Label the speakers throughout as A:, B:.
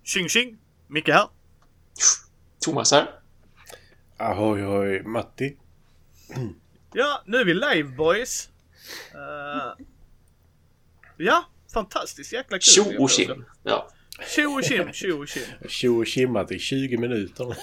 A: Tjing tjing, Micke här.
B: Thomas här.
C: Ahoy, Matti.
A: Ja, nu är vi live, boys. Ja, fantastiskt, jäkla kul.
B: Tjo och tjim. Ja.
A: Tjo och tjim, tjo och tjim.
C: Tjo och tjimmat i 20 minuter.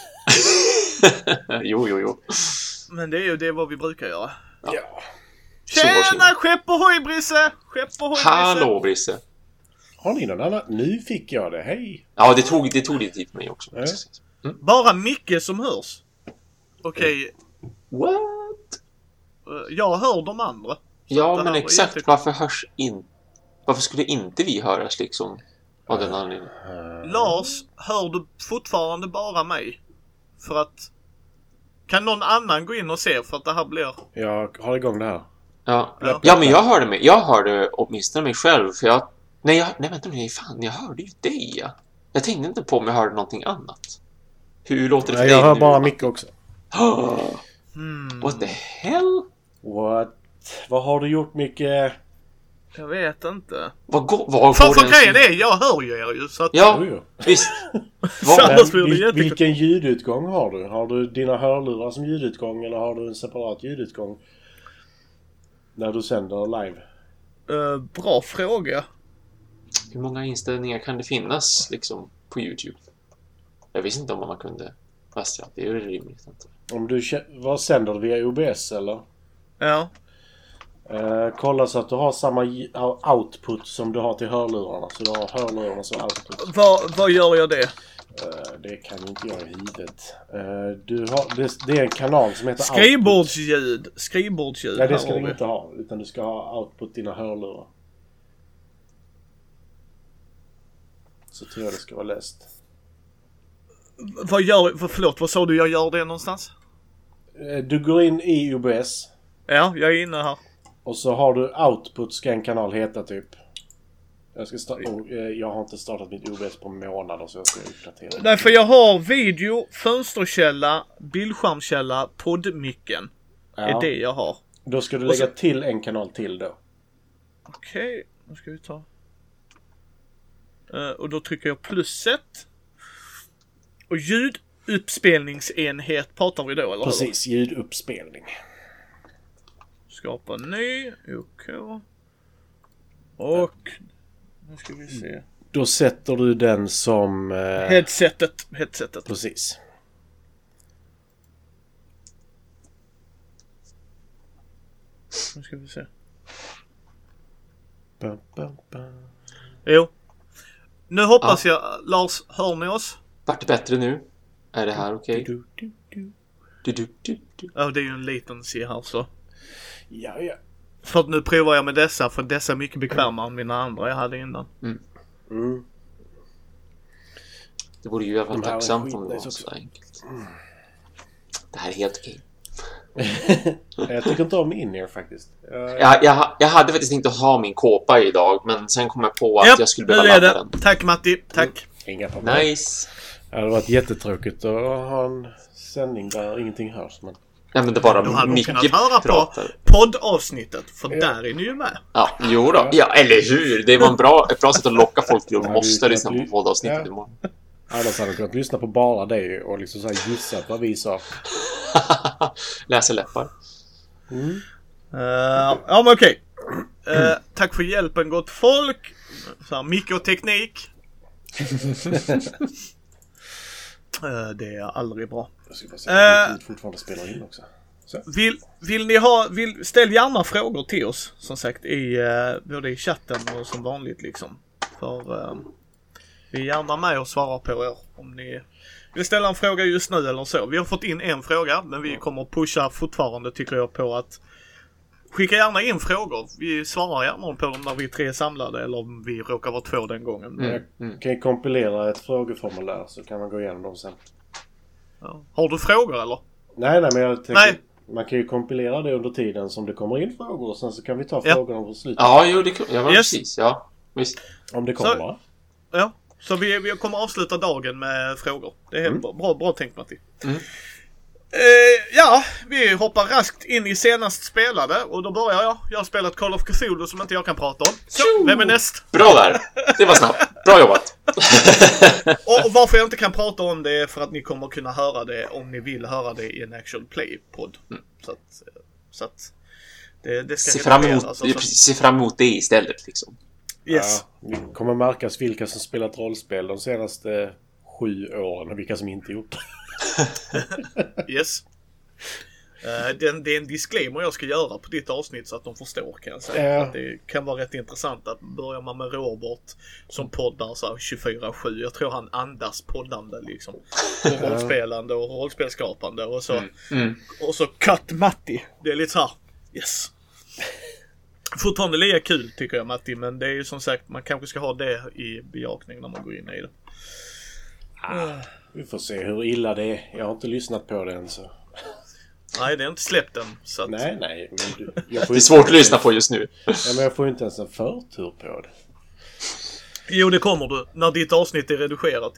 B: Jo.
A: Men det är ju det vad vi brukar göra.
C: Ja.
A: Tjena, skepp ohoj, Brisse! Skepp ohoj, Brisse!
B: Hallå, Brisse.
C: Har ni någon annan? Nu fick jag det, hej.
B: Ja, det tog lite tid för mig också.
C: Ja.
A: Bara Micke som hörs. Okej.
B: What?
A: Jag hör de andra.
B: Ja,
A: det
B: men
A: här var
B: exakt.
A: jätte-
B: Varför skulle inte vi höras liksom? Av den anledningen.
A: Lars, hör du fortfarande bara mig? För att... Kan någon annan gå in och se för att det här blir...
C: Jag har igång det här.
B: Ja, men jag hörde åtminstone mig själv. För jag... Nej, vänta nu. Fan, jag hörde ju dig, ja. Jag tänkte inte på om jag hörde någonting annat. Hur låter det för
C: Nej,
B: dig
C: jag hör
B: nu?
C: bara mycket också.
B: What the hell?
C: What? Vad har du gjort, Micke?
A: Jag vet inte.
B: Vad
A: För grejen är, jag hör ju er ju så att...
B: Ja,
C: Jo.
B: visst.
A: Så annars blir det jättekul.
C: Vilken ljudutgång har du? Har du dina hörlurar som ljudutgång eller har du en separat ljudutgång? När du sänder live?
A: Bra fråga.
B: Hur många inställningar kan det finnas liksom på YouTube? Jag visste inte om man kunde. Fast ja, det är ju rimligt inte.
C: Om du vad sänder du via OBS eller?
A: Ja.
C: Kolla så att du har samma output som du har till hörlurarna. Så du har hörlurarna som output.
A: Vad gör jag det?
C: Det kan inte jag i huvudet. Det är en kanal som heter
A: Skrivbordsljud.
C: Nej, det ska du inte ha. Utan du ska ha output dina hörlurar. Så tror jag det ska vara läst.
A: Vad sa du jag gör det någonstans?
C: Du går in i OBS.
A: Ja, jag är inne här.
C: Och så har du output, ska en kanal heta typ. Jag har inte startat mitt OBS på månader så jag ska uppdatera.
A: Nej, för jag har video, fönsterkälla, bildskärmkälla, poddmicken.
C: Ja.
A: Är det jag har.
C: Då ska du lägga till en kanal till då.
A: Okej, nu ska vi ta. Och då trycker jag pluset. Och ljuduppspelningsenhet pratar vi då, eller?
C: Precis, ljuduppspelning.
A: Skapa ny, OK. Och nu ska vi se.
C: Då sätter du den som...
A: Headsetet.
C: Precis.
A: Nu ska vi se.
C: Bum, bum, bum.
A: Jo. Nu hoppas jag, Lars, hör ni oss?
B: Vart det bättre nu? Är det här okej?
C: Du.
A: Ja, det är ju en liten se här så.
C: Ja.
A: För att nu provar jag med dessa, för dessa är mycket bekvämare än mina andra jag hade innan.
B: Det vore ju jävligt
C: här är
B: tacksamt om det var
C: skitnice
B: så enkelt. Det här är helt okej.
C: Jag tycker inte om in-ear faktiskt.
B: Jag hade faktiskt inte ha min kåpa idag, men sen kom jag på att jag skulle behöva
A: nu är
B: ladda
A: det.
B: den.
A: Tack Matti, tack.
C: Inga problem.
B: Nice.
C: Det hade varit jättetråkigt att ha en sändning där ingenting hörs. Men...
B: Ja, men det
A: Då
B: bara
A: hade de
B: mycket
A: kunnat höra
B: pratar.
A: på poddavsnittet, för där är ni ju med.
B: Ja, jo då. Ja, eller hur? Det var ett bra sätt att locka folk till att måste lyssna på poddavsnittet imorgon.
C: Annars hade de kunnat lyssna på bara det och liksom så här gissat vad vi sa.
B: Läser läppar.
A: Ja, men okej. Tack för hjälpen, gott folk. Så här, mikroteknik. Det är aldrig bra.
C: Jag ska bara säga att vi fortfarande spelar in också. Så.
A: Vill ni ställ gärna frågor till oss, som sagt, både i chatten och som vanligt liksom. För vi är gärna med och svarar på er om ni vill ställa en fråga just nu eller så. Vi har fått in en fråga, men vi kommer att pusha fortfarande, tycker jag, på att skicka gärna in frågor. Vi svarar gärna på dem när vi är 3 samlade eller om vi råkar vara 2 den gången.
C: Jag kan ju kompilera ett frågeformulär så kan man gå igenom dem sen.
A: Ja. Har du frågor eller?
C: Nej, men jag tänker... Man kan ju kompilera det under tiden som det kommer in frågor och sen så kan vi ta frågorna på slutet.
B: Ja, jo, precis. Ja, visst.
C: Om det kommer, va?
A: Ja, så vi kommer avsluta dagen med frågor. Det är helt bra tänkt, Matti. Ja, vi hoppar raskt in i senast spelade och då börjar jag. Jag har spelat Call of Cthulhu som inte jag kan prata om. Så, vem är näst?
B: Bra där. Det var snabbt. Bra jobbat.
A: Och varför jag inte kan prata om det är för att ni kommer kunna höra det om ni vill höra det i en actual play-podd. Så att det ska
B: se fram emot det istället liksom.
A: Yes.
C: Ja, det kommer märkas vilka som spelat rollspel de senaste 7 åren och vilka som inte gjort det.
A: Yes. Det är en disclaimer jag ska göra på ditt avsnitt så att de förstår, kan jag säga.
C: Ja.
A: Att det kan vara rätt intressant att börjar man med Robert som poddar så här 24/7. Jag tror han andas poddande liksom. Och rollspelande och rollspelskapande och så. Och så Cut Matti. Det är lite så här, yes. Fortfarande lika kul tycker jag, Matti, men det är ju som sagt, man kanske ska ha det i bejakning när man går in i det.
C: Vi får se hur illa det är. Jag har inte lyssnat på det än så.
A: Nej, det är inte släppt än. Så att...
C: Nej. Men
B: det är svårt att lyssna på just nu.
C: Ja, men jag får ju inte ens en förtur på det.
A: Jo, det kommer du. När ditt avsnitt är redigerat.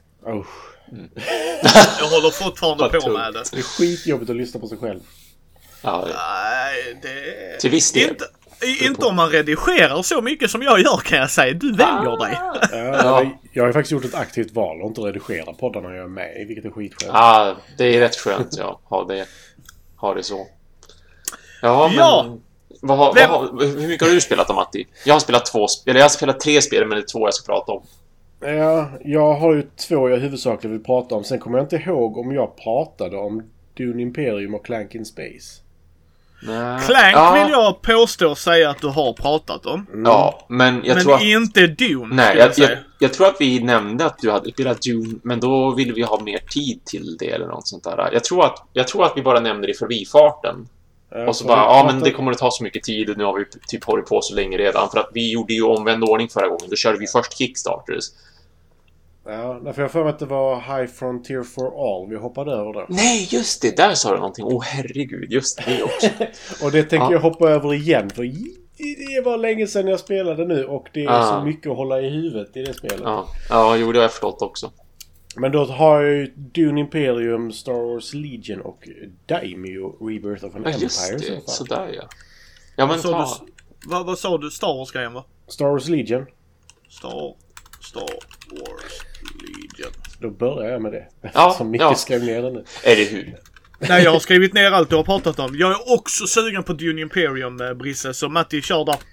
A: Jag håller fortfarande på med det.
C: Det är skitjobbigt att lyssna på sig själv.
B: Ja,
A: Nej, det...
B: till viss del.
A: Inte om man redigerar så mycket som jag gör, kan jag säga. Du väljer dig.
C: Ja. Jag har ju faktiskt gjort ett aktivt val och inte redigera poddarna jag är med i, vilket är skitskönt.
B: Ja, det är rätt skönt. Ja, ha det så. Ja, men hur mycket har du spelat om, Matti? Jag har spelat 3 spel, men det är 2 jag ska prata om.
C: Ja, jag har ju 2 jag huvudsakligen vill prata om. Sen kommer jag inte ihåg om jag pratade om Dune Imperium och Clank in Space.
A: Clank vill jag påstå och säga att du har pratat om.
B: Ja, men jag tror att...
A: inte Dune.
B: Nej, jag tror att vi nämnde att du hade spelat Dune, men då ville vi ha mer tid till det eller något sånt där. Jag tror att vi bara nämnde det i förbifarten. Och så bara, men det kommer att ta så mycket tid och nu har vi typ hållit på så länge redan. För att vi gjorde ju omvänd ordning förra gången. Då körde vi först Kickstarters.
C: Ja, därför jag för mig att det var High Frontier for All. Vi hoppade över det.
B: Nej, just det. Där sa du någonting. Herregud, just det också.
C: Och det tänker jag hoppa över igen. För det var länge sedan jag spelade nu. Och det är så mycket att hålla i huvudet i det spelet.
B: Ja, jo, det har jag förstått också.
C: Men då har jag ju Dune Imperium, Star Wars Legion och Daimyo Rebirth of an Empire.
B: Just det, sådär ja. Ja, men
A: vad sa du? Star Wars-grejen, va?
C: Star Wars Legion.
A: Star Wars Legion.
C: Då börjar jag med det.
B: Ja,
C: som Micke skrev ner det nu.
B: Är det hur?
A: Nej, jag har skrivit ner allt du har pratat om. Jag är också sugen på Dune Imperium, Brisse. Så Matti, kör där.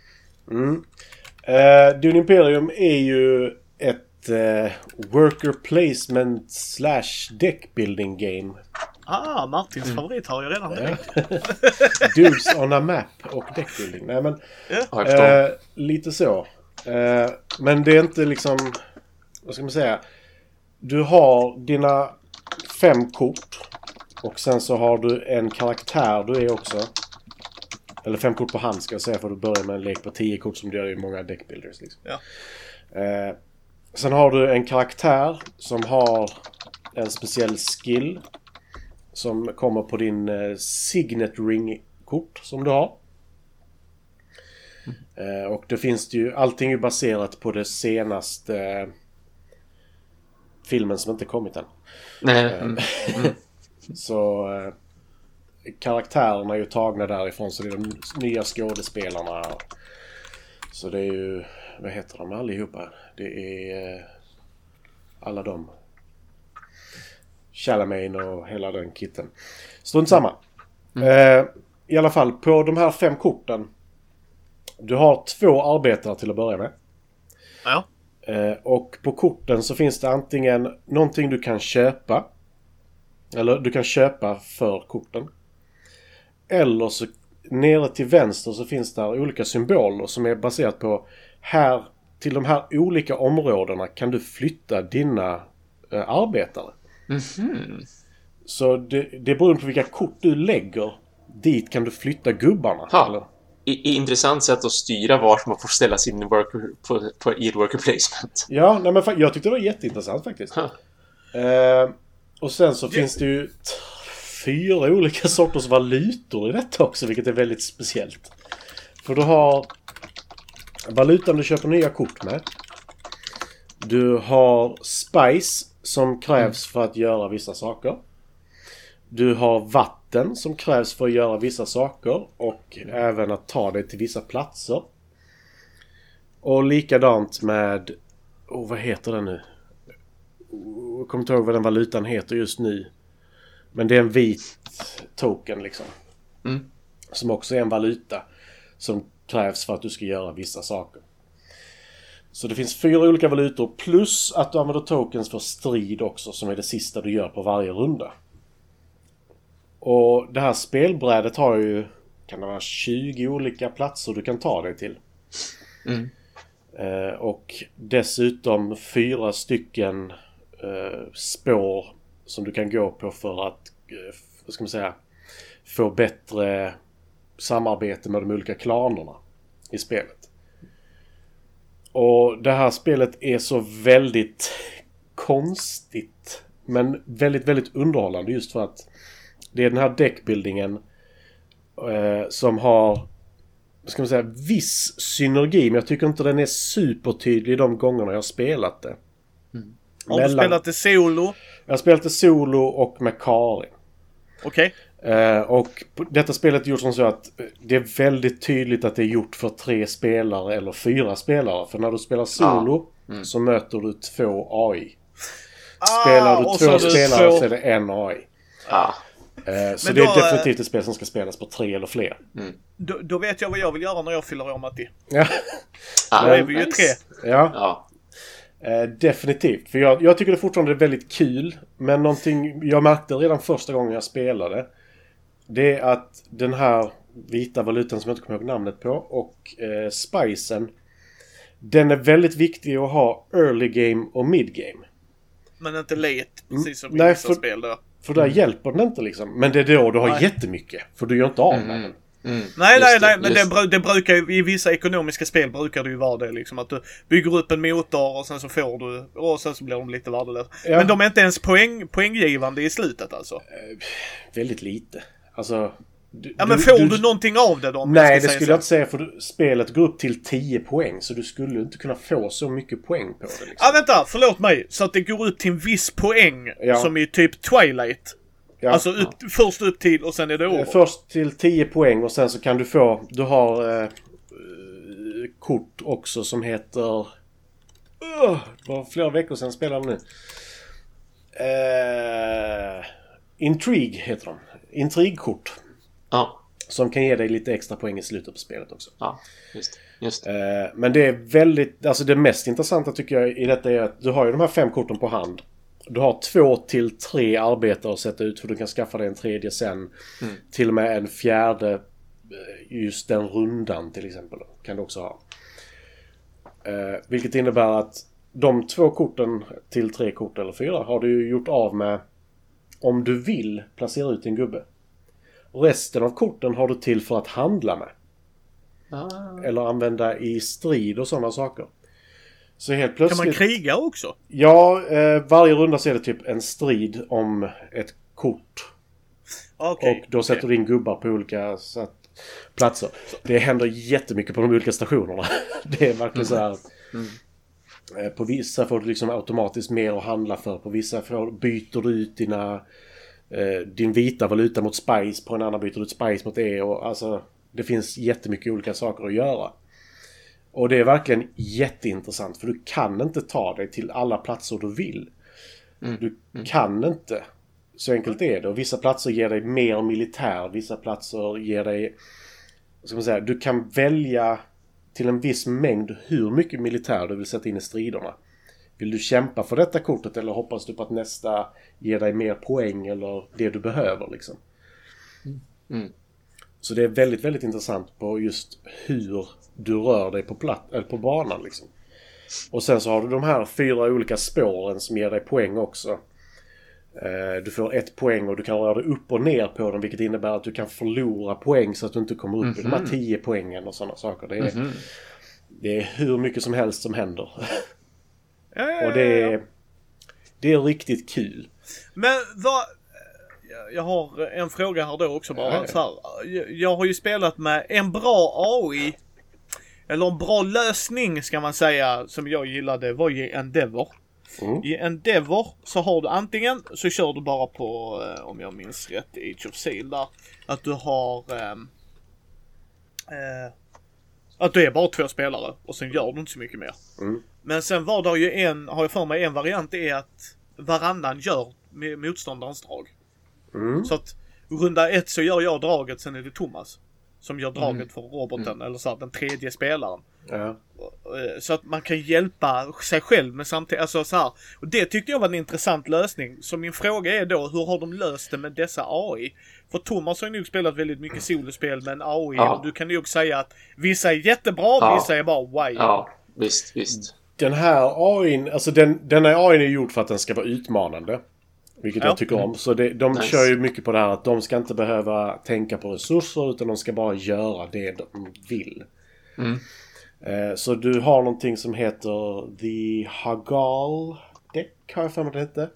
C: Dune Imperium är ju ett worker placement / deck building game.
A: Martins favorit har jag redan med.
C: Dudes on a map och deck building. Nej, men lite så. Men det är inte liksom, vad ska man säga? Du har dina 5 kort och sen så har du en karaktär du är också. Eller 5 kort på hand ska jag säga, för du börjar med en lek på 10 kort som du gör i många deckbuilders liksom.
A: Ja.
C: Sen har du en karaktär som har en speciell skill som kommer på din signet ring-kort som du har. Och det finns ju, allting är baserat på det senaste filmen som inte kommit än.
B: Nej.
C: Så karaktärerna är ju tagna därifrån, så det är de nya skådespelarna. Så det är ju, vad heter de allihopa? Det är alla de. Chalamet och hela den kitten. Strunt samma. I alla fall, på de här 5 korten. Du har 2 arbetare till att börja med.
A: Ja.
C: Och på korten så finns det antingen någonting du kan köpa. Eller du kan köpa för korten. Eller så nere till vänster så finns det olika symboler som är baserat på här, till de här olika områdena kan du flytta dina arbetare. Så det beror på vilka kort du lägger. Dit kan du flytta gubbarna. Eller?
B: Intressant sätt att styra var man får ställa sin worker i ett worker placement.
C: Ja, nej, men jag tyckte det var jätteintressant faktiskt. Och sen så finns det ju 4 olika sorters valutor i detta också, vilket är väldigt speciellt. För du har valutan du köper nya kort med. Du har spice som krävs för att göra vissa saker. Du har vatten som krävs för att göra vissa saker och även att ta dig till vissa platser. Och likadant med, vad heter det nu? jag kommer inte ihåg vad den valutan heter just nu. Men det är en vit token liksom. Som också är en valuta som krävs för att du ska göra vissa saker. Så det finns 4 olika valutor plus att du använder tokens för strid också, som är det sista du gör på varje runda. Och det här spelbrädet har ju, kan det vara 20 olika platser du kan ta dig till. Och dessutom 4 stycken spår som du kan gå på för att, vad ska man säga, få bättre samarbete med de olika klanerna i spelet. Och det här spelet är så väldigt konstigt, men väldigt, väldigt underhållande, just för att det är den här deckbuildingen som har, ska man säga, viss synergi, men jag tycker inte den är supertydlig de gångerna jag har spelat det.
A: Har du spelat det solo?
C: Jag har spelat det solo och med Karin.
A: Okej.
C: Och detta spelet är gjort som så att det är väldigt tydligt att det är gjort för 3 spelare eller 4 spelare. För när du spelar solo så möter du 2 AI. Spelar du 2 spelare så är det 1 AI. Så det är definitivt ett spel som ska spelas på 3 eller fler.
A: Då vet jag vad jag vill göra när jag fyller år, Matti.
C: Ja.
A: Då är vi ju 3.
C: Ja. Definitivt. För jag tycker det fortfarande är väldigt kul. Men någonting jag märkte redan första gången jag spelade, det är att den här vita valutan som jag inte kommer ihåg namnet på och spicen, den är väldigt viktig att ha early game och mid game.
A: Men inte late, precis som i vissa spel då.
C: För där hjälper den inte liksom. Men det är då du har jättemycket. För du gör inte av med den.
A: Nej, men det brukar ju, i vissa ekonomiska spel brukar det ju vara det liksom, att du bygger upp en motor och sen så får du, och sen så blir de lite värdelösa. Men de är inte ens poänggivande i slutet alltså.
C: Väldigt lite. Alltså,
A: men får du någonting av det då?
C: Nej, det skulle jag inte säga, för spelet går upp till 10 poäng, så du skulle inte kunna få så mycket poäng på det liksom.
A: Vänta, förlåt mig. Så att det går upp till en viss poäng, som i typ Twilight. Ja. Alltså först upp till och sen är det över.
C: Först till 10 poäng och sen så kan du få, du har kort också som heter det var flera veckor sedan spelade nu. Intrigue heter de. Intrigkort.
B: Ja.
C: Som kan ge dig lite extra poäng i slutet på spelet också.
B: Ja, just.
C: Men det är väldigt, alltså det mest intressanta tycker jag i detta är att du har ju de här 5 korten på hand. Du har 2 till 3 arbetare att sätta ut, för du kan skaffa dig en tredje sen. Till och med en fjärde just den rundan till exempel kan du också ha. Vilket innebär att de 2 korten till 3 kort eller 4 har du ju gjort av med om du vill placera ut din gubbe. Resten av korten har du till för att handla med. Eller använda i strid och sådana saker. Så helt plötsligt...
A: Kan man kriga också?
C: Ja, varje runda så är det typ en strid om ett kort.
A: Okay,
C: och då sätter du in gubbar på olika platser. Det händer jättemycket på de olika stationerna. Det är verkligen så här... På vissa får du liksom automatiskt mer att handla för. På vissa byter du ut din vita valuta mot spice. På en annan byter du ut spice mot och alltså, det finns jättemycket olika saker att göra. Och det är verkligen jätteintressant, för du kan inte ta dig till alla platser du vill. Du kan inte. Så enkelt är det. Och vissa platser ger dig mer militär. Vissa platser ger dig... Ska man säga, du kan välja till en viss mängd hur mycket militär du vill sätta in i striderna. Vill du kämpa för detta kortet, eller hoppas du på att nästa ger dig mer poäng eller det du behöver liksom. Så det är väldigt, väldigt intressant på just hur du rör dig på banan liksom. Och sen så har du de här 4 olika spåren som ger dig poäng också. Du får 1 poäng och du kan röra dig upp och ner på dem, vilket innebär att du kan förlora poäng så att du inte kommer upp i de här 10 poängen och sådana saker. Det är hur mycket som helst som händer. Och det är riktigt kul.
A: Men vad... Jag har en fråga här då också bara. Så här, jag har ju spelat med en bra AI, eller en bra lösning ska man säga, som jag gillade, var ju Endeavor. I Endeavor så har du antingen, så kör du bara på, om jag minns rätt, Age of Sail där, att du har att du är bara 2 spelare och sen gör du inte så mycket mer. Men sen var det ju har jag för mig en variant är att varannan gör med motståndarens drag. Så att runda 1 så gör jag draget, sen är det Thomas som gör draget för roboten, eller så här, den tredje spelaren. Så att man kan hjälpa sig själv med samtidigt, alltså så här. Och det tyckte jag var en intressant lösning. Så min fråga är då, hur har de löst det med dessa AI? För Thomas har ju nog spelat väldigt mycket solospel med en AI, och du kan nog säga att vissa är jättebra, vissa är bara wow.
B: Ja, visst.
C: Den här AI:n, alltså den här AI:n är gjord för att den ska vara utmanande. Vilket jag tycker om. Så de kör ju mycket på det här att de ska inte behöva tänka på resurser, utan de ska bara göra det de vill. Så du har någonting som heter The Hagal Deck, har jag för mig det hette.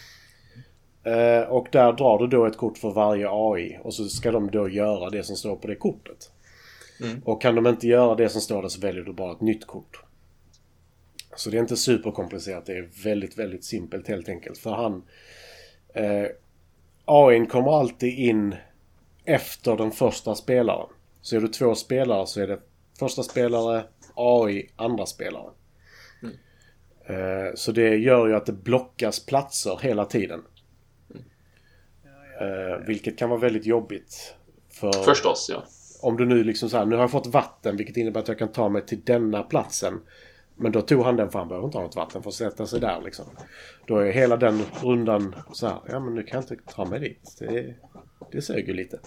C: Och där drar du då ett kort för varje AI. Och så ska de då göra det som står på det kortet. Och kan de inte göra det som står där, så väljer du bara ett nytt kort. Så det är inte superkomplicerat. Det är väldigt, väldigt simpelt helt enkelt. För AI:n kommer alltid in efter den första spelaren. Så är du 2 spelare, så är det första spelare, AI, andra spelare. Så det gör ju att det blockas platser hela tiden. Vilket kan vara väldigt jobbigt.
B: Förstås, ja.
C: Om du nu liksom så här, nu har jag fått vatten, vilket innebär att jag kan ta mig till denna platsen. Men då tog han den, för han behöver inte ha något vatten för att sätta sig där liksom. Då är hela den rundan så här, ja men nu kan jag inte ta mig dit. Det söger lite.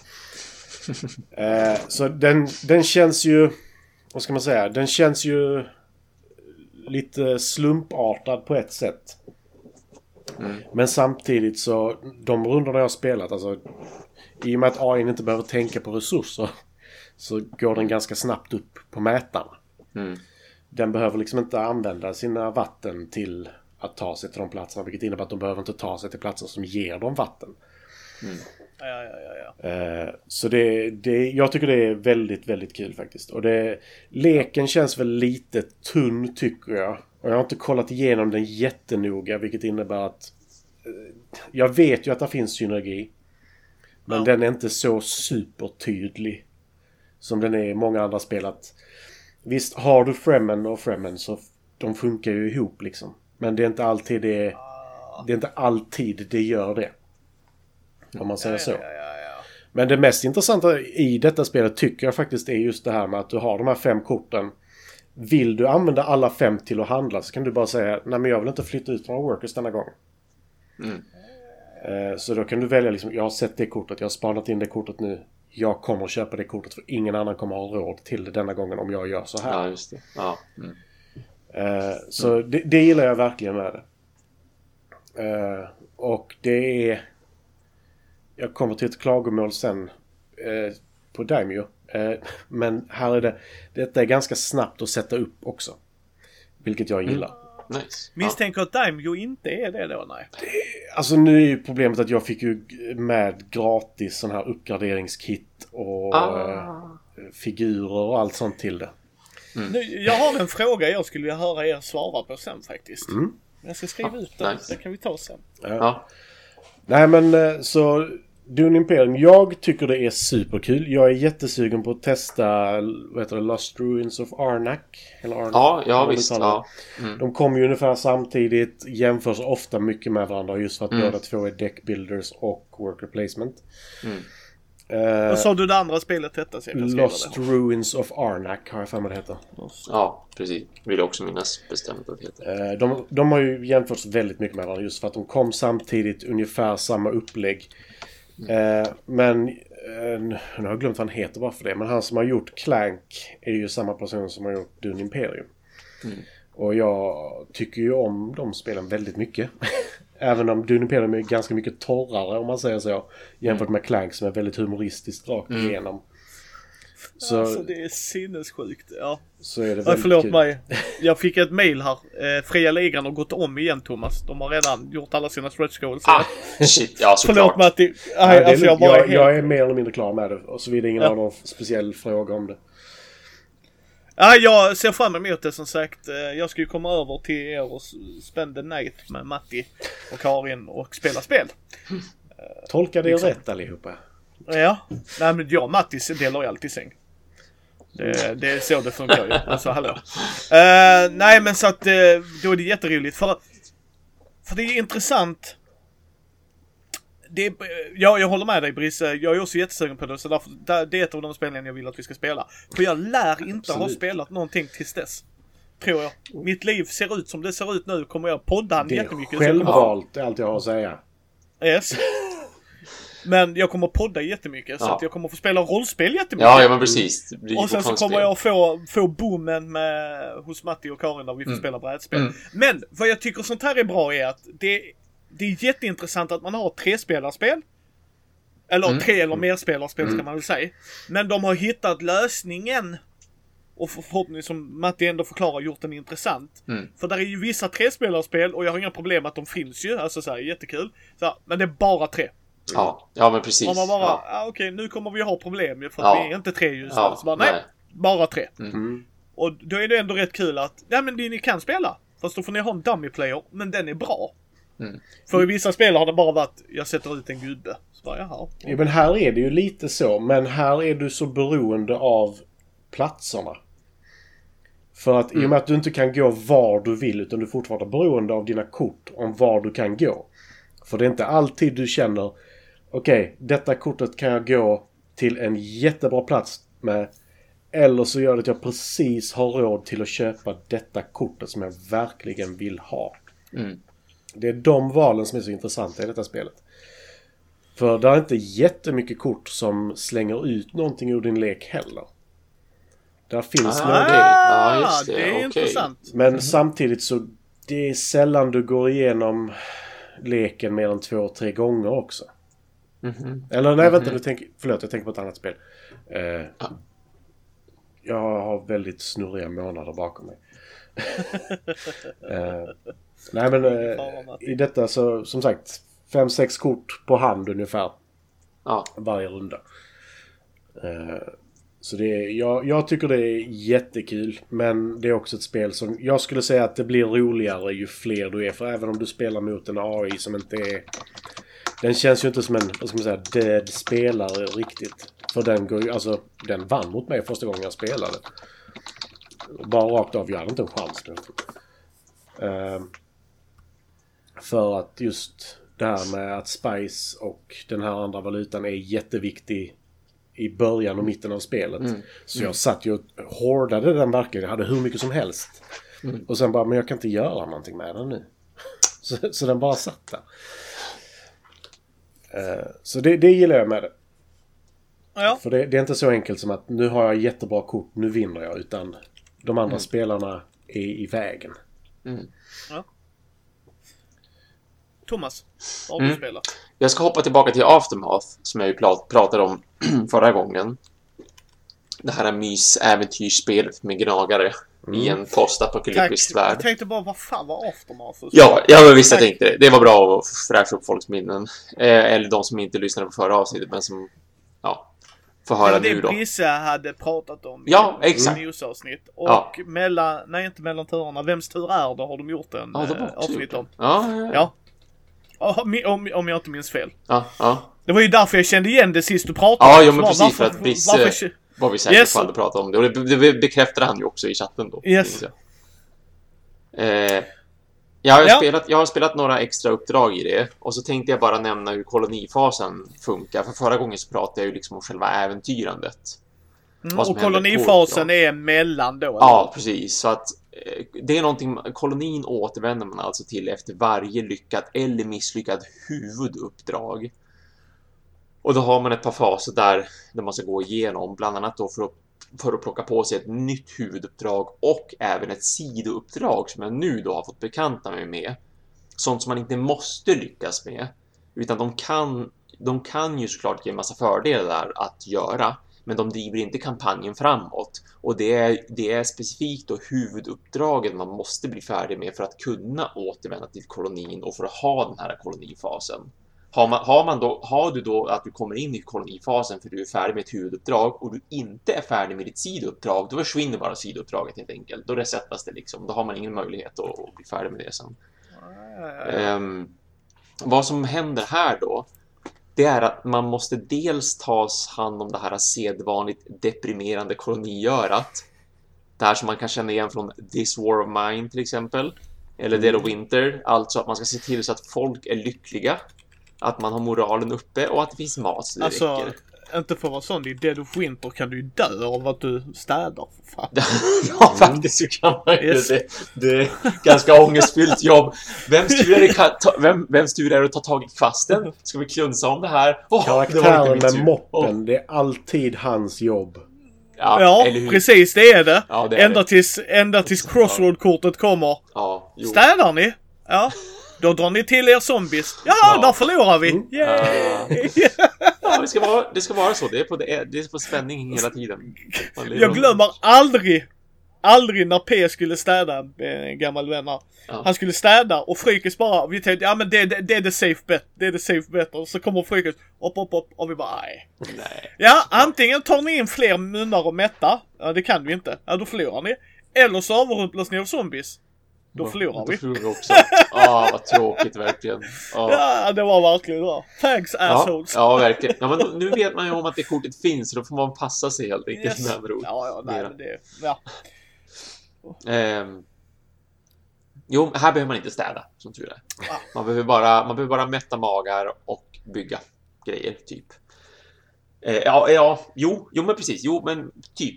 C: Så den känns ju, vad ska man säga, den känns ju lite slumpartad på ett sätt. Men samtidigt så, de rundorna jag har spelat, alltså i och med att AI inte behöver tänka på resurser, så går den ganska snabbt upp på mätarna. Den behöver liksom inte använda sina vatten till att ta sig till de platserna, vilket innebär att de behöver inte ta sig till platser som ger dem vatten. Så jag tycker det är väldigt, väldigt kul faktiskt. Och leken känns väl lite tunn, tycker jag. Och jag har inte kollat igenom den jättenoga, vilket innebär att jag vet ju att det finns synergi. Men den är inte så supertydlig som den är i många andra spel. Att visst, har du Fremen och Fremen, så de funkar ju ihop liksom. Men det är inte alltid det gör det. Om man säger så. Men det mest intressanta i detta spelet tycker jag faktiskt är just det här med att du har de här 5 korten. Vill du använda alla 5 till att handla, så kan du bara säga, nej men jag vill inte flytta ut några workers denna gång. Så då kan du välja liksom, jag har sett det kortet, jag har spanat in det kortet nu. Jag kommer att köpa det kortet, för ingen annan kommer att ha råd till det denna gången om jag gör så här.
B: Ja, just det. Ja.
C: Så det gillar jag verkligen med det. Och det är... Jag kommer till ett klagomål sen på Daimyo. Men här är detta är ganska snabbt att sätta upp också. Vilket jag gillar.
B: Nice.
A: Misstänker att Daimyo inte är det då, nej.
C: Alltså nu är ju problemet att jag fick ju med gratis sån här uppgraderingskit och figurer och allt sånt till det.
A: Nu, jag har en fråga jag skulle vilja höra er svara på sen faktiskt. Jag ska skriva ut den,
B: nice.
A: det kan vi ta sen.
C: Nej men så Dune Imperium, jag tycker det är superkul. Jag är jättesugen på att testa, vad heter det, Lost Ruins of Arnak. Eller Arnak,
B: ja visst. Ja.
C: De kommer ju ungefär samtidigt, jämförs ofta mycket med varandra just för att båda två är deck builders och worker placement.
A: Vad sa du det andra spelet hette?
C: Lost Ruins of Arnak har jag för mig det heter.
B: Ja, precis. Vill jag också minnas bestämt att det heter.
C: De har ju jämförts väldigt mycket med varandra just för att de kom samtidigt, ungefär samma upplägg. Men nu har jag glömt vad han heter bara för det. Men han som har gjort Clank är ju samma person som har gjort Dune Imperium. Och jag tycker ju om de spelen väldigt mycket. Även om Dune Imperium är ganska mycket torrare, om man säger så, jämfört med Clank som är väldigt humoristiskt rakt igenom. Så,
A: alltså det är sinnessjukt, ja.
C: Så är det väldigt
A: förlåt
C: kul.
A: mig. Jag fick ett mail här. Fria ligan har gått om igen, Thomas. De har redan gjort alla sina stretch goals.
B: Shit, ja såklart.
A: Förlåt Matti.
C: Alltså, jag är mer eller mindre klar med det. Och så vidare ingen har någon speciell fråga om det.
A: Ja, jag ser fram emot det som sagt. Jag ska ju komma över till er och spend the night med Matti och Karin och spela spel.
C: Tolka det rätt allihopa.
A: Ja, nej men jag och Matti delar ju alltid säng. Det är så det funkar ju. Alltså hallå. Nej men så att då är det jätteroligt. För För det är intressant. Jag håller med dig, Brisse. Jag är också jättesugen på det. Så därför, det är ett av de spelen jag vill att vi ska spela. För jag lär inte ha spelat någonting tills dess. Tror jag. Mitt liv ser ut som det ser ut nu. Kommer jag podda jättemycket.
C: Det är självvalt, är allt jag har att säga.
A: Yes. Men jag kommer podda jättemycket. Så att jag kommer få spela rollspel jättemycket.
B: Ja, men precis.
A: Och sen så kommer jag få boomen hos Matti och Karin där vi får spela brädspel. Men vad jag tycker sånt här är bra är att det är jätteintressant att man har 3-spelarspel. Eller 3 eller mer spelarspel ska man väl säga. Men de har hittat lösningen. Och förhoppningsvis som Matti ändå förklarar gjort den intressant. För där är ju vissa 3-spelarspel och jag har inga problem att de finns ju. Alltså så här, jättekul. Men det är bara 3.
B: Ja, men precis.
A: Och man bara, okej, nu kommer vi ha problem för att vi är inte 3 just nu. Så bara, nej, bara 3. Och då är det ändå rätt kul att, men ni kan spela. Fast då får ni ha en dummy player, men den är bra. För i vissa spel har det bara varit, jag sätter ut en gubbe. Så bara, jaha.
C: Ja, men här är det ju lite så. Men här är du så beroende av platserna. För att i och med att du inte kan gå var du vill, utan du är fortfarande beroende av dina kort om var du kan gå. För det är inte alltid du känner, okej, detta kortet kan jag gå till en jättebra plats med. Eller så gör det att jag precis har råd till att köpa detta kortet som jag verkligen vill ha. Det är de valen som är så intressanta i detta spelet. För det är inte jättemycket kort som slänger ut någonting ur din lek heller. Där finns
A: det är intressant.
C: Men samtidigt så det är sällan du går igenom leken mer än 2-3 gånger också. Eller nej, vänta, jag tänker på ett annat spel. Jag har väldigt snurriga månader bakom mig. Nej, men i detta så, som sagt, 5-6 kort på hand ungefär. Varje runda. Så det är, jag tycker det är jättekul. Men det är också ett spel som jag skulle säga att det blir roligare ju fler du är. För även om du spelar mot en AI som inte är... Den känns ju inte som en, vad ska man säga, dead spelare riktigt. För den går ju, alltså, den vann mot mig första gången jag spelade. Bara rakt av, jag hade inte en chans. För att just det här med att Spice och den här andra valutan är jätteviktig i början och mitten av spelet. Så jag satt ju och hårdade den verkligen. Jag hade hur mycket som helst. Och sen bara, men jag kan inte göra någonting med den nu. så den bara satt där. Så det gillar jag med det.
A: Ja.
C: För det är inte så enkelt som att nu har jag jättebra kort, nu vinner jag. Utan de andra spelarna är i vägen.
A: Ja. Thomas, vad har du spelat?
B: Jag ska hoppa tillbaka till Aftermath som jag ju pratade om förra gången. Det här mys-äventyrsspelet med gnagare i en postapokalyptisk värld.
A: Jag tänkte bara, vad fan var Aftermath?
B: Ja, visst, jag tänkte det. Det var bra att fräscha upp folks minnen. Eller de som inte lyssnade på förra avsnittet, men som får höra nu då.
A: Det Brisse hade pratat om
B: i
A: newsavsnitt. Och inte mellan turerna. Vems tur är det? Har de gjort en avsnitt om? Ja. Om jag inte minns fel. Det var ju därför jag kände igen det sist du pratade.
B: Ja, men precis. För att Brisse var vi säkert på att prata om det. Och det bekräftade han ju också i chatten då.
A: Yes.
B: Jag har spelat några extra uppdrag i det. Och så tänkte jag bara nämna hur kolonifasen funkar. För förra gången så pratade jag ju liksom om själva äventyrandet.
A: Och kolonifasen är mellan då? Eller?
B: Ja, precis. Så att det är någonting, kolonin återvänder man alltså till efter varje lyckat eller misslyckat huvuduppdrag. Och då har man ett par faser där man ska gå igenom. Bland annat då för att plocka på sig ett nytt huvuduppdrag och även ett sidouppdrag som jag nu då har fått bekanta mig med. Sånt som man inte måste lyckas med. Utan de kan ju såklart ge en massa fördelar där att göra. Men de driver inte kampanjen framåt. Och det är specifikt då huvuduppdragen man måste bli färdig med för att kunna återvända till kolonin och för att ha den här kolonifasen. Har du då att du kommer in i kolonifasen för du är färdig med ett huvuduppdrag och du inte är färdig med ditt sidouppdrag, då försvinner bara sidouppdraget helt enkelt. Då resettas det liksom. Då har man ingen möjlighet att bli färdig med det sen. Vad som händer här då, det är att man måste dels ta hand om det här sedvanligt deprimerande kolonigörat. Det här som man kan känna igen från This War of Mine till exempel. eller Dead of Winter, alltså att man ska se till så att folk är lyckliga, att man har moralen uppe och att det finns mat så det räcker.
A: Inte för att vara sån, i Dead of Winter kan du ju dö av att du städar, för fan.
B: Ja, faktiskt så kan man ju det är ganska ångestfyllt jobb. Vems tur är det att ta tag i kvasten? Ska vi klunsa om det här?
C: Karaktären med moppen, det är alltid hans jobb.
A: Ja, precis, det är det.
B: Ja, det är
A: ända tills Crossroad-kortet kommer.
B: Ja,
A: Städar ni? Ja. Då drar ni till er zombies. Ja, där förlorar vi.
B: Ja, det ska vara så. Det är på spänning hela tiden.
A: Jag glömmer aldrig när P skulle städa, en gammal vänner. Ja. Han skulle städa och Frykis bara, vi tänkte, ja men det är the safe bet. Det är the safe bet. Och så kommer Frykis upp och vi bara, nej. Ja, antingen tar ni in fler munnar och mätta. Ja, det kan vi inte. Ja, då förlorar ni. Eller så överrumplas ni av zombies. Då förlorar vi.
B: Då förlorar vi också. Vad tråkigt verkligen.
A: Ja, det var verkligen bra. Thanks, assholes.
B: Ja, verkligen. Ja, men nu vet man ju om att det kortet finns, så då får man passa sig helt enkelt.
A: Yes. Nej, men det... Ja.
B: Jo, här behöver man inte städa, som tur är. Man behöver bara mätta magar och bygga grejer, typ. Jo, men precis. Jo, men typ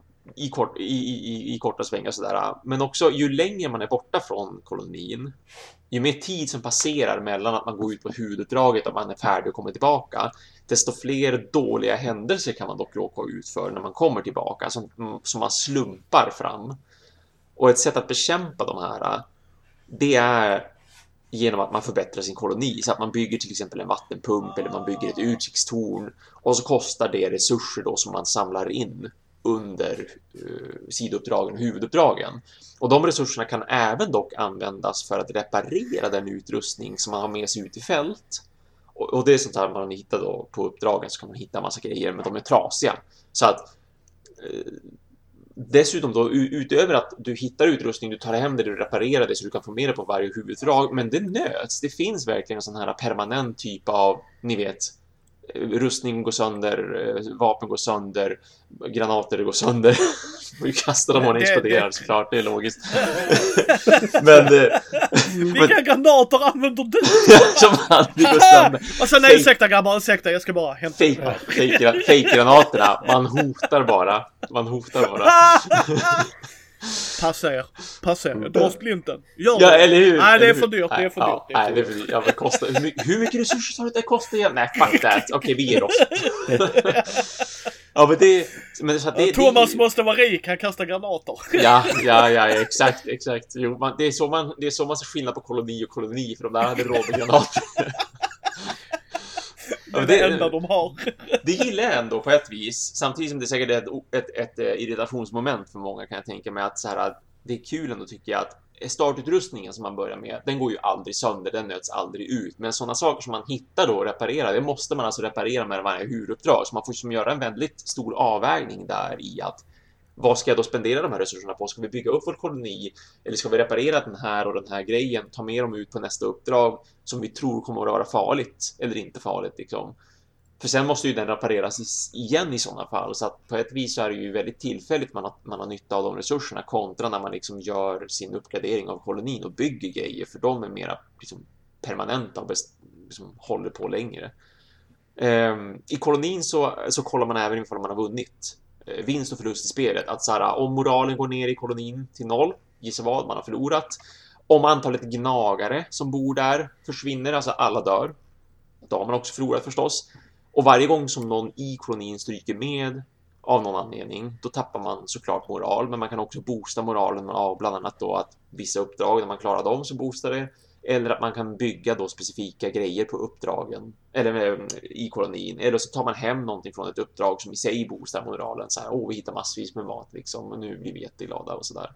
B: i korta svängar sådär. Men också, ju längre man är borta från kolonin, ju mer tid som passerar mellan att man går ut på huvuduppdraget och man är färdig och kommer tillbaka, desto fler dåliga händelser kan man dock råka ut för när man kommer tillbaka, som man slumpar fram. Och ett sätt att bekämpa de här, det är genom att man förbättrar sin koloni. Så att man bygger till exempel en vattenpump eller man bygger ett utkikstorn. Och så kostar det resurser då som man samlar in under sidouppdragen och huvuduppdragen. Och de resurserna kan även dock användas för att reparera den utrustning som man har med sig ut i fält. Och det är sånt här man hittar då på uppdragen, så kan man hitta en massa grejer, men de är trasiga. Så att dessutom då, utöver att du hittar utrustning, du tar hem det, du reparerar det så du kan få med det på varje huvuddrag, men det nöts. Det finns verkligen en sån här permanent typ av, ni vet, rustning går sönder, vapen går sönder, granater går sönder. Vi kastar dem och de exploderar, såklart, det är logiskt.
A: Vilka granater använder du?
B: Som aldrig går sönder.
A: Och så nej, ursäkta grabbar, ursäkta, jag ska bara hämta
B: fake-granaterna. Man hotar bara.
A: Passa er. Dra splinten.
B: Ja, eller hur?
A: Nej, det är för dyrt. Det är för
B: dyrt. Ja, men kostar. Hur mycket resurser sa du att det kostar igen? Nej, fuck that. Okej, vi ger oss. Ja, men så att
A: Thomas måste vara rik, han kastar granater.
B: Ja, exakt. Jo, det är så man ser skillnad på koloni och koloni, för de där hade råd med granater.
A: Det enda de har.
B: Det gillar jag ändå på ett vis. Samtidigt som det säkert är ett irritationsmoment för många, kan jag tänka mig, att så här, det är kul ändå, tycker jag, att startutrustningen som man börjar med, den går ju aldrig sönder, den nöts aldrig ut. Men sådana saker som man hittar då och reparerar, det måste man alltså reparera med varje huvuduppdrag. Så man får som göra en väldigt stor avvägning där i att vad ska jag då spendera de här resurserna på? Ska vi bygga upp vår koloni? Eller ska vi reparera den här grejen? Ta med dem ut på nästa uppdrag som vi tror kommer att vara farligt eller inte farligt liksom. För sen måste ju den repareras igen i sådana fall. Så att på ett vis så är det ju väldigt tillfälligt man har nytta av de resurserna kontra när man liksom gör sin uppgradering av kolonin och bygger grejer. För de är mera liksom permanenta och liksom håller på längre. I kolonin så kollar man även ifall man har vunnit. Vinst och förlust i spelet. Att så här, om moralen går ner i kolonin till 0, gissa vad, man har förlorat. Om antalet gnagare som bor där försvinner, alltså alla dör, då har man också förlorat förstås. Och varje gång som någon i kolonin stryker med av någon anledning, då tappar man såklart moral. Men man kan också boosta moralen av bland annat då att vissa uppdrag, när man klarar dem så boostar det. Eller att man kan bygga då specifika grejer på uppdragen eller i kolonin. Eller så tar man hem någonting från ett uppdrag som i sig boostar moralen. Så här, vi hittar massvis med mat liksom, och nu blir vi jätteglada och sådär.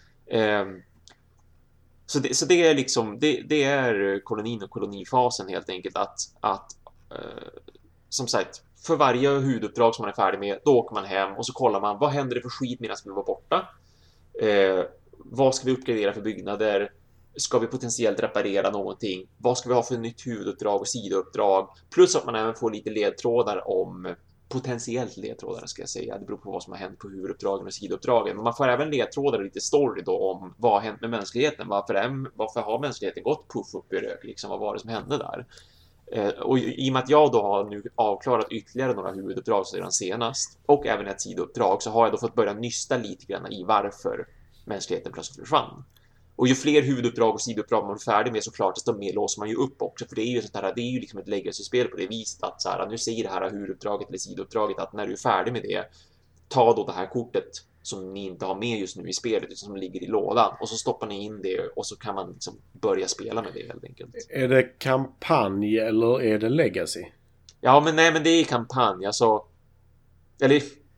B: Så det är liksom, det är kolonin och kolonifasen helt enkelt. Att som sagt, för varje huvuduppdrag som man är färdig med, då åker man hem och så kollar man, vad händer det för skit medan vi var borta? Vad ska vi uppgradera för byggnader? Ska vi potentiellt reparera någonting? Vad ska vi ha för nytt huvuduppdrag och sidouppdrag? Plus att man även får lite ledtrådar om potentiellt ledtrådar ska jag säga. Det beror på vad som har hänt på huvuduppdragen och sidouppdragen. Men man får även ledtrådar och lite story då om vad har hänt med mänskligheten. Varför har mänskligheten gått puff upp i rök? Liksom, vad var det som hände där? Och i och med att jag då har nu avklarat ytterligare några huvuduppdrag sedan senast och även ett sidouppdrag, så har jag då fått börja nysta lite grann i varför mänskligheten plötsligt försvann. Och ju fler huvuduppdrag och sidouppdrag man är färdig med, såklart, desto mer låser man ju upp också. För det är ju sånt här, det är ju liksom ett legacy-spel på det viset att så här, nu säger det här huvuduppdraget eller sidouppdraget att när du är färdig med det, ta då det här kortet som ni inte har med just nu i spelet utan som ligger i lådan, och så stoppar ni in det och så kan man liksom börja spela med det helt enkelt.
C: Är det kampanj eller är det legacy?
B: Ja, men nej, men det är kampanj, alltså, eller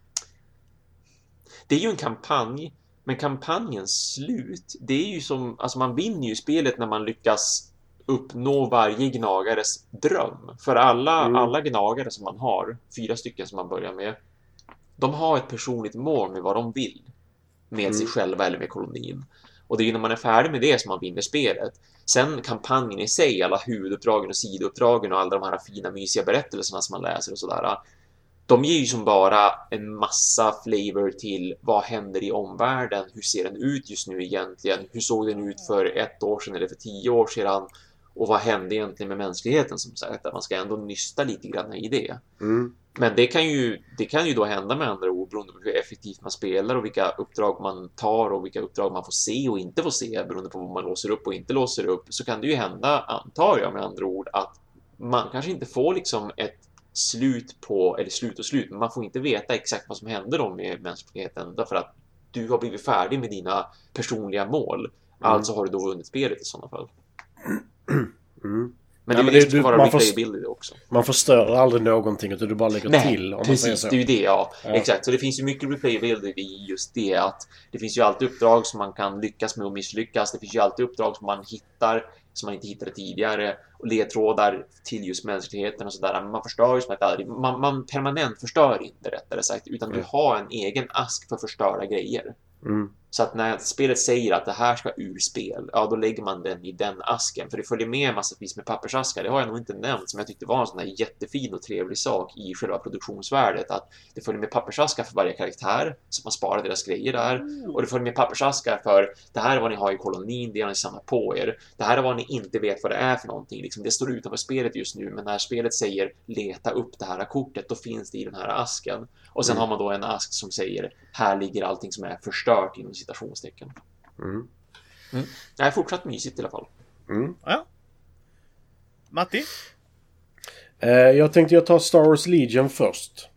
B: det är ju en kampanj. Men kampanjens slut, det är ju som, alltså man vinner ju spelet när man lyckas uppnå varje gnagares dröm. För alla gnagare som man har, 4 stycken som man börjar med, de har ett personligt mål med vad de vill med sig själva eller med kolonin. Och det är ju när man är färdig med det som man vinner spelet. Sen kampanjen i sig, alla huvuduppdragen och sidouppdragen och alla de här fina mysiga berättelserna som man läser och sådär, de ger ju som bara en massa flavor till vad händer i omvärlden, hur ser den ut just nu egentligen, hur såg den ut för 1 år sedan eller för 10 år sedan, och vad hände egentligen med mänskligheten, som sagt, att man ska ändå nysta lite grann i det. Men det kan ju då hända med andra ord beroende på hur effektivt man spelar och vilka uppdrag man tar och vilka uppdrag man får se och inte får se, beroende på vad man låser upp och inte låser upp, så kan det ju hända, antar jag med andra ord, att man kanske inte får liksom ett slut på, eller slut, men man får inte veta exakt vad som händer då med mänskligheten, därför att du har blivit färdig med dina personliga mål. Alltså har du då vunnit spelet i sådana fall. Men det är ju vara replayability också.
C: Man förstör aldrig någonting utan du bara lägger till, om man säger så.
B: Det är ju det, ja. Exakt, så det finns ju mycket replayability i just det, att det finns ju alltid uppdrag som man kan lyckas med och misslyckas. Det finns ju alltid uppdrag som man hittar som man inte hittade tidigare, och ledtrådar till just mänskligheten och sådär. Man förstör ju som att man permanent förstör inte, rättare sagt, utan du har en egen ask för förstörda grejer. Så att när spelet säger att det här ska ur spel, ja, då lägger man den i den asken. För det följer med massvis med pappersaskar. Det har jag nog inte nämnt, som jag tyckte var en sån här jättefin och trevlig sak i själva produktionsvärdet. Att det följer med pappersaskar för varje karaktär, så man sparar deras grejer där. Och det följer med pappersaskar för det här är vad ni har i kolonin, det är ni samlar på er. Det här är vad ni inte vet vad det är för någonting. Liksom, det står utanför spelet just nu, men när spelet säger leta upp det här kortet, då finns det i den här asken. Och sen har man då en ask som säger här ligger allting som är förstört inom citationstecken. Det är fortsatt mysigt i alla fall.
A: Ja. Matti?
C: Jag tänkte jag tar Star Wars Legion först.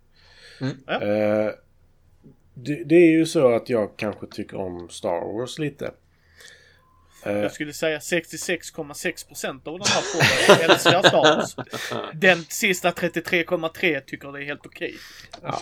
C: Det är ju så att jag kanske tycker om Star Wars lite.
A: Jag skulle säga 66,6% av den här podden älskar Star Wars. Den sista 33,3 tycker det är helt okej.
C: Ja.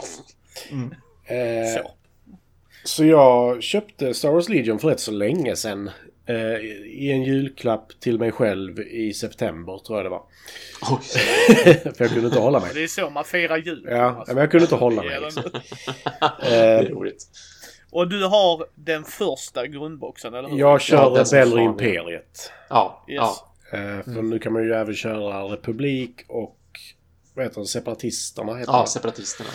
C: Så jag köpte Star Wars Legion för rätt så länge sedan. I en julklapp till mig själv i september, tror jag det var. För jag kunde inte hålla mig.
A: Det är så man firar jul.
C: Ja, alltså. Men jag kunde inte hålla mig. Liksom.
B: Det är roligt.
A: Och du har den första grundboxen, eller hur?
C: Jag kör Rebell Imperiet.
B: Ja,
A: yes.
B: Ja.
C: För nu kan man ju även köra Republik och vad heter det? Separatisterna heter
B: det. Separatisterna.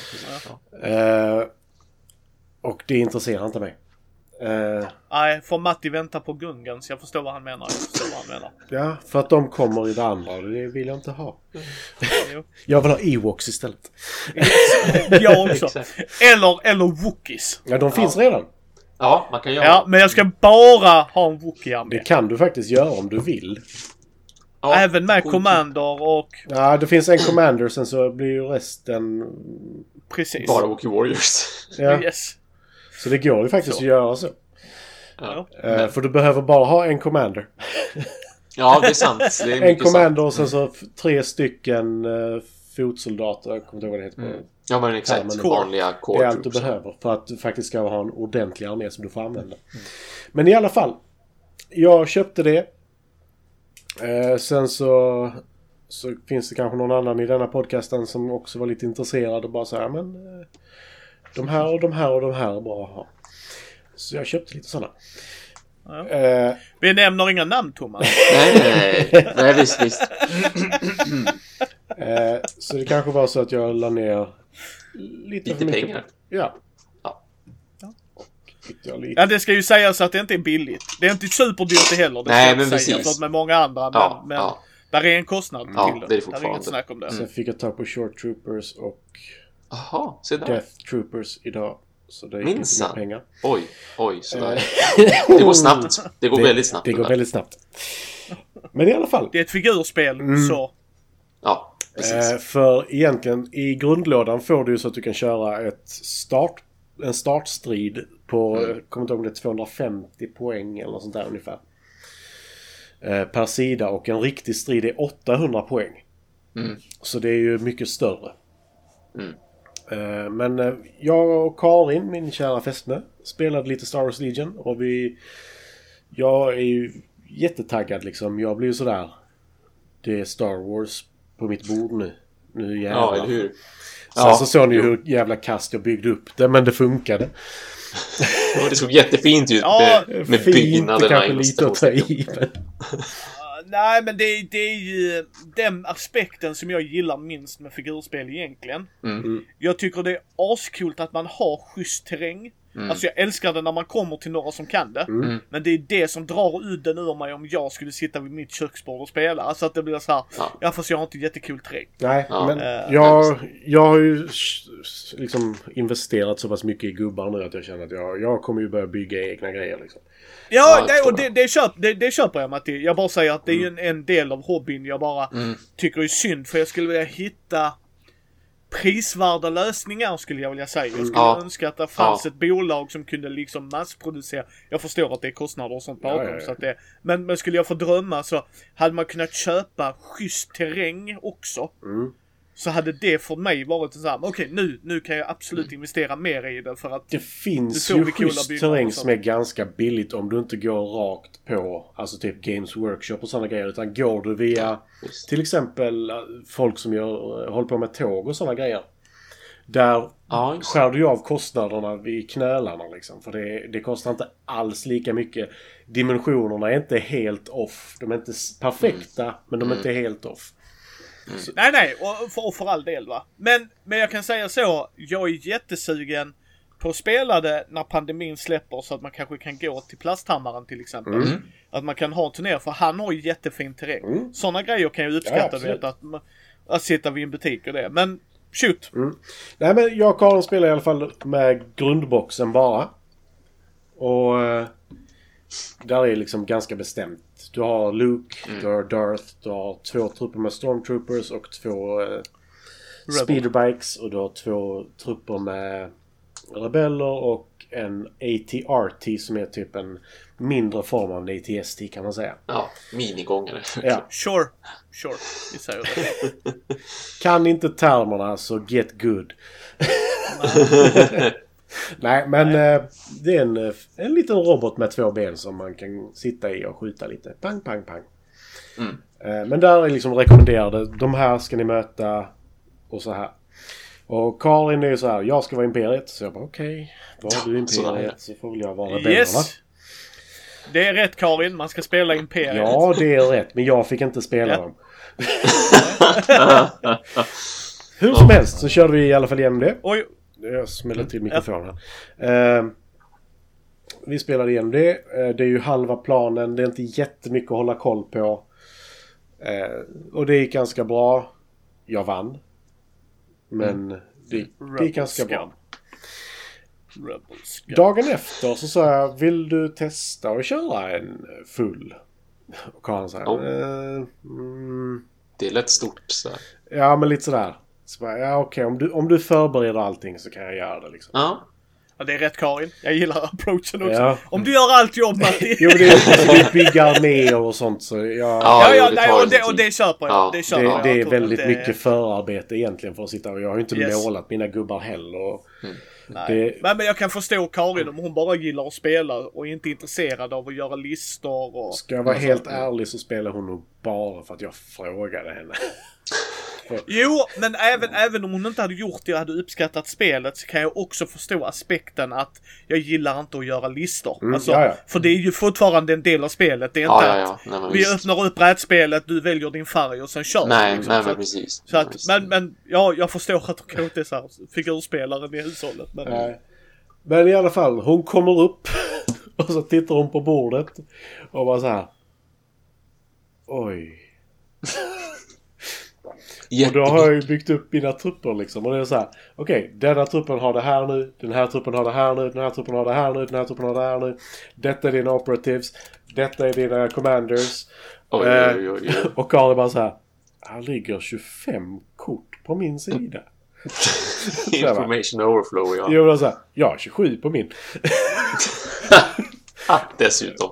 C: Och det intresserar inte mig.
A: Nej, för Matti väntar på Gungans. Jag förstår vad han menar.
C: Ja, för att de kommer i det andra. Det vill jag inte ha. Jag vill ha Ewoks istället.
A: Jag också. Eller Wookiees.
C: Ja, de finns redan.
B: Ja, man kan göra.
A: Ja, men jag ska bara ha en Wookiee.
C: Det kan du faktiskt göra om du vill.
A: Ja, även med Commander och...
C: Ja, det finns en Commander, sen så blir ju resten...
A: Precis.
B: Bara Wookiee Warriors.
C: Ja.
A: Yes.
C: Så det går ju faktiskt att göra så.
B: Ja.
C: För du behöver bara ha en Commander.
B: Ja, det är sant. Det är
C: en Commander och sen så 3 stycken fotsoldater. Jag kommer inte ihåg vad det heter på.
B: Ja, men exakt. Vanliga core.
C: Det är allt du behöver för att du faktiskt ska ha en ordentlig armé som du får använda. Men i alla fall. Jag köpte det. Sen så finns det kanske någon annan i denna podcasten som också var lite intresserad och bara så här, men de här och de här och de här är bra att ha. Så jag köpte lite sådana.
A: Ja. Vi nämner inga namn, Thomas.
B: Nej, visst.
C: Så det kanske var så att jag la ner lite för mycket
B: pengar.
C: Ja.
B: Ja.
A: Ja, det ska ju sägas att det inte är billigt. Det är inte superdyrt heller. Det
B: Nej, men
A: precis.
B: precis.
A: Med många andra. Men där är en kostnad till det.
B: Det är
A: Där
B: fortfarande.
A: är inget snack om det.
C: Sen fick jag ta på Short Troopers och
B: Se där.
C: Death Troopers idag. Så det är inte mer pengar.
B: Oj, sådär. Det går snabbt. Det går väldigt snabbt.
C: Det går väldigt snabbt. Men i alla fall.
A: Det är ett figurspel, så...
B: Ja, precis.
C: För egentligen, i grundlådan får du så att du kan köra en startstrid på, kommer inte ihåg om det är 250 poäng eller något sånt där ungefär. Per sida, och en riktig strid är 800 poäng. Så det är ju mycket större. Men jag och Karin, min kära fästmö, spelade lite Star Wars Legion och jag är ju jättetaggad liksom. Jag blir ju sådär, det är Star Wars på mitt bord nu jävlar.
B: Ja, eller hur?
C: Så såg ni hur jävla kast jag byggde upp det, men det funkade.
B: Det såg jättefint ut med byggnaderna.
C: Kanske lite att ta i.
A: Nej, men det är ju den aspekten som jag gillar minst med figurspel egentligen. Jag tycker det är askult att man har schysst terräng. Alltså jag älskar det när man kommer till några som kan det. Men det är det som drar udden ur mig om jag skulle sitta vid mitt köksbord och spela. Alltså att det blir så här, fast jag har inte jättekul terräng.
C: Nej, men jag har ju liksom investerat så pass mycket i gubbar nu att jag känner att jag kommer ju börja bygga egna grejer liksom.
A: Ja, det köper jag mig till. Jag bara säger att det är en del av hobbyn jag bara tycker är synd. För jag skulle vilja hitta prisvärda lösningar, skulle jag vilja säga. Jag skulle önska att det fanns ett bolag som kunde liksom massproducera. Jag förstår att det är kostnader och sånt bakom. Så att det, men skulle jag få drömma så hade man kunnat köpa schysst terräng också. Så hade det för mig varit så här, okej, nu kan jag absolut investera mer i det, för att
C: det finns ju schysst terräng som är ganska billigt om du inte går rakt på, alltså typ Games Workshop och sådana grejer, utan går du via till exempel folk som håller på med tåg och sådana grejer. Där skär du av kostnaderna vid knölarna liksom, för det kostar inte alls lika mycket. Dimensionerna är inte helt off. De är inte perfekta, men de är inte helt off.
A: Nej, och för all del va. Men jag kan säga så, jag är jättesugen på att spela det när pandemin släpper, så att man kanske kan gå till Plasthammaren till exempel. Att man kan ha en turné, för han har ju jättefin terräng. Sådana grejer kan jag uppskatta, vet, att sitta vid en butik och det. Men shoot.
C: Nej, men jag och Karin spelar i alla fall med grundboxen bara. Och där är liksom ganska bestämt. Du har Luke, du har Darth, du har 2 trupper med Stormtroopers och 2 speederbikes, och du har 2 trupper med rebeller och en AT-RT som är typ en mindre form av en AT-ST, kan man säga.
B: Ja, minigångare.
C: Ja.
A: Sure, vi säger det.
C: Kan inte termerna, så get good. Nej, men det är en liten robot med 2 ben som man kan sitta i och skjuta lite. Pang, pang, pang. Men där är liksom rekommenderade. De här ska ni möta och så här. Och Karin är ju så här, jag ska vara Imperiet. Så jag bara, okej, var du Imperiet så får väl jag vara rebellerna.
A: Yes. Det är rätt, Karin, man ska spela Imperiet.
C: Ja, det är rätt, men jag fick inte spela dem. Hur som helst så körde vi i alla fall igenom det.
A: Oj.
C: Jag smäller till mikrofonen här. Vi spelade igenom det. Det är ju halva planen. Det är inte jättemycket att hålla koll på. Och det gick ganska bra. Jag vann. Men det gick ganska bra. Dagen efter så sa jag, vill du testa att köra en full? Och Karin sa,
B: det är lätt stort så här.
C: Ja, men lite sådär. Så bara, ja, okej, om du förbereder allting så kan jag göra det liksom.
A: Ja, det är rätt, Karin. Jag gillar approachen också.
C: Ja.
A: Om du gör allt jobb, Matti.
C: Jo, det är bygga arméer och sånt, så
A: det köper jag.
C: Det är väldigt mycket förarbete egentligen för att sitta, och jag har ju inte målat mina gubbar heller.
A: Men jag kan förstå Karin om hon bara gillar att spela och inte är intresserad av att göra listor. Och
C: ska jag vara helt ärlig så spelar hon nog bara för att jag frågade henne.
A: Jo, men även om hon inte hade gjort det och hade uppskattat spelet, så kan jag också förstå aspekten att jag gillar inte att göra listor. Alltså, för det är ju fortfarande en del av spelet. Det är inte att vi öppnar upp brädspelet, du väljer din färg och sen kör.
B: Nej,
A: liksom.
B: nej, men precis.
A: Så att, men ja, jag förstår att de kan inte så här figurspelaren i hushållet.
C: Men i alla fall, hon kommer upp och så tittar hon på bordet och bara så här. Oj. Och då har jag ju byggt upp mina trupper liksom. Och det är så här. Okej, denna truppen har det här nu. Den här truppen har det här nu. Den här truppen har det här nu. Den här truppen har det här nu. Detta är dina operatives. Detta är dina commanders.
B: Oj.
C: Och Karl är bara så här. Här ligger 25 kort på min sida.
B: Information overflow, ja.
C: Jo, så här. Ja, 27 på min.
B: Dessutom.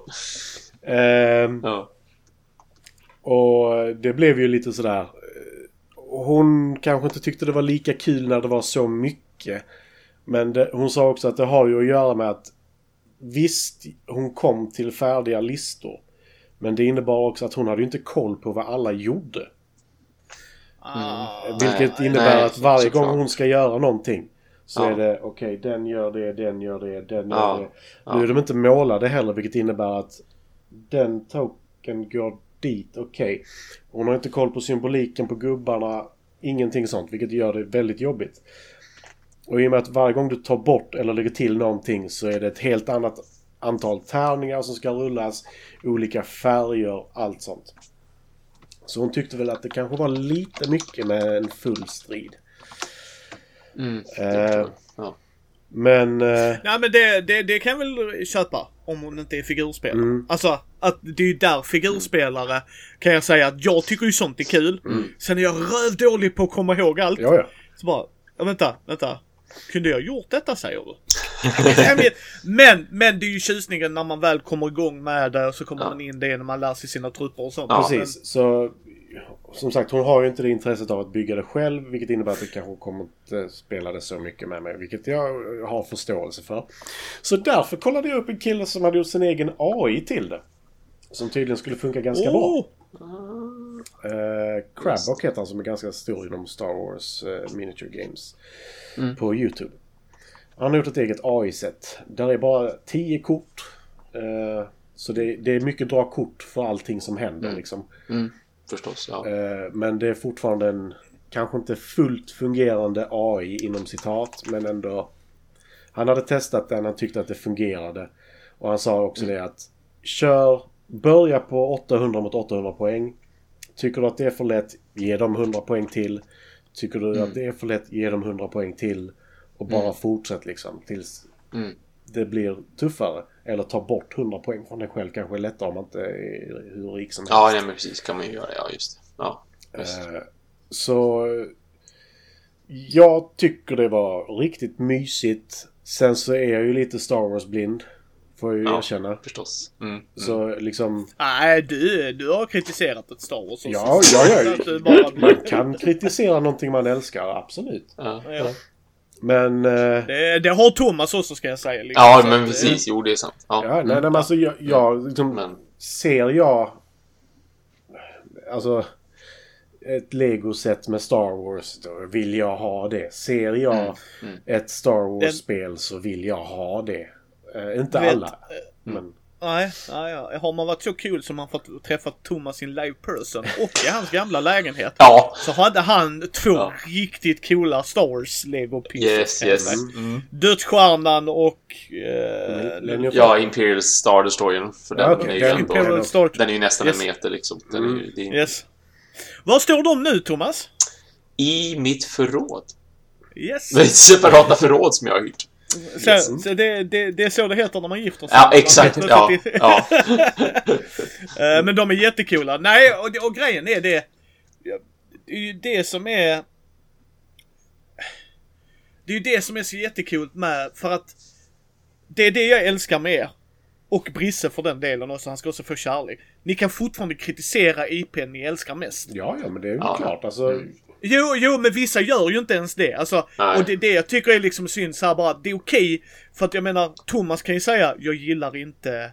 C: Och det blev ju lite sådär. Hon kanske inte tyckte det var lika kul när det var så mycket. Men hon sa också att det har ju att göra med att visst, hon kom till färdiga listor. Men det innebar också att hon hade ju inte koll på vad alla gjorde. Vilket innebär att varje gång hon ska göra någonting så är det okej, den gör det, den gör det, den gör det. Nu är de inte målade heller, vilket innebär att den token går dit, okej. Hon har inte koll på symboliken på gubbarna, ingenting sånt, vilket gör det väldigt jobbigt. Och i och med att varje gång du tar bort eller lägger till någonting så är det ett helt annat antal tärningar som ska rullas, olika färger, allt sånt. Så hon tyckte väl att det kanske var lite mycket med en full strid. Men...
A: Nej, men det kan jag väl köpa om hon inte är figurspelare. Alltså, att det är ju där figurspelare kan jag säga att jag tycker ju sånt är kul. Sen är jag rövdålig på att komma ihåg allt.
C: Ja.
A: Så bara, vänta. Kunde jag gjort detta, säger du? men det är ju tjusningen när man väl kommer igång med det och så kommer man in det när man lär sig sina trupper och sånt.
C: Precis, så som sagt, hon har ju inte det intresset av att bygga det själv, vilket innebär att det kanske kommer inte spela det så mycket med mig, vilket jag har förståelse för. Så därför kollade jag upp en kille som hade gjort sin egen AI till det, som tydligen skulle funka ganska bra. Crabbock heter han, som är ganska stor inom Star Wars Miniature Games på YouTube. Han har gjort ett eget AI-set. Där är bara 10 kort. Så det är mycket dra kort för allting som händer liksom.
B: Förstås, ja.
C: Men det är fortfarande en kanske inte fullt fungerande AI inom citat, men ändå. Han hade testat den, han tyckte att det fungerade. Och han sa också det att börja på 800 mot 800 poäng. Tycker du att det är för lätt, ge dem 100 poäng till. Tycker du att det är för lätt, ge dem 100 poäng till. Och bara fortsätt liksom tills det blir tuffare. Eller ta bort 100 poäng från dig själv. Kanske är lättare om man inte är hur rik som helst.
B: Ja, nej, men precis kan man ju göra det. Ja, just det. Ja, just.
C: Så jag tycker det var riktigt mysigt. Sen så är jag ju lite Star Wars blind, får jag ju erkänna.
B: Förstås.
C: Så liksom...
A: Nej, du har kritiserat ett Star Wars.
C: Ja. Man kan kritisera någonting man älskar, absolut.
A: Ja.
C: Men...
A: Det har Thomas också, ska jag säga.
B: Liksom. Ja, men precis. Jo, det är sant. Ja,
C: nej, men alltså jag liksom, ser jag... Alltså... Ett Lego-set med Star Wars, då vill jag ha det. Ser jag ett Star Wars-spel så vill jag ha det. Inte alla. Men...
A: Nej. Har man varit så kul som man fått träffa Thomas in live person och i hans gamla lägenhet, så hade han 2 riktigt coola Star Wars Lego pieces.
B: Yes.
A: Dödsstjärnan och
B: Imperial Star Destroyer, för den är ju ändå, den är ju nästan en meter liksom.
A: Yes. Var står de nu, Thomas?
B: I mitt förråd.
A: Yes.
B: Det är separata förråd som jag har hyrt.
A: Så det är så det heter när man gifter sig.
B: Ja, exakt. Ja.
A: Men de är jättekola. Nej, och grejen är det är ju det som är... Det är ju det som är så jättekul med, för att det är det jag älskar med er. Och Brisse för den delen också, han ska också få kärlek. Ni kan fortfarande kritisera IPn ni älskar mest.
C: Ja, men det är ju klart. Alltså...
A: Jo, men vissa gör ju inte ens det. Alltså, och det jag tycker är liksom synd så här bara, det är okej. För att jag menar, Thomas kan ju säga, jag gillar inte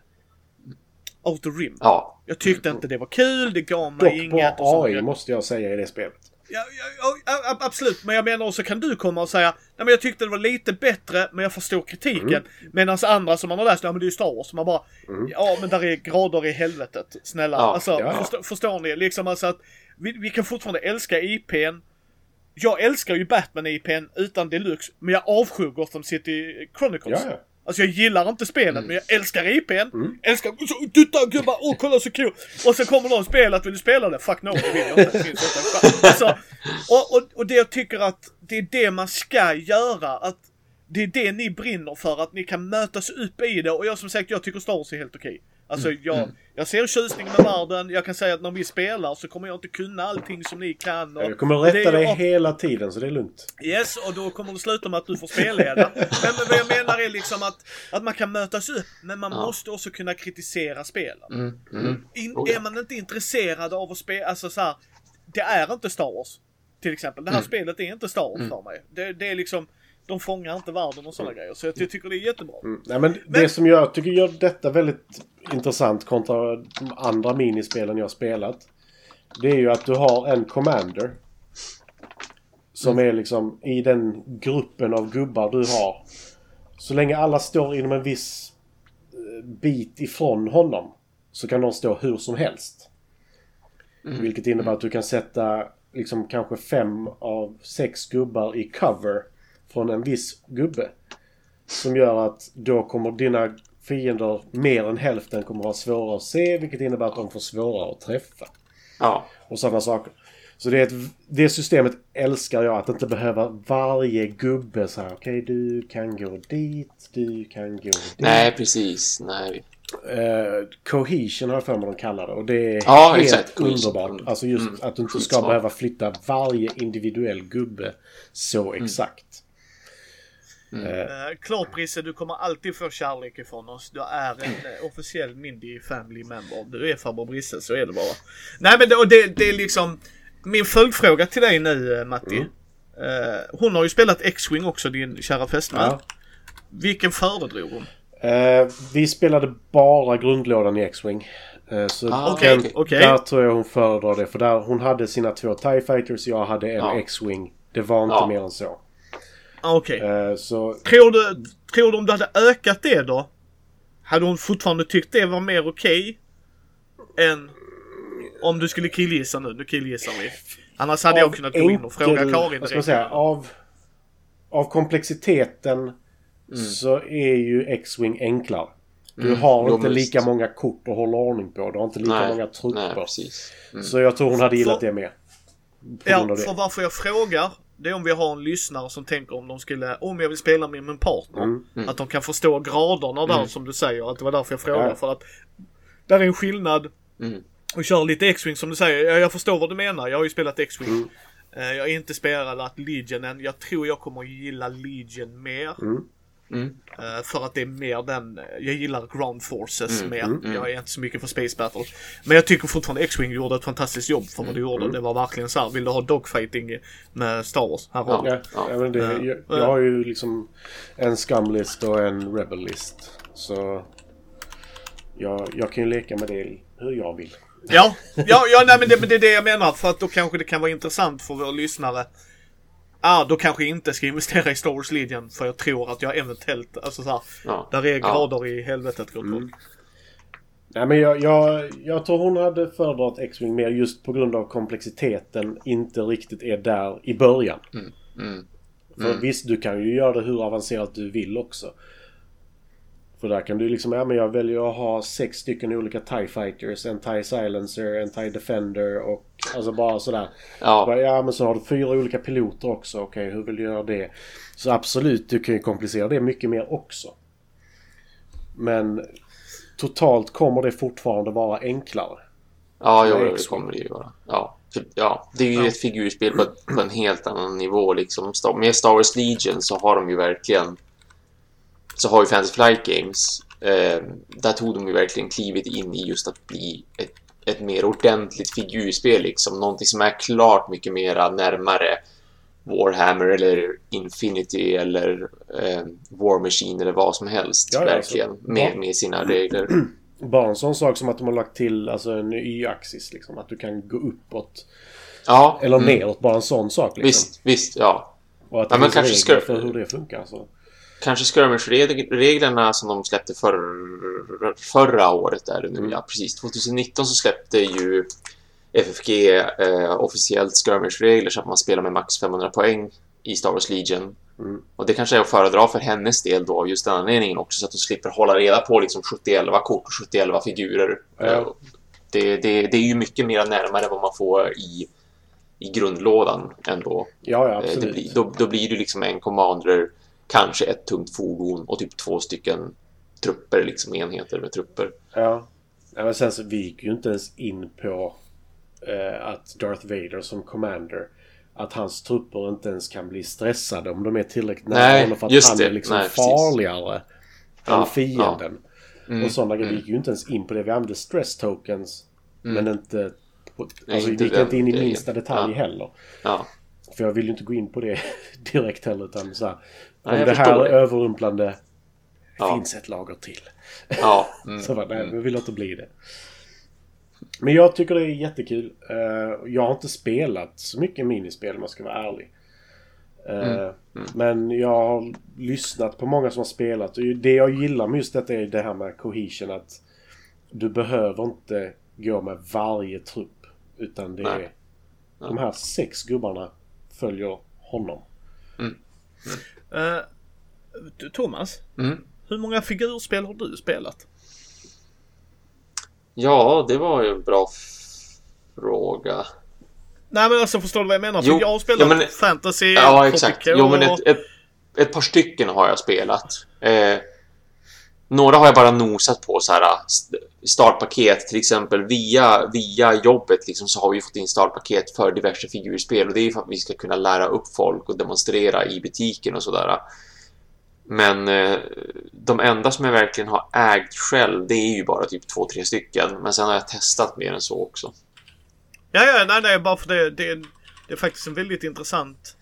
A: Outer Rim.
B: Ja.
A: Jag tyckte inte det var kul, det gav mig
C: dock
A: inget.
C: Dock på AI måste jag säga i det spelet.
A: Ja, absolut. Men jag menar också kan du komma och säga nej men jag tyckte det var lite bättre men jag förstår kritiken. Medan andra som man har läst, ja men det är ju Star Wars. Man bara, ja men där är grader i helvetet. Snälla.
B: Ja,
A: alltså, förstår ni? Liksom alltså att vi kan fortfarande älska IPn. Jag älskar ju Batman-IPn utan deluxe. Men jag avskyr Gotham City Chronicles.
C: Ja.
A: Alltså jag gillar inte spelet men jag älskar IPn. Älskar dutta gubbar, kolla så kul. Och så kommer någon spela att vill du spela det? Fuck no, det vill jag inte. Det finns inte. Alltså, och det jag tycker att det är det man ska göra. Att det är det ni brinner för. Att ni kan mötas upp i det. Och jag som sagt, jag tycker Star Wars är helt okej. Alltså jag ser tjusningen med världen. Jag kan säga att när vi spelar så kommer jag inte kunna allting som ni kan. Och
C: jag kommer att rätta dig hela tiden så det är lugnt.
A: Yes, och då kommer det sluta med att du får spelleda. Men vad jag menar är liksom att man kan mötas upp. Men man måste också kunna kritisera spelen. Är man inte intresserad av att spela, alltså så här, det är inte Star Wars. Till exempel, det här spelet är inte Star Wars för mig. Det är liksom, de fångar inte världen och sådana grejer. Så jag tycker det är jättebra.
C: Nej, men det som jag tycker gör detta väldigt intressant kontra de andra minispelen jag har spelat. Det är ju att du har en commander. Som är liksom i den gruppen av gubbar du har. Så länge alla står inom en viss bit ifrån honom. Så kan de stå hur som helst. Vilket innebär att du kan sätta liksom kanske 5 av 6 gubbar i cover från en viss gubbe. Som gör att då kommer dina fiender mer än hälften kommer vara svåra att se. Vilket innebär att de får svårare att träffa.
B: Ja.
C: Och sådana saker. Så det systemet älskar jag. Att inte behöva varje gubbe så här. Okej, du kan gå dit. Du kan gå dit.
B: Nej, precis. Nej.
C: Cohesion har jag för mig de kallar det. Och det är helt
B: exakt.
C: underbart. Alltså just att du inte ska behöva flytta varje individuell gubbe så exakt.
A: Klart Brisse, du kommer alltid få kärlek ifrån oss. Du är en officiell Mindy Family Member. Du är farbror Brisse, så är det bara. Nej men det är liksom min följdfråga till dig nu, Matti. Hon har ju spelat X-Wing också, din kära fästmö.
C: Ja.
A: Vilken föredrog hon?
C: Vi spelade bara grundlådan i X-Wing. Så där tror jag hon föredrar det. För där hon hade sina 2 TIE Fighters, jag hade en X-Wing. Det var inte mer än så.
A: Okej.
C: Så...
A: Tror du om du hade ökat det då? Hade hon fortfarande tyckt det var mer okej än om du skulle killgissa nu? Nu killgissar vi. Annars hade jag kunnat gå in och fråga Karin direkt.
C: Av komplexiteten så är ju X-Wing enklare. Du har inte lika många kort att hålla ordning på. Du har inte lika många trupper. Så jag tror hon hade gillat det mer.
A: För varför jag frågar, det är om vi har en lyssnare som tänker om jag vill spela med min partner. Att de kan förstå graderna där som du säger. Att det var därför jag frågar. För att där är en skillnad. Och kör lite X-Wing som du säger. Jag förstår vad du menar. Jag har ju spelat X-Wing. Jag har inte spelat Legion än. Jag tror jag kommer att gilla Legion mer. För att det är mer jag gillar Ground Forces mer. Jag är inte så mycket för Space Battle. Men jag tycker fortfarande X-Wing gjorde ett fantastiskt jobb för vad du gjorde. Det var verkligen så här. Vill du ha dogfighting med Star Wars?
C: Jag har ju liksom en scum-list och en rebel-list. Så jag kan ju leka med det hur jag vill. Nej, men det är det jag menar. För att då kanske det kan vara intressant för våra lyssnare. Då kanske jag inte ska investera i Star Wars Legion. För jag tror att jag eventuellt där är grader i helvetet. Nej, men jag tror hon hade föredragit X-Wing mer just på grund av komplexiteten inte riktigt är där i början. För visst, du kan ju göra det hur avancerat du vill också. För där kan du liksom, men jag väljer att ha 6 stycken olika TIE Fighters, en TIE Silencer, en TIE Defender och alltså bara sådär. Men så har du 4 olika piloter också. Okej, hur vill du göra det? Så absolut, du kan ju komplicera det mycket mer också. Men totalt kommer det fortfarande vara enklare.
B: Det kommer det ju vara. Det är ju ett figurspel på en helt annan nivå liksom. Med Star Wars Legion så har de ju verkligen har ju Fantasy Flight Games där tog de ju verkligen klivit in i just att bli ett mer ordentligt figurspel liksom. Någonting som är klart mycket mera närmare Warhammer eller Infinity eller War Machine eller vad som helst verkligen alltså, med sina regler.
C: Bara en sån sak som att de har lagt till alltså en y-axis liksom, att du kan gå uppåt
B: Ja.
C: Eller neråt, bara en sån sak liksom.
B: Visst, ja.
C: Och att det finns regler för hur det funkar. Så.
B: Kanske skirmish-reglerna som de släppte förra året är det nu. Ja, precis. 2019 så släppte ju FFG officiellt skirmish-regler så att man spelar med max 500 poäng i Star Wars Legion. Och det kanske är att föredra för hennes del då av just den anledningen också, så att de slipper hålla reda på liksom 70-11 kort och 70-11 figurer. Det är ju mycket mer närmare vad man får i grundlådan ändå.
C: Ja, absolut.
B: Då blir det liksom en commander, kanske ett tungt fordon och typ 2 stycken trupper, liksom enheter med trupper.
C: Ja, men sen så vi gick ju inte ens in på att Darth Vader som commander, att hans trupper inte ens kan bli stressade om de är tillräckligt nära, för att han är liksom farligare än fienden. Och sådana grejer. Vi gick ju inte ens in på det. Vi använde stress tokens, men inte alltså vi gick inte in i minsta detalj heller. Ja. För jag vill ju inte gå in på det direkt heller, utan så här, om det här är överrumplande, finns ett lager till. Ja. Så nej, vi vill inte bli det. Men jag tycker det är jättekul. Jag har inte spelat så mycket minispel om jag ska vara ärlig. Men jag har lyssnat på många som har spelat. Och det jag gillar med just detta är det här med cohesion. Att du behöver inte gå med varje trupp. Utan det är de här 6 gubbarna följer honom.
A: Thomas, hur många figurspel har du spelat?
B: Ja, det var ju en bra fråga.
A: Nej, men alltså förstår du vad jag menar? För jag har spelat fantasy.
B: Ja, exakt. Jo, men ett par stycken har jag spelat. Några har jag bara nosat på så här startpaket, till exempel via jobbet liksom, så har vi fått in startpaket för diverse figurspel, och det är för att vi ska kunna lära upp folk och demonstrera i butiken och sådär. Men de enda som jag verkligen har ägt själv, det är ju bara typ 2-3 stycken. Men sen har jag testat mer än så också.
A: Nej, bara för det är faktiskt en väldigt intressant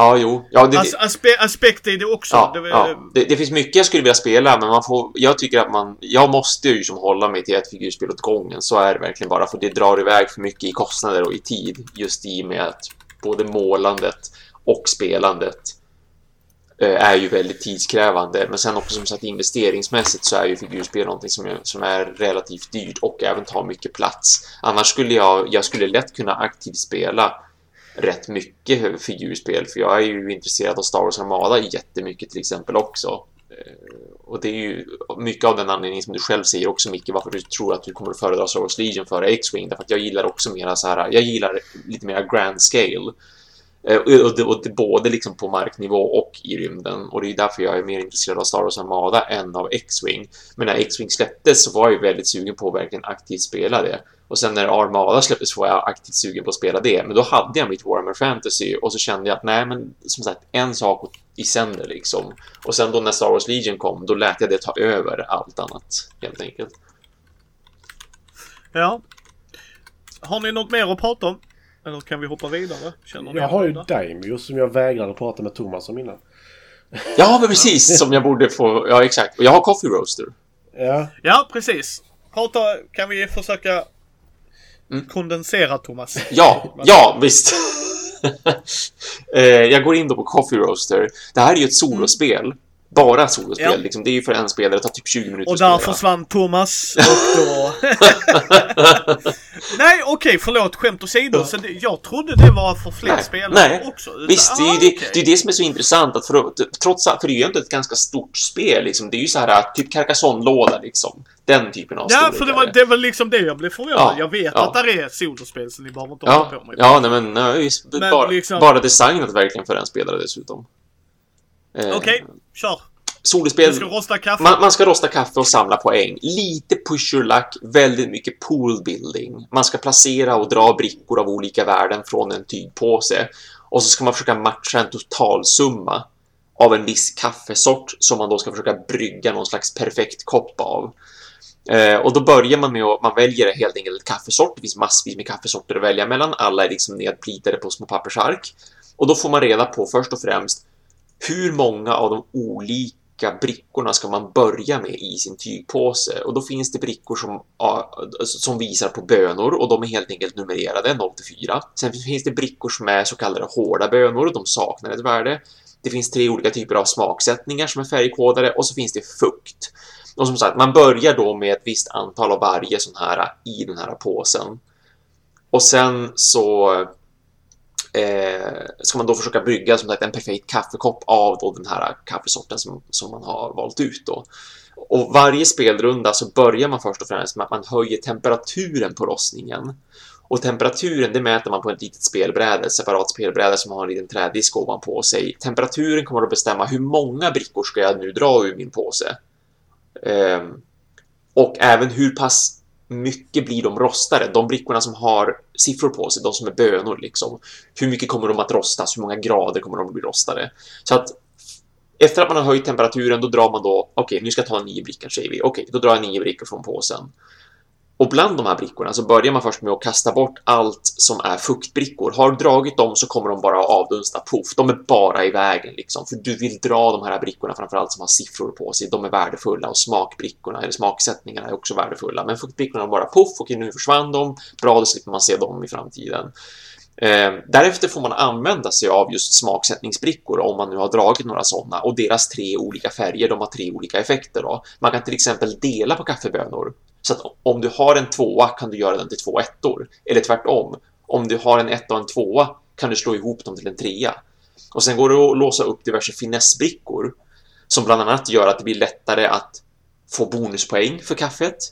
A: aspekt i det också.
B: Det finns mycket jag skulle vilja spela, men jag tycker att jag måste ju som hålla mig till ett figurspel åt gången. Så är det verkligen, bara för det drar iväg för mycket i kostnader och i tid, just i med att både målandet och spelandet är ju väldigt tidskrävande. Men sen också som sagt investeringsmässigt så är ju figurspel någonting som är relativt dyrt och även tar mycket plats. Annars skulle jag skulle lätt kunna aktivt spela rätt mycket figurspel, för jag är ju intresserad av Star Wars Armada jättemycket till exempel också. Och det är ju mycket av den anledningen som du själv säger också, Micke, varför du tror att du kommer att föredra Star Wars Legion före X-Wing, därför att jag gillar också mera så här, jag gillar lite mer grand scale. Och det både liksom på marknivå och i rymden, och det är därför jag är mer intresserad av Star Wars Armada än av X-Wing. Men när X-Wing släpptes så var jag ju väldigt sugen på att verkligen aktivt spela det, och sen när Armada släpptes var jag aktivt sugen på att spela det. Men då hade jag mitt Warhammer Fantasy, och så kände jag att nej, men som sagt, en sak i sänder liksom. Och sen då när Star Wars Legion kom, då lät jag det ta över allt annat, helt enkelt.
A: Ja. Har ni något mer att prata om? Eller kan vi hoppa vidare?
C: Jag har ju Daimyo som jag vägrade prata med Thomas om innan.
B: Ja, men precis, som jag borde få. Ja, exakt. Och jag har Coffee Roaster.
A: Ja, precis. Kan vi försöka kondensera, Thomas?
B: Ja, visst. Jag går in då på Coffee Roaster. Det här är ju ett solospel. Bara solospel, liksom. Det är ju för en spelare, det tar typ 20 minuter.
A: Och där försvann Thomas. Och då... Nej, okej, förlåt, skämt åsido. Så jag trodde det var för fler spelare också.
B: Visst, det är det som är så intressant, att för det är ju inte ett ganska stort spel liksom. Det är ju så här typ Carcassonne-låda liksom. Den typen av
A: för det var liksom det jag blev förvånad. Jag vet att det är solospel, så ni behöver inte hålla på mig.
B: Ja, nej, men bara designat verkligen för en spelare dessutom.
A: Okej, kör.
B: Solspel.
A: Ska rosta kaffe.
B: Man ska rosta kaffe och samla poäng. Lite push your luck, väldigt mycket pool building. Man ska placera och dra brickor av olika värden från en tygpåse. Och så ska man försöka matcha en totalsumma av en viss kaffesort som man då ska försöka brygga någon slags perfekt kopp av. Och då börjar man med att man väljer helt enkelt ett kaffesort. Det finns massvis med kaffesorter att välja mellan. Alla är liksom nedplitade på små pappersark. Och då får man reda på först och främst hur många av de olika vilka brickorna ska man börja med i sin tygpåse. Och då finns det brickor som visar på bönor och de är helt enkelt numrerade 0-4. Sen finns det brickor som är så kallade hårda bönor och de saknar ett värde. Det finns 3 olika typer av smaksättningar som är färgkodade och så finns det fukt. Och som sagt, man börjar då med ett visst antal av varje sån här i den här påsen. Och sen så ska man då försöka brygga som sagt en perfekt kaffekopp av då den här kaffesorten som man har valt ut då. Och varje spelrunda så börjar man först och främst med att man höjer temperaturen på rostningen. Och temperaturen, det mäter man på ett litet spelbräde, ett separat spelbräde som har en liten trädisk ovanpå sig. Temperaturen kommer att bestämma hur många brickor ska jag nu dra ur min påse. Och även hur pass mycket blir de rostade. De brickorna som har siffror på sig, de som är bönor liksom. Hur mycket kommer de att rostas? Hur många grader kommer de att bli rostade? Så att efter att man har höjt temperaturen, då drar man då, okej, nu ska jag ta 9 brickor, säger vi. Okej, då drar jag 9 brickor från påsen. Och bland de här brickorna så börjar man först med att kasta bort allt som är fuktbrickor. Har du dragit dem så kommer de bara avdunsta, puff. De är bara i vägen liksom. För du vill dra de här brickorna framförallt som har siffror på sig. De är värdefulla och smakbrickorna eller smaksättningarna är också värdefulla. Men fuktbrickorna bara puff och nu försvann de. Bra, då slipper man se dem i framtiden. Därefter får man använda sig av just smaksättningsbrickor om man nu har dragit några sådana. Och deras 3 olika färger, de har 3 olika effekter då. Man kan till exempel dela på kaffebönor. Så att om du har en 2 kan du göra den till 2 ettor. Eller tvärtom. Om du har en 1 och en 2 kan du slå ihop dem till en 3. Och sen går det att låsa upp diverse finessbrickor. Som bland annat gör att det blir lättare att få bonuspoäng för kaffet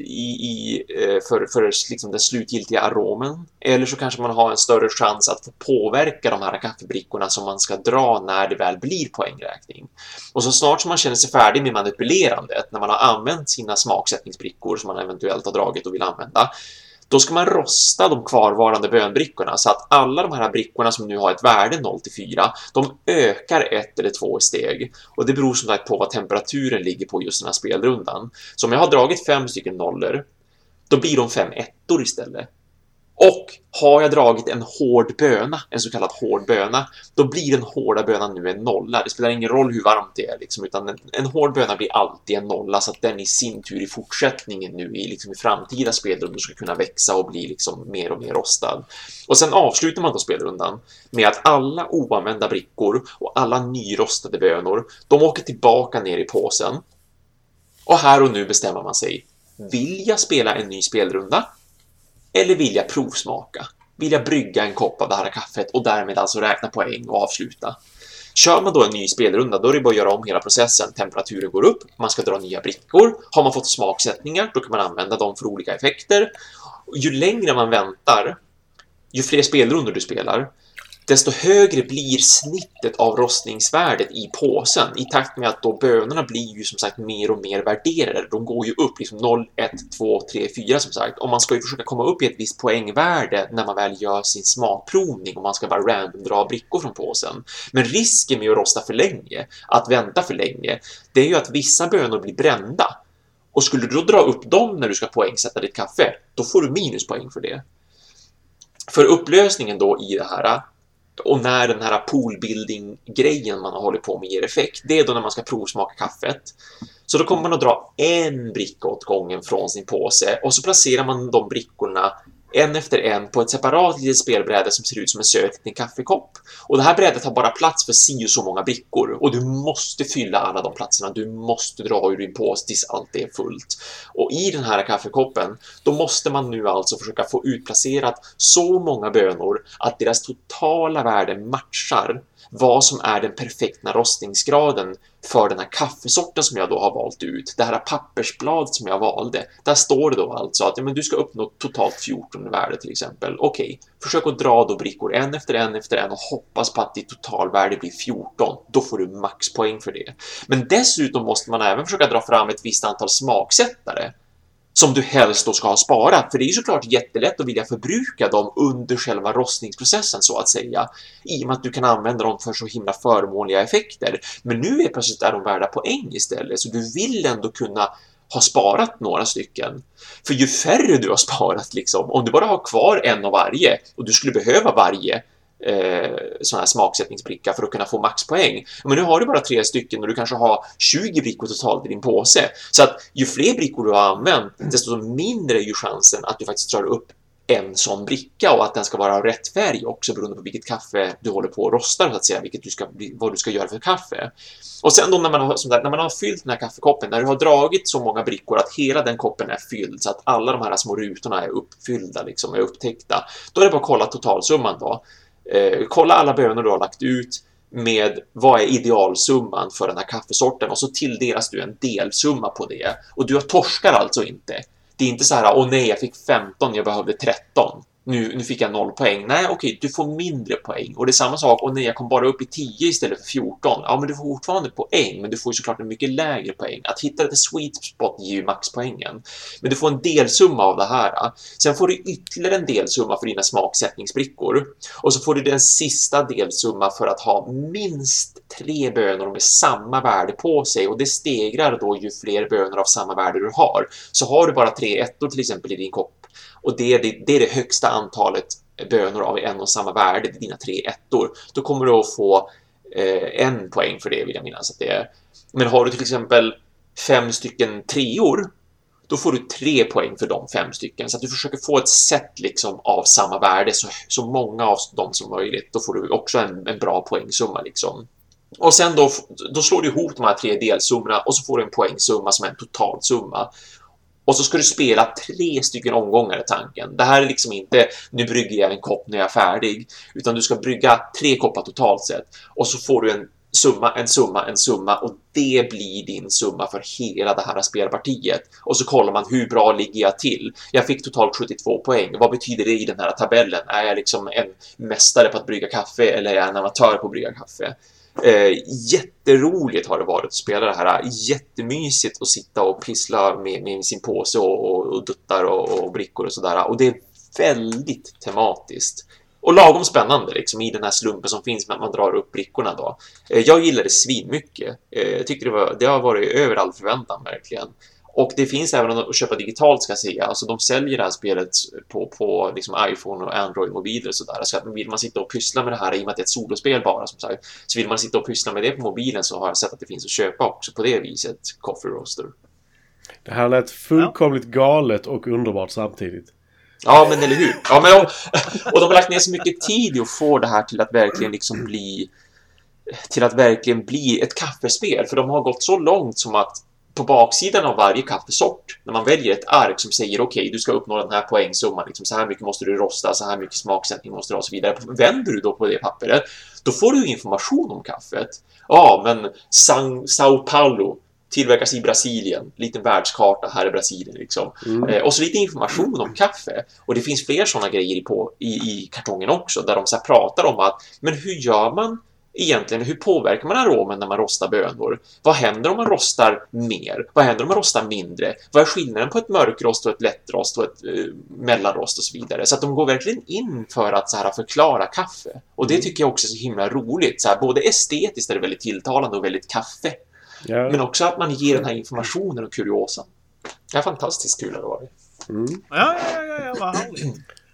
B: för liksom den slutgiltiga aromen. Eller så kanske man har en större chans att få påverka de här kaffebrickorna som man ska dra när det väl blir poängräkning. Och så snart som man känner sig färdig med manipulerandet, när man har använt sina smaksättningsbrickor som man eventuellt har dragit och vill använda, då ska man rosta de kvarvarande bönbrickorna så att alla de här brickorna som nu har ett värde 0-4, de ökar 1 eller 2 i steg. Och det beror som sagt på vad temperaturen ligger på just den här spelrundan. Så om jag har dragit 5 stycken nollor, då blir de 5 ettor istället. Och har jag dragit en hård böna, en så kallad hård böna, då blir den hårda bönan nu en nolla. Det spelar ingen roll hur varmt det är, liksom, utan en hård böna blir alltid en nolla, så att den i sin tur i fortsättningen nu i framtida spelrundor ska kunna växa och bli liksom mer och mer rostad. Och sen avslutar man då spelrundan med att alla oanvända brickor och alla nyrostade bönor, de åker tillbaka ner i påsen. Och här och nu bestämmer man sig. Vill jag spela en ny spelrunda? Eller vill jag provsmaka? Vill jag brygga en kopp av det här kaffet och därmed alltså räkna poäng och avsluta? Kör man då en ny spelrunda, då är det bara att göra om hela processen. Temperaturen går upp, man ska dra nya brickor. Har man fått smaksättningar, då kan man använda dem för olika effekter. Och ju längre man väntar, ju fler spelrundor du spelar, desto högre blir snittet av rostningsvärdet i påsen i takt med att då bönorna blir ju som sagt mer och mer värderade. De går ju upp liksom 0, 1, 2, 3, 4 som sagt. Och man ska ju försöka komma upp i ett visst poängvärde när man väl gör sin smakprovning och man ska bara random dra brickor från påsen. Men risken med att rosta för länge, att vänta för länge, det är ju att vissa bönor blir brända. Och skulle du då dra upp dem när du ska poängsätta ditt kaffe, då får du minuspoäng för det. För upplösningen då i det här, och när den här poolbuilding-grejen man har hållit på med ger effekt, det är då när man ska provsmaka kaffet. Så då kommer man att dra en bricka åt gången från sin påse och så placerar man de brickorna en efter en på ett separat litet spelbräde som ser ut som en sök till en kaffekopp. Och det här brädet har bara plats för si och så många brickor. Och du måste fylla alla de platserna. Du måste dra ur din påse tills allt är fullt. Och i den här kaffekoppen, då måste man nu alltså försöka få utplacerat så många bönor att deras totala värde matchar vad som är den perfekta rostningsgraden för den här kaffesorten som jag då har valt ut. Det här pappersbladet som jag valde. Där står det då alltså att men du ska uppnå totalt 14 värde till exempel. Okej, försök att dra då brickor en efter en och hoppas på att ditt totalvärde blir 14. Då får du maxpoäng för det. Men dessutom måste man även försöka dra fram ett visst antal smaksättare som du helst då ska ha sparat. För det är ju såklart jättelätt att vilja förbruka dem under själva rostningsprocessen så att säga. I och med att du kan använda dem för så himla förmånliga effekter. Men nu är plötsligt de värda poäng istället. Så du vill ändå kunna ha sparat några stycken. För ju färre du har sparat liksom. Om du bara har kvar en av varje och du skulle behöva varje sån här smaksättningsbricka för att kunna få maxpoäng. Men nu har du bara 3 stycken och du kanske har 20 brickor totalt i din påse. Så att ju fler brickor du har använt, desto mindre är ju chansen att du faktiskt drar upp en sån bricka och att den ska vara av rätt färg också beroende på vilket kaffe du håller på och rostar så att säga, vad du ska göra för kaffe. Och sen då när man har fyllt den här kaffekoppen, när du har dragit så många brickor att hela den koppen är fylld så att alla de här små rutorna är uppfyllda liksom, är upptäckta, då är det bara att kolla totalsumman då. Kolla alla bönor du har lagt ut med vad är idealsumman för den här kaffesorten och så tilldelas du en delsumma på det. Och du torskar alltså inte. Det är inte så här, åh nej, jag fick 15, jag behövde 13. Nu fick jag 0 poäng. Nej, okej, du får mindre poäng. Och det är samma sak, åh nej, jag kom bara upp i 10 istället för 14. Ja, men du får fortfarande poäng, men du får ju såklart en mycket lägre poäng. Att hitta ett sweet spot ger ju maxpoängen. Men du får en delsumma av det här. Sen får du ytterligare en delsumma för dina smaksättningsbrickor. Och så får du den sista delsumma för att ha minst 3 bönor med samma värde på sig. Och det stegrar då ju fler bönor av samma värde du har. Så har du bara 3 ettor till exempel i din kopp, och det är det högsta antalet bönor av en och samma värde, dina 3 ettor, då kommer du att få 1 poäng för det, vill jag minnas att det är. Men har du till exempel 5 stycken 3-or, då får du 3 poäng för de 5 stycken. Så att du försöker få ett set liksom av samma värde, så många av dem som möjligt. Då får du också en bra poängsumma liksom. Och sen då slår du ihop de här 3 delsummorna och så får du en poängsumma som är en totalsumma. Och så ska du spela 3 stycken omgångar i tanken. Det här är liksom inte, nu brygger jag en kopp när jag är färdig. Utan du ska brygga 3 koppar totalt sett. Och så får du en summa. Och det blir din summa för hela det här spelpartiet. Och så kollar man hur bra ligger jag till. Jag fick totalt 72 poäng. Vad betyder det i den här tabellen? Är jag liksom en mästare på att brygga kaffe eller är jag en amatör på att brygga kaffe? Jätteroligt har det varit att spela det här. Jättemysigt att sitta och pissla med sin påse och duttar och brickor och sådär. Och det är väldigt tematiskt och lagom spännande liksom, i den här slumpen som finns när man drar upp brickorna då. Jag gillar det svinmycket. Jag tycker det har varit över all förväntan verkligen. Och det finns även att köpa digitalt, ska jag säga. Alltså de säljer det här spelet på liksom iPhone och Android-mobiler och sådär. Så att vill man sitta och pyssla med det här, i och med att det är ett solospel bara, som sagt, så vill man sitta och pyssla med det på mobilen, så har jag sett att det finns att köpa också på det viset, Coffee Roaster.
C: Det här lät fullkomligt galet och underbart samtidigt.
B: Ja, men eller hur? Ja, men och de har lagt ner så mycket tid i att få det här till att verkligen liksom bli ett kaffespel. För de har gått så långt som att på baksidan av varje kaffesort, när man väljer ett ark som säger okej, du ska uppnå den här poängsumman, liksom, så här mycket måste du rosta, så här mycket smaksättning måste du ha och så vidare. Vänder du då på det pappret, då får du information om kaffet. Ja, men Sao Paulo tillverkas i Brasilien, liten världskarta, här är Brasilien liksom. Och så lite information om kaffe. Och det finns fler sådana grejer i kartongen också, där de så här pratar om att, men hur gör man egentligen, hur påverkar man aromen när man rostar bönor? Vad händer om man rostar mer? Vad händer om man rostar mindre? Vad är skillnaden på ett mörkrost och ett lättrost och ett mellanrost och så vidare? Så att de går verkligen in för att så här förklara kaffe. Och det tycker jag också är så himla roligt. Så här, både estetiskt är det väldigt tilltalande och väldigt kaffe. Ja. Men också att man ger den här informationen och kuriosan. Det är fantastiskt kul att vara.
A: Ja, vad härligt.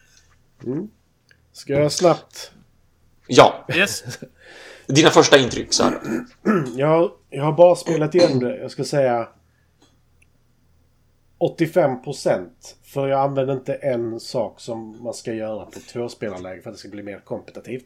C: Ska jag snabbt?
B: Ja.
A: Yes.
B: Dina första intryck, Sara.
C: Jag har bara spelat igen det. Jag ska säga 85%. För jag använder inte en sak som man ska göra på 2-spelarläge för att det ska bli mer kompetitivt.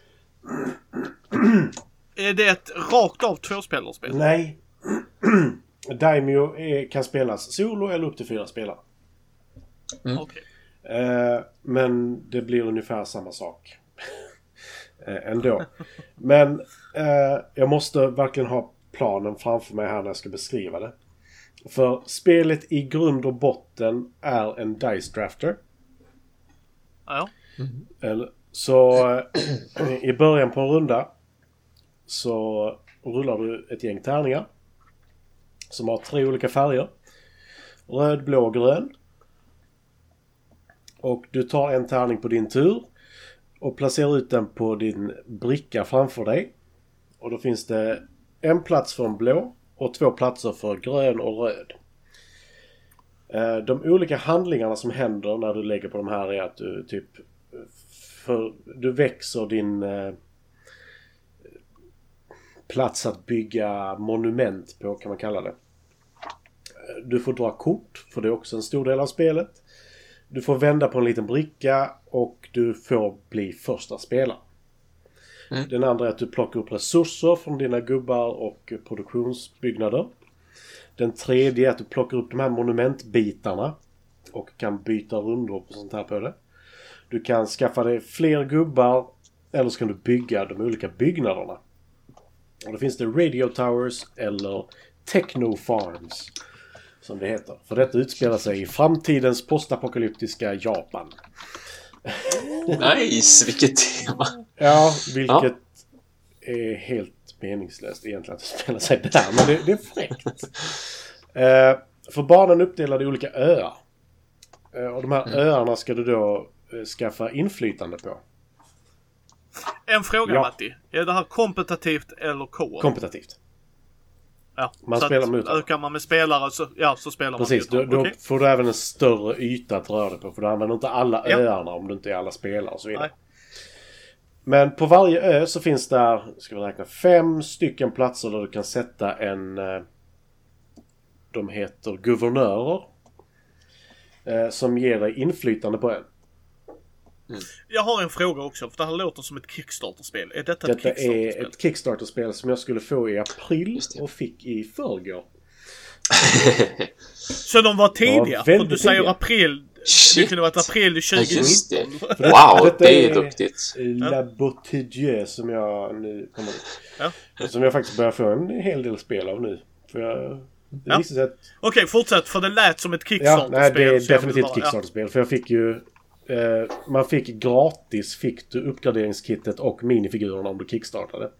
A: Är det ett rakt av 2-spelarspel?
C: Nej. Daimyo kan spelas solo eller upp till 4 spelare.
A: Okej.
C: Men det blir ungefär samma sak. Ändå. Men jag måste verkligen ha planen framför mig här när jag ska beskriva det. För spelet i grund och botten är en dice drafter.
A: Ja.
C: Så i början på en runda så rullar du ett gäng tärningar som har 3 olika färger. Röd, blå och grön. Och du tar en tärning på din tur och placerar ut den på din bricka framför dig. Och då finns det en plats för en blå och 2 platser för grön och röd. De olika handlingarna som händer när du lägger på de här är att du typ För du växer din plats att bygga monument på, kan man kalla det. Du får dra kort, för det är också en stor del av spelet. Du får vända på en liten bricka och du får bli första spelare. Den andra är att du plockar upp resurser från dina gubbar och produktionsbyggnader. Den tredje är att du plockar upp de här monumentbitarna och kan byta rundor på sånt här på det. Du kan skaffa dig fler gubbar eller så kan du bygga de olika byggnaderna. Och då finns det Radio Towers eller Techno Farms som det heter. För detta utspelar sig i framtidens postapokalyptiska Japan.
B: Nice, vilket tema.
C: Ja, vilket är helt meningslöst egentligen att spela sig där. Men det är fräckt. För banan uppdelade i olika öar. Och de här öarna ska du då skaffa inflytande på.
A: En fråga, Matti. Är det här kompetitivt eller co-op?
C: Kompetitivt.
A: Ja,
C: Man
A: så
C: spelar mot.
A: ökar man med spelare så spelar
C: precis,
A: man.
C: Då får du även en större yta att röra dig på. För du använder inte alla öarna om du inte är alla spelare och så vidare. Nej. Men på varje ö så finns där, ska vi räkna, 5 stycken platser där du kan sätta en... De heter guvernörer. Som ger dig inflytande på en.
A: Jag har en fråga också, för det här låter som ett Kickstarter-spel. Är detta ett Kickstarter-spel?
C: Detta är ett Kickstarter-spel som jag skulle få i april och fick i förrgår.
A: Så de var tidiga? För du säger april.
B: Shit.
A: Det kunde varit april 2019.
B: Wow, det är duktigt.
C: La Bottigieux som jag nu kommer... Som jag faktiskt börjar få en hel del spel av nu. För jag...
A: Okej, fortsätt, för det lät som ett Kickstarter-spel.
C: Nej, det är definitivt ett Kickstarter-spel. För jag fick ju... man fick gratis, fick du uppgraderingskittet och minifigurerna om du kickstartade.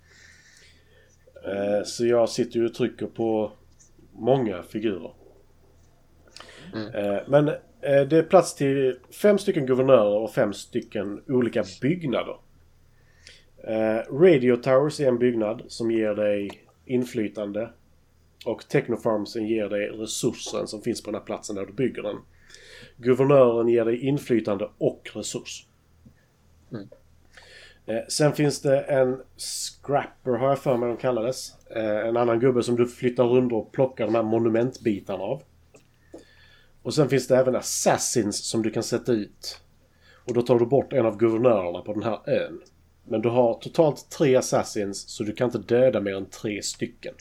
C: Så jag sitter ju och trycker på många figurer. Men det är plats till 5 stycken guvernörer och 5 stycken olika byggnader. Radio Towers är en byggnad som ger dig inflytande. Och Technofarmsen ger dig resursen som finns på den här platsen där du bygger den. Guvernören ger dig inflytande och resurs. Sen finns det en scrapper, har jag för mig de kallades. En annan gubbe som du flyttar runt och plockar de här monumentbitarna av. Och sen finns det även assassins som du kan sätta ut. Och då tar du bort en av guvernörerna på den här ön. Men du har totalt 3 assassins så du kan inte döda mer än 3 stycken.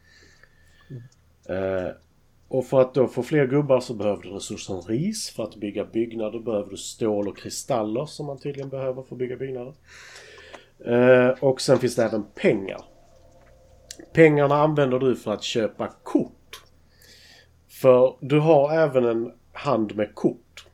C: Och för att då få fler gubbar så behöver du resursen ris. För att bygga byggnader behöver du stål och kristaller som man tydligen behöver för att bygga byggnader. Och sen finns det även pengar. Pengarna använder du för att köpa kort. För du har även en hand med kort.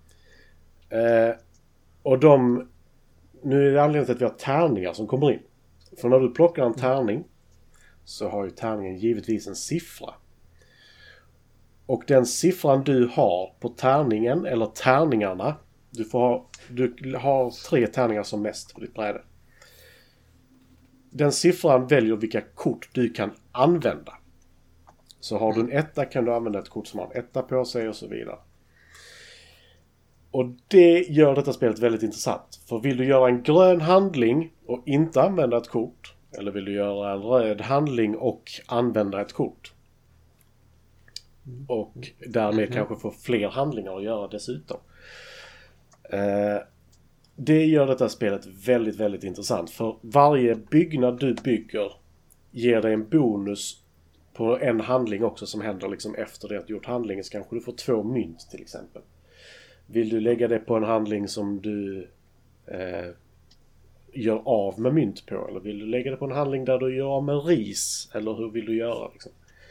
C: Och nu är det anledningen till att vi har tärningar som kommer in. För när du plockar en tärning så har ju tärningen givetvis en siffra. Och den siffran du har på tärningen eller tärningarna, du har 3 tärningar som mest på ditt bräde. Den siffran väljer vilka kort du kan använda. Så har du en 1 kan du använda ett kort som har en 1 på sig och så vidare. Och det gör detta spelet väldigt intressant. För vill du göra en grön handling och inte använda ett kort, eller vill du göra en röd handling och använda ett kort, och därmed kanske få fler handlingar att göra dessutom. Det gör detta spelet väldigt, väldigt intressant. För varje byggnad du bygger ger dig en bonus på en handling också som händer liksom efter det att du gjort handlingen. Så kanske du får 2 mynt till exempel. Vill du lägga det på en handling som du gör av med mynt på? Eller vill du lägga det på en handling där du gör av med ris? Eller hur vill du göra liksom?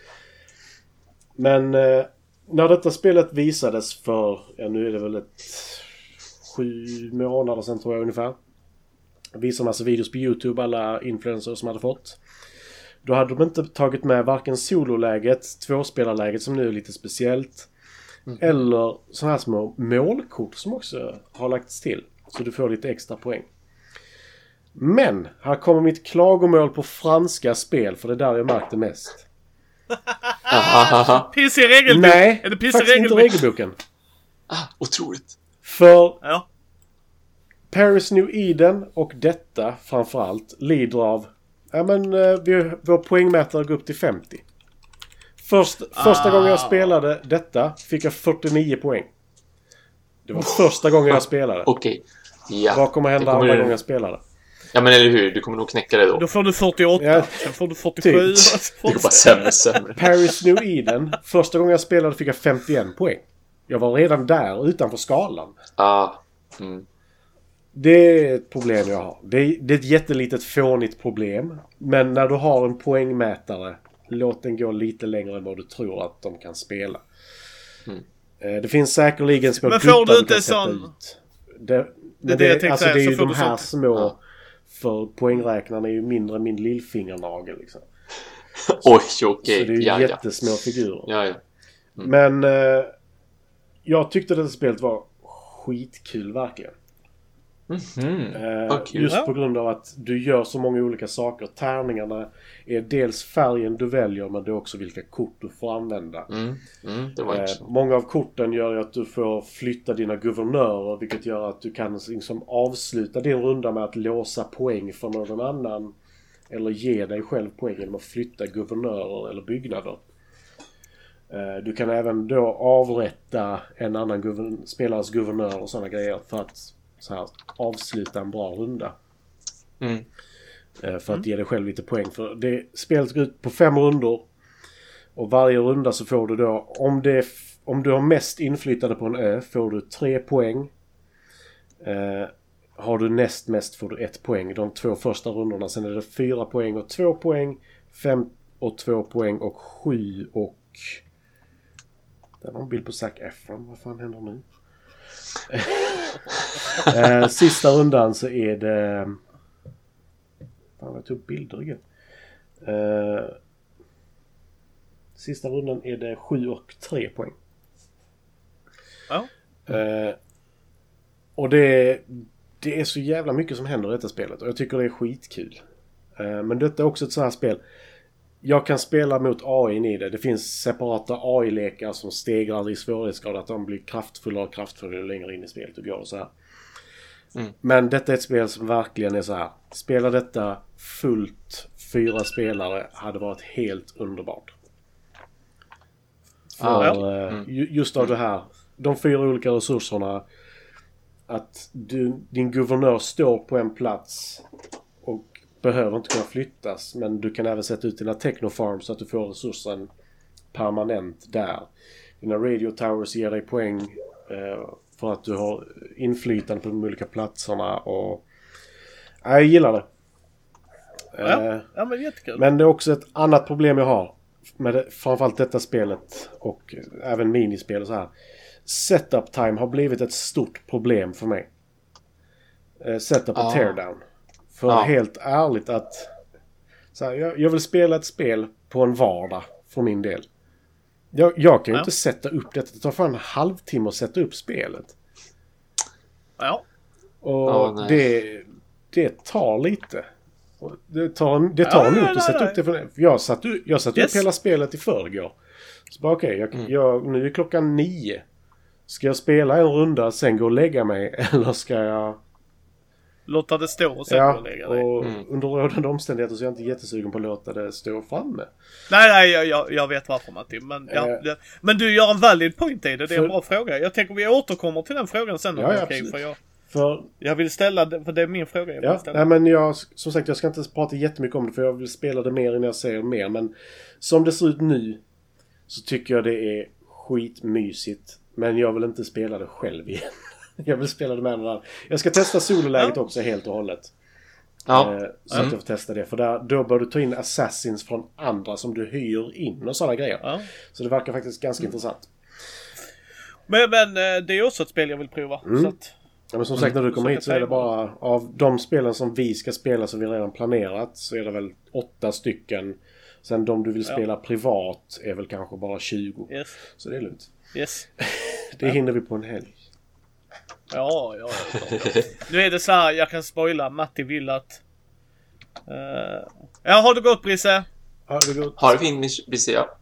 C: Men när detta spelet visades för, nu är det väl 7 månader sedan tror jag ungefär. Visade massa videos på YouTube, alla influencers som hade fått. Då hade de inte tagit med varken sololäget, 2-spelarläget som nu är lite speciellt. Eller sådana här små målkort som också har lagts till. Så du får lite extra poäng. Men här kommer mitt klagomål på franska spel, för det är där jag märkte mest.
A: PC-regelbok?
C: Nej,
A: är det
C: faktiskt inte regelboken.
B: Otroligt.
C: För Paris New Eden och detta framförallt lider av vår poängmätare går upp till 50. Första gången jag spelade detta fick jag 49 poäng. Det var första gången jag spelade.
B: Okej. Ja.
C: Vad kommer hända andra gången jag spelade?
B: Ja, men eller hur? Du kommer nog knäcka det då.
A: Då får du 48, sen får du 47.
B: Det går bara sämre.
C: Paris New Eden, första gången jag spelade fick jag 51 poäng. Jag var redan där utanför skalan. Det är ett problem jag har. Det är ett jättelitet fånigt problem. Men när du har en poängmätare, låt den gå lite längre än vad du tror att de kan spela. Det finns säkerligen små
A: får du inte
C: kan sätta
A: sån...
C: ut. Det är ju de här små... För poängräknarna är ju mindre än min lillfingernagel liksom.
B: Okej.
C: Så det är ju jättesmå figurer.
B: Ja.
C: Men jag tyckte det spelet var skitkul verkligen. Just på grund av att du gör så många olika saker. Tärningarna är dels färgen du väljer, men det är också vilka kort du får använda.
B: Det var
C: många av korten gör ju att du får flytta dina guvernörer, vilket gör att du kan liksom avsluta din runda med att låsa poäng för någon annan, eller ge dig själv poäng genom att flytta guvernörer eller byggnader. Du kan även då avrätta en annan spelares guvernör och sådana grejer för att så här, avsluta en bra runda. För att ge dig själv lite poäng. För det spelet går ut på 5 rundor. Och varje runda så får du då, om du har mest inflytande på en ö, får du 3 poäng. Har du näst mest får du 1 poäng. De 2 första rundorna. Sen är det 4 poäng och 2 poäng. 5 och 2 poäng och 7 och... Det var en bild på Zac Efron. Vad fan händer nu? Sista rundan så är det... Fan, jag tog upp bilder igen. Sista rundan är det 7 och 3 poäng.
A: Ja.
C: Och det är så jävla mycket som händer i detta spelet. Och jag tycker det är skitkul. Men detta är också ett sånt här spel. Jag kan spela mot AI i det. Det finns separata AI-lekar som stegrar i svårighetsgrad. Att de blir kraftfullare längre in i spelet och går och så här. Men detta är ett spel som verkligen är så här. Spela detta fullt 4 spelare hade varit helt underbart. För just av det här. De 4 olika resurserna. Att din guvernör står på en plats och behöver inte kunna flyttas, men du kan även sätta ut dina technofarms så att du får resursen permanent där. Dina radio towers ger dig poäng för att du har inflytande på de olika platserna och jag gillar det.
A: Ja, men jättekul.
C: Men det är också ett annat problem jag har med framförallt detta spelet och även minispel och så här. Setup time har blivit ett stort problem för mig. Setup och teardown. För helt ärligt att så här, jag vill spela ett spel på en vardag för min del. Jag kan ju inte sätta upp detta. Det tar fan en halvtimme att sätta upp spelet.
A: Ja.
C: Och det tar lite. Det tar en minut att sätta upp det. För jag satt upp hela spelet i förrgår. Så bara nu är klockan 9. Ska jag spela en runda sen gå och lägga mig? Eller ska jag...
A: Låta det stå och sen gå och lägga dig.
C: Och under rådande omständigheter så är jag inte jättesugen på att låta det stå framme.
A: Nej, jag vet varför, Martin. Men du gör en valid point i det. Det är en bra fråga. Jag tänker vi återkommer till den frågan sen. Jag vill ställa det, för det är min fråga jag vill ställa.
C: Nej, men som sagt, jag ska inte prata jättemycket om det, för jag vill spela det mer innan jag säger mer. Men som det ser ut nu så tycker jag det är skitmysigt. Men jag vill inte spela det själv igen. Jag vill spela det med någon annan. Jag ska testa sololäget också helt och hållet. Så att jag får testa det. För då bör du ta in assassins från andra som du hyr in och sådana grejer. Så det verkar faktiskt ganska intressant.
A: Men det är också ett spel jag vill prova. Så att...
C: Ja, men som sagt, när du kommer hit så är det bara av de spelen som vi ska spela som vi redan planerat så är det väl 8 stycken. Sen de du vill spela privat är väl kanske bara 20.
A: Yes.
C: Så det är lugnt.
A: Yes.
C: Det hinner vi på en helg.
A: Ja. Nu är det så här, jag kan spoila. Matti vill att... har du gått, Brisse?
B: Har du fint, Brisse, ja.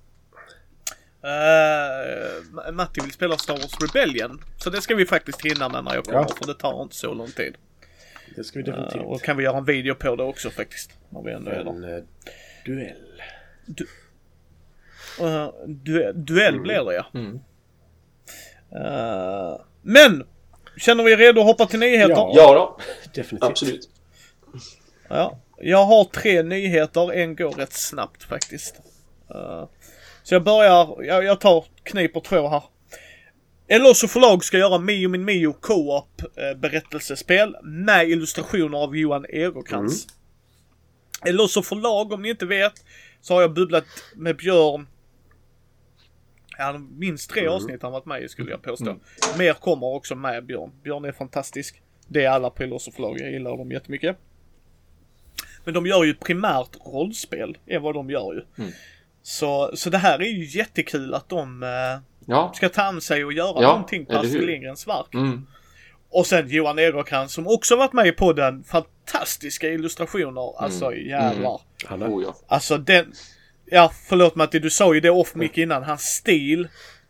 A: Matti vill spela Star Wars Rebellion. Så det ska vi faktiskt hinna med när jag kommer. För det tar inte så lång tid.
C: Det ska vi definitivt.
A: Och kan vi göra en video på det också faktiskt. När vi ändå är där.
C: Duell.
A: Duell blir det, ja. Men känner vi redo att hoppa till nyheter?
B: Ja då.
C: Definitivt.
B: Absolut.
A: Ja, jag har 3 nyheter. En går rätt snabbt faktiskt. Så jag börjar, jag tar kniper 2 här. Ellos förlag ska göra Mio min Mio co-op berättelsespel med illustrationer av Johan Egerkrans. Ellos förlag, om ni inte vet, så har jag bubblat med Björn. Ja, minst 3 avsnitt har varit med, skulle jag påstå. Mer kommer också med Björn. Björn är fantastisk. Det är alla på Ellos förlag, jag gillar dem jättemycket. Men de gör ju primärt rollspel, är vad de gör ju. Så det här är ju jättekul att de ska ta an sig och göra någonting på Astrid Lindgrens verk. Och sen Johan Egerkrans som också varit med på den. Fantastiska illustrationer. Alltså jävlar. Alltså den... Ja, förlåt Matti, du sa ju det off mic innan. Hans stil...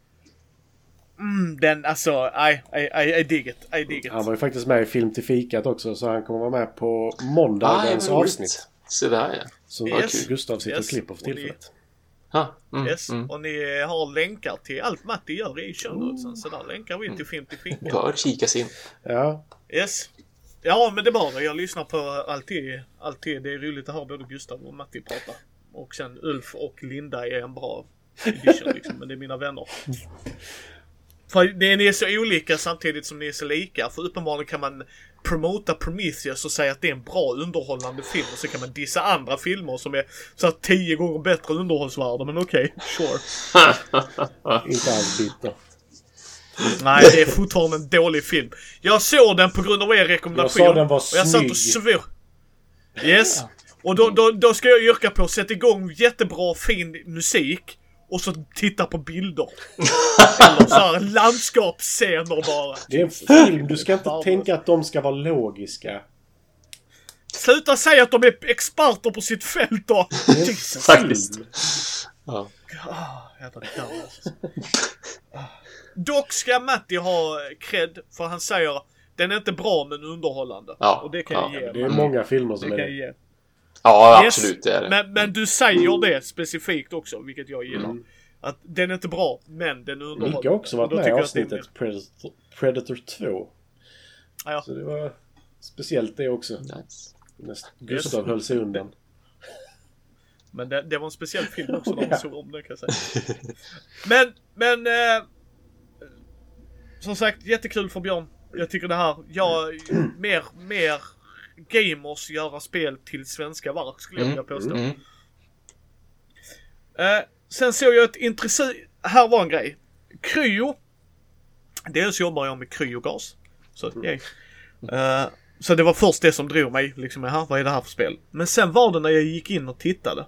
A: den, alltså, I dig it.
C: Han var ju faktiskt med i Film till fikat också, så han kommer vara med på måndagens avsnitt.
B: Så där, ja.
C: Så Gustav sitter och klipper för tillfället.
A: Och ni har länkar till allt Matti gör i shownotesen. Så där länkar vi till Film till fikat.
B: Bör kikas in.
C: Ja.
A: Ja, men det bara. Jag lyssnar på alltid. Det är roligt att höra både Gustav och Matti prata. Och sen Ulf och Linda är en bra edition liksom. Men det är mina vänner. För ni är så olika samtidigt som ni är så lika. För uppenbarligen kan man promota Prometheus och säga att det är en bra underhållande film. Och så kan man dissa andra filmer som är så här 10 gånger bättre underhållsvärde. Men okej, sure.
C: Inte alls bitter.
A: Nej, det är fortfarande en dålig film. Jag såg den på grund av er rekommendation.
C: Jag sa den var snygg.
A: Och jag satt och svor. Yes. Och då ska jag yrka på att sätta igång jättebra fin musik. Och så titta på bilder. Eller så här landskapsscener bara.
C: Det är en film, du ska inte tänka att de ska vara logiska.
A: Sluta säga att de är experter på sitt fält då.
B: Faktiskt. Ja.
A: Dock ska Matti ha cred, för han säger den är inte bra men underhållande. Och det kan jag ge.
C: Det är många filmer som är det.
B: Ja, absolut, det är det.
A: Men du säger det specifikt också, vilket jag gillar. Att den är inte bra, men den är underhållande.
C: Micke har också varit med i avsnittet Predator 2.
A: Ja.
C: Så det var speciellt det också.
B: Nice.
C: Gustav höll sig undan.
A: Men det var en speciell film också när man såg om det, kan jag säga. Men som sagt, jättekul för Björn. Jag tycker det här, mer gamers göra spel till svenska verk, skulle jag vilja påstå. Sen såg jag ett intressant... Här var en grej. Cryo. Dels jobbar jag med cryogas. Så det var först det som drog mig. Liksom, vad är det här för spel? Men sen var det när jag gick in och tittade.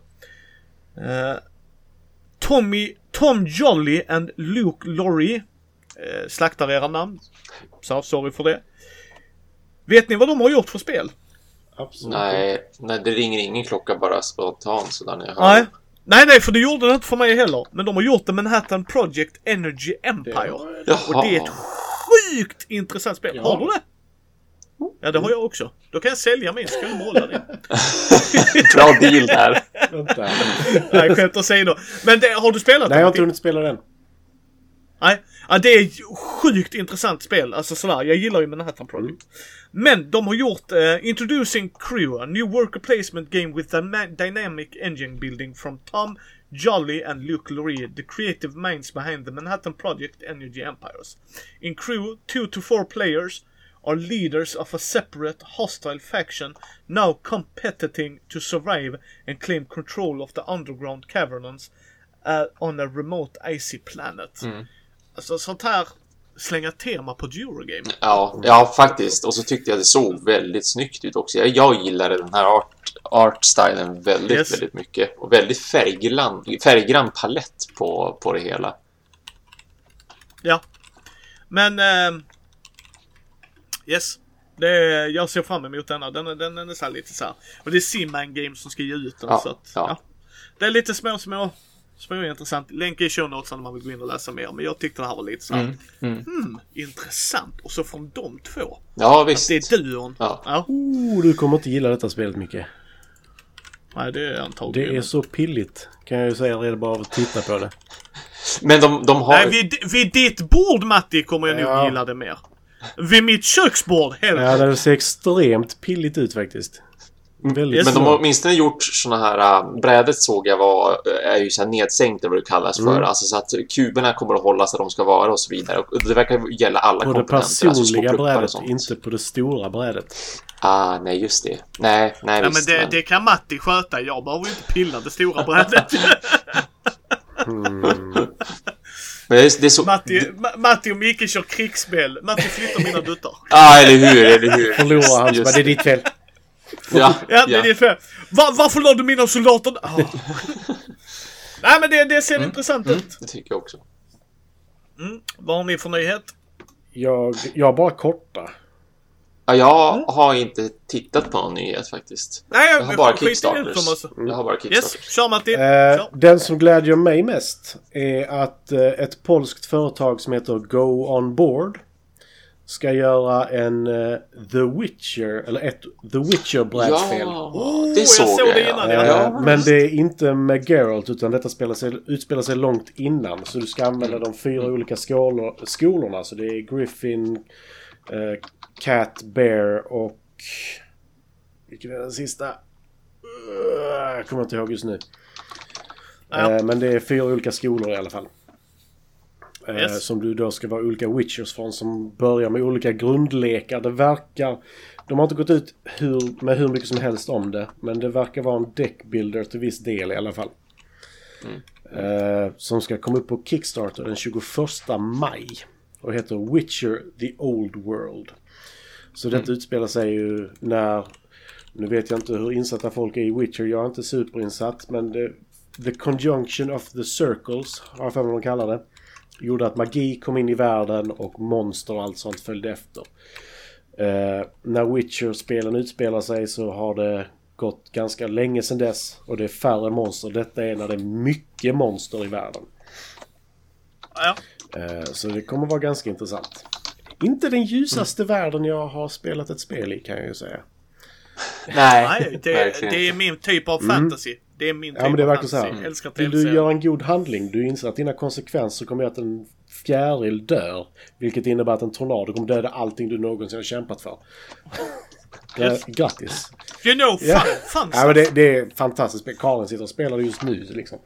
A: Tom Jolly and Luke Laurie. Slaktar era namn. Så sorry för det. Vet ni vad de har gjort för spel?
C: Absolut.
B: Nej, det ringer ingen klocka bara spontant sådär när jag hör.
A: Nej, för det gjorde det inte för mig heller. Men de har gjort det Manhattan Project Energy Empire. Och det är ett sjukt intressant spel. Har du det? Ja, det har jag också. Då kan jag sälja min, ska du måla det.
B: Bra deal där.
A: Nej, skämt åsido. Men har du spelat det?
C: Nej, jag har inte hunnit spela den.
A: Nej, det är ett sjukt intressant spel. Alltså sådär, jag gillar ju Manhattan Project. Men de har gjort Introducing Crew, a new worker placement game with dynamic engine building from Tom Jolly and Luke Laurie, the creative minds behind the Manhattan Project Energy Empires. In Crew, 2 to 4 players are leaders of a separate hostile faction now competing to survive and claim control of the underground caverns on a remote icy planet. Alltså sånt här slänga tema på Eurogame.
B: Ja, faktiskt. Och så tyckte jag det såg väldigt snyggt ut också. Jag gillade den här artstylen väldigt mycket. Och väldigt färggrann palett på det hela. Ja.
A: Men jag ser fram emot denna. Den är så lite så här. Och det är Seaman Games som ska ge ut den. Så att, det är lite små intressant. Länk i show notes om man vill gå in och läsa mer. Men jag tyckte det här var lite så här, intressant. Och så från de två.
B: Ja, visst.
A: Att det är duon.
B: Ja.
C: Du kommer inte gilla detta spelet mycket.
A: Nej, det är antagligen.
C: Det är så pilligt, kan jag ju säga redan bara av att titta på det.
B: Men de har...
A: Nej, vid ditt bord, Matti, kommer jag nog gilla det mer. Vid mitt köksbord,
C: Ja, det ser extremt pilligt ut faktiskt. Väldigt
B: men de har åtminstone gjort såna här... brädet såg jag är ju så här nedsänkt, vad det kallas för. Alltså så att kuberna kommer att hålla så de ska vara och så vidare. Och det verkar gälla alla komponenter.
C: På det personliga brädet, inte på det stora brädet.
B: Nej, just det. Nej, visst.
A: Men det kan Matti sköta. Jag behöver inte pilla det stora brädet.
B: Men det är så...
A: Matti och Micke kör krigsspel. Matti flyttar mina duttar.
B: Eller hur.
C: Förlorar han, det är ditt fel.
A: Ja, det är ditt fel. Varför lade du mina soldater? Nej, men det ser intressant ut.
B: Det tycker jag också.
A: Vad har ni för nyhet?
C: Jag bara korta.
B: Ja, jag har inte tittat på någon nyhet faktiskt.
A: Nej,
B: jag har bara Kickstarters. Jag har bara Kickstarters.
A: Yes, kör Matti.
C: Den som glädjer mig mest är att ett polskt företag som heter Go On Board ska göra en The Witcher, eller ett The Witcher-brädspel.
B: Ja, det såg
A: det innan.
C: Men det är inte med Geralt, utan detta utspelar sig långt innan. Så du ska använda de 4 olika skolorna. Så det är Griffin, Cat, Bear och... Vilken är den sista? Jag kommer inte ihåg just nu. Men det är 4 olika skolor i alla fall. Som du då ska vara olika Witchers från, som börjar med olika grundlekar. Det verkar... De har inte gått ut med hur mycket som helst om det. Men det verkar vara en deckbuilder till viss del i alla fall. Som ska komma upp på Kickstarter den 21 maj. Och heter Witcher The Old World. Så detta utspelar sig ju när... Nu vet jag inte hur insatta folk är i Witcher. Jag är inte superinsatt. Men the conjunction of the circles, har jag för mig de kallar det, gjorde att magi kom in i världen och monster och allt sånt följde efter. När Witcher-spelen utspelar sig så har det gått ganska länge sedan dess. Och det är färre monster. Detta är när det är mycket monster i världen.
A: Ja.
C: Så det kommer vara ganska intressant. Inte den ljusaste världen jag har spelat ett spel i, kan jag ju säga.
A: Nej, det är min typ av fantasy. Det är min typ
C: men det är
A: av
C: verkligen
A: fantasy.
C: så här.
A: Älskar
C: Vill du göra en god handling, du inser att dina konsekvenser kommer att en fjäril dör. Vilket innebär att en tornado kommer döda allting du någonsin har kämpat för. Grattis.
A: You know, fun.
C: Ja, men det är fantastiskt. Karin sitter och spelar just nu liksom.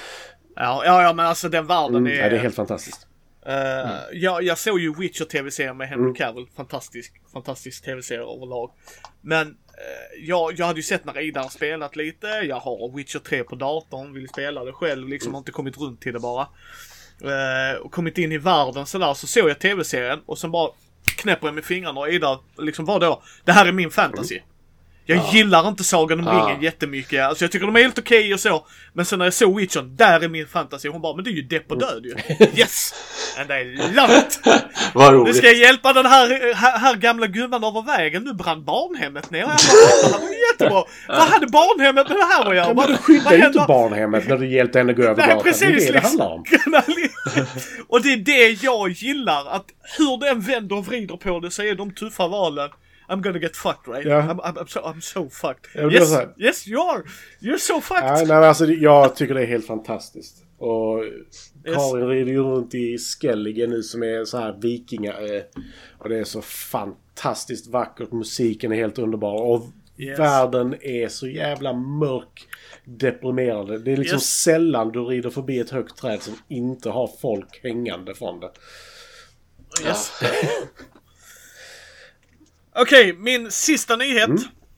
A: Ja, men alltså den världen är...
C: Ja, det är helt fantastiskt.
A: Jag såg ju Witcher tv-serien med Henry Cavill. Fantastisk tv-serie överlag. Men jag hade ju sett när Ida har spelat lite. Jag har Witcher 3 på datorn. Vill spela det själv. Liksom har inte kommit runt till det bara. Och kommit in i världen sådär. Så såg jag tv-serien. Och sen bara knäpper jag med fingrarna. Och Ida liksom var då. Det här är min fantasy. Jag gillar inte Sagan om ringen jättemycket. Alltså jag tycker de är helt okej och så. Men sen när jag såg Witcher, där är min fantasy. Hon bara, men det är ju depp och död ju. Yes! And I love it!
B: Vad roligt.
A: Nu ska jag hjälpa den här gamla gumman över vägen. Nu brann barnhemmet ner. Jag bara, det här var jättebra. Vad hade barnhemmet med det här att göra?
C: Men du skyddar ju inte barnhemmet när du hjälpte henne gå över gatan.
A: Precis,
C: det är det handlar om.
A: Och det är det jag gillar. Att hur den vänder och vrider på det så är de tuffa valen. I'm gonna get fucked, right?
C: Ja.
A: I'm so fucked.
C: Ja,
A: yes, you are. You're so fucked.
C: Ja, nej, men alltså, jag tycker det är helt fantastiskt. Och Karin rider ju runt i Skellige nu som är så här vikingar. Och det är så fantastiskt vackert. Musiken är helt underbar. Och världen är så jävla mörk, deprimerande. Det är liksom sällan du rider förbi ett högt träd som inte har folk hängande från det.
A: Yes. Okej, min sista nyhet.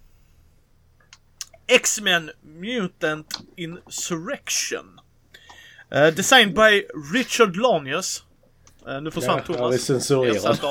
A: X-Men Mutant Insurrection. Designed by Richard Lanius. Nu försvann Thomas.
C: Ja, det är censurerat.
A: Ersatt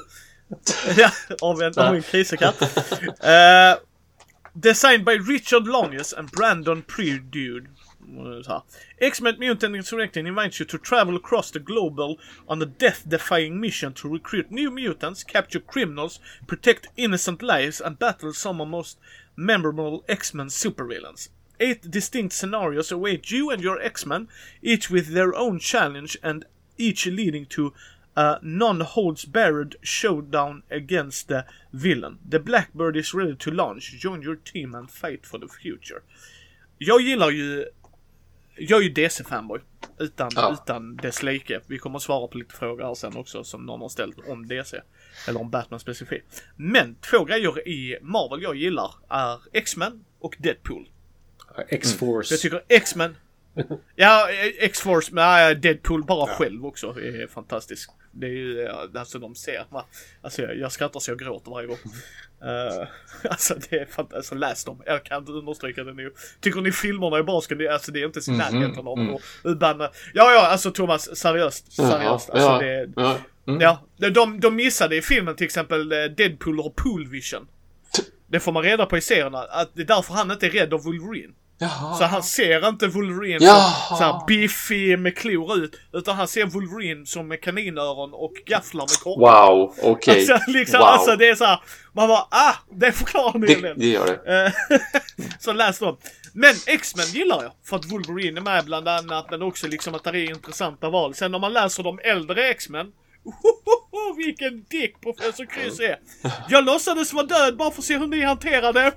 A: av en krisekatt. Designed by Richard Lanius and Brandon Predude. X-Men Mutant Insurrection invites you to travel across the globe on a death-defying mission to recruit new mutants, capture criminals, protect innocent lives, and battle some of the most memorable X-Men supervillains. 8 distinct scenarios await you and your X-Men, each with their own challenge and each leading to a non-holds-barred showdown against the villain. The Blackbird is ready to launch. Join your team and fight for the future. Jag är ju DC-fanboy. Utan dess like. Vi kommer att svara på lite frågor här sen också som någon har ställt om DC. Eller om Batman specifikt. Men 2 grejer i Marvel jag gillar är X-Men och Deadpool.
C: X-Force.
A: Jag tycker X-Men... Ja, X-Force, men Deadpool bara själv också är fantastisk. Det är ju, alltså de ser, va? Alltså jag skrattar så jag gråter varje gång. Alltså det är fantastiskt, alltså läs dem. Jag kan inte understryka det nu. Tycker ni filmerna är bra ska ni, alltså det är inte sin närheten av utan, ja, alltså Thomas, seriöst. Alltså det, de missade i filmen till exempel Deadpool och Pool Vision. Det får man reda på i serierna, att det är därför han inte är rädd av Wolverine.
B: Jaha.
A: Så han ser inte Wolverine som så här biffig med klor ut, utan han ser Wolverine som med kaninöron och gafflar med korv.
B: Wow, okej.
A: Alltså, liksom, alltså det är så här, man bara, det förklarar mig.
B: Det gör det.
A: Så läs dem. Men X-Men gillar jag, för att Wolverine är med bland annat, men också liksom att det är intressanta val. Sen när man läser de äldre X-Men, vilken dick Professor Kryss är. Jag låtsades vara död bara för att se hur ni hanterade.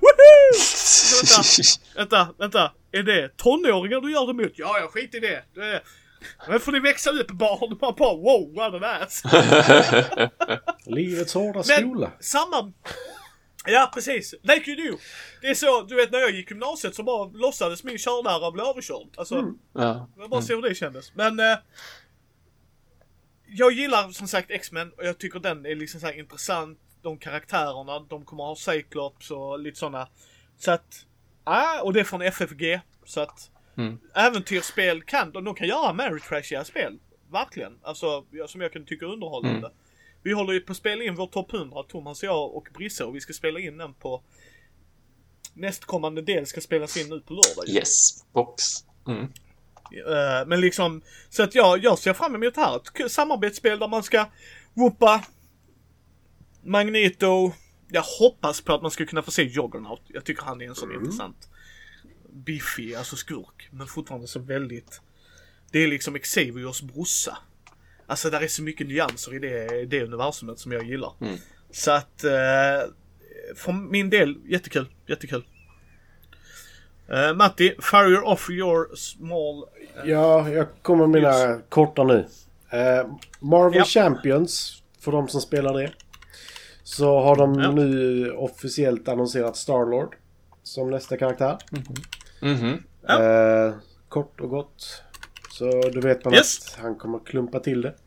A: Vänta. Är det tonåringar du gör det mot? Ja, jag skit i det. Men får ni växa upp barn? Man bara, wow, what an ass.
C: Livets hårda skola.
A: Men samma... Ja, precis. Like you do. Det är så, du vet när jag gick gymnasiet så bara låtsades min körlärare bli överkörd. Alltså, jag bara se hur det kändes. Men... jag gillar som sagt X-Men och jag tycker den är liksom så här intressant. De karaktärerna, de kommer ha Cyclops och lite sådana. Så att, och det är från FFG. Så att äventyrsspel de kan göra Mary Trashiga spel. Verkligen. Alltså, som jag kan tycka underhållande. Vi håller ju på att spela in vår topp 100, Thomas, jag och Brisse, och vi ska spela in den på nästkommande del ska spelas in nu på lördag.
B: Yes, box.
A: Men liksom, så att jag ser fram emot det här. Ett samarbetsspel där man ska whoopa Magneto. Jag hoppas på att man ska kunna få se Juggernaut. Jag tycker han är en sån intressant biffig, alltså skurk. Men fortfarande så väldigt. Det är liksom Xaviers brorsa. Alltså där är så mycket nyanser i det universumet som jag gillar. Så att för min del, jättekul. Matti, fire off your small...
C: Ja, jag kommer med mina korta nu. Marvel Champions, för de som spelar det. Så har de nu officiellt annonserat Star-Lord som nästa karaktär. Kort och gott. Så då vet man att han kommer klumpa till det.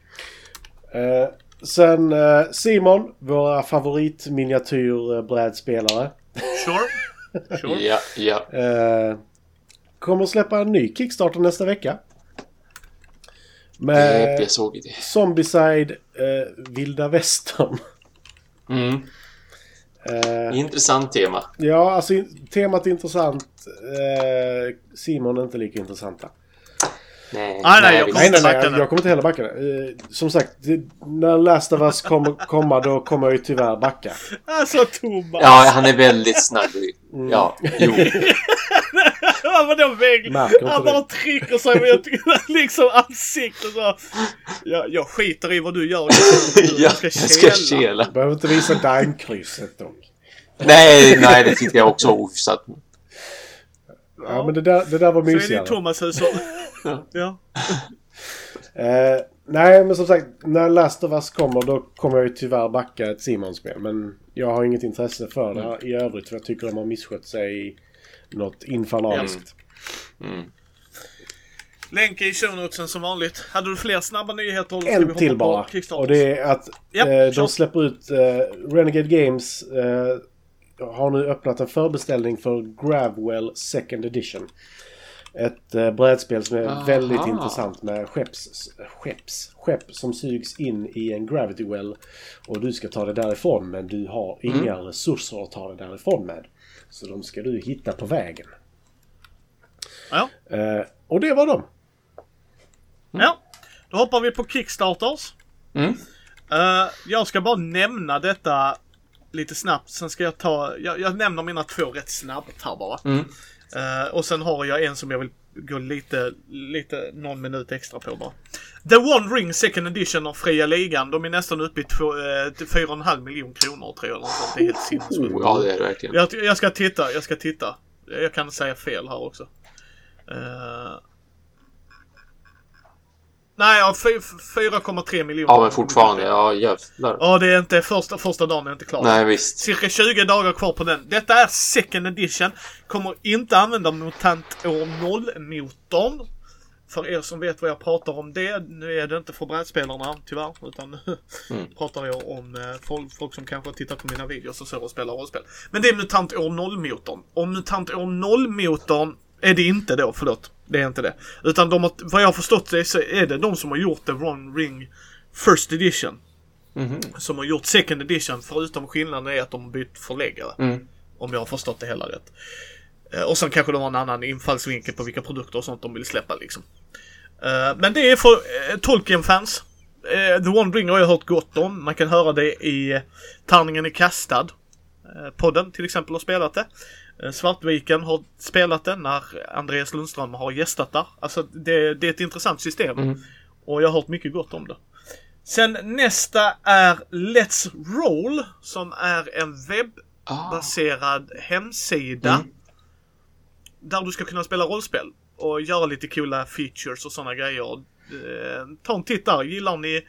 C: Sen Simon, våra favoritminiatyr-brädspelare.
A: Sure.
B: Ja.
C: Kommer att släppa en ny Kickstarter nästa vecka. Med
B: jag såg det.
C: Zombicide Vilda Västern.
B: Intressant tema.
C: Ja, alltså temat är intressant. Simon är inte lika intressanta.
A: Nej,
C: jag kommer inte heller backa det. Som sagt, när Last of Us kommer då kommer jag ju tyvärr backa.
A: Alltså Thomas.
B: Ja, han är väldigt snagglig. Ja, jo.
A: Vadå vägg? Han bara trycker sig med liksom ansiktet så. Jag skiter i vad du gör. Jag ska
B: kela.
C: Du behöver inte visa Dime-krysset dock.
B: Nej, det tycker jag också ohyfsat.
C: Ja, men det där var mysigare.
A: Så är det Thomas hushåll. Ja.
C: Nej, men som sagt, när Last of Us kommer då kommer jag ju tyvärr backa ett Simon-spel. Men jag har inget intresse för det i övrigt, för jag tycker de har misskött sig något infernaliskt.
A: Länk i shownotesen som vanligt. Hade du fler snabba nyheter?
C: En till bara. Och det är att de släpper ut Renegade Games har nu öppnat en förbeställning för Gravwell Second Edition. Ett brädspel som är väldigt intressant med skepp som sugs in i en Gravity Well. Och du ska ta det därifrån, men du har inga resurser att ta det därifrån med. Så de ska du hitta på vägen.
A: Ja.
C: Och det var de.
A: Ja, då hoppar vi på Kickstarters. Jag ska bara nämna detta lite snabbt. Sen ska jag nämner mina 2 rätt snabbt här bara. Och sen har jag en som jag vill gå lite någon minut extra på bara. The One Ring Second Edition av Fria Ligan. De är nästan uppe i 4,5 miljoner kronor tror jag. Det är helt sinnessjukt.
B: Ja, det är det verkligen.
A: Jag ska titta. Jag kan säga fel här också. Nej, 4,3 miljoner.
B: Ja, men fortfarande. Ja, jävlar.
A: Ja, det är inte första dagen är inte klar.
B: Nej, visst.
A: Cirka 20 dagar kvar på den. Detta är second edition. Kommer inte använda MUTANT år 0-motorn. För er som vet vad jag pratar om det. Nu är det inte för brädspelarna tyvärr. Utan nu pratar jag om folk som kanske har tittat på mina videos och så och spelar rollspel. Men det är MUTANT år 0-motorn. Och MUTANT år 0-motorn är det inte då, förlåt. Det är inte det. Utan vad jag har förstått det så är det de som har gjort The One Ring First Edition. Som har gjort Second Edition, förutom skillnaden är att de har bytt förläggare. Om jag har förstått det hela rätt. Och sen kanske de har en annan infallsvinkel på vilka produkter och sånt de vill släppa liksom. Men det är för Tolkien-fans. The One Ring har jag hört gott om. Man kan höra det i Tärningen är kastad. Podden till exempel har spelat det. Svartviken har spelat det när Andreas Lundström har gästat där. Alltså det är ett intressant system. Och jag har hört mycket gott om det. Sen nästa är Let's Roll, som är en webbaserad hemsida där du ska kunna spela rollspel och göra lite coola features och sådana grejer. Ta en titt där. Gillar ni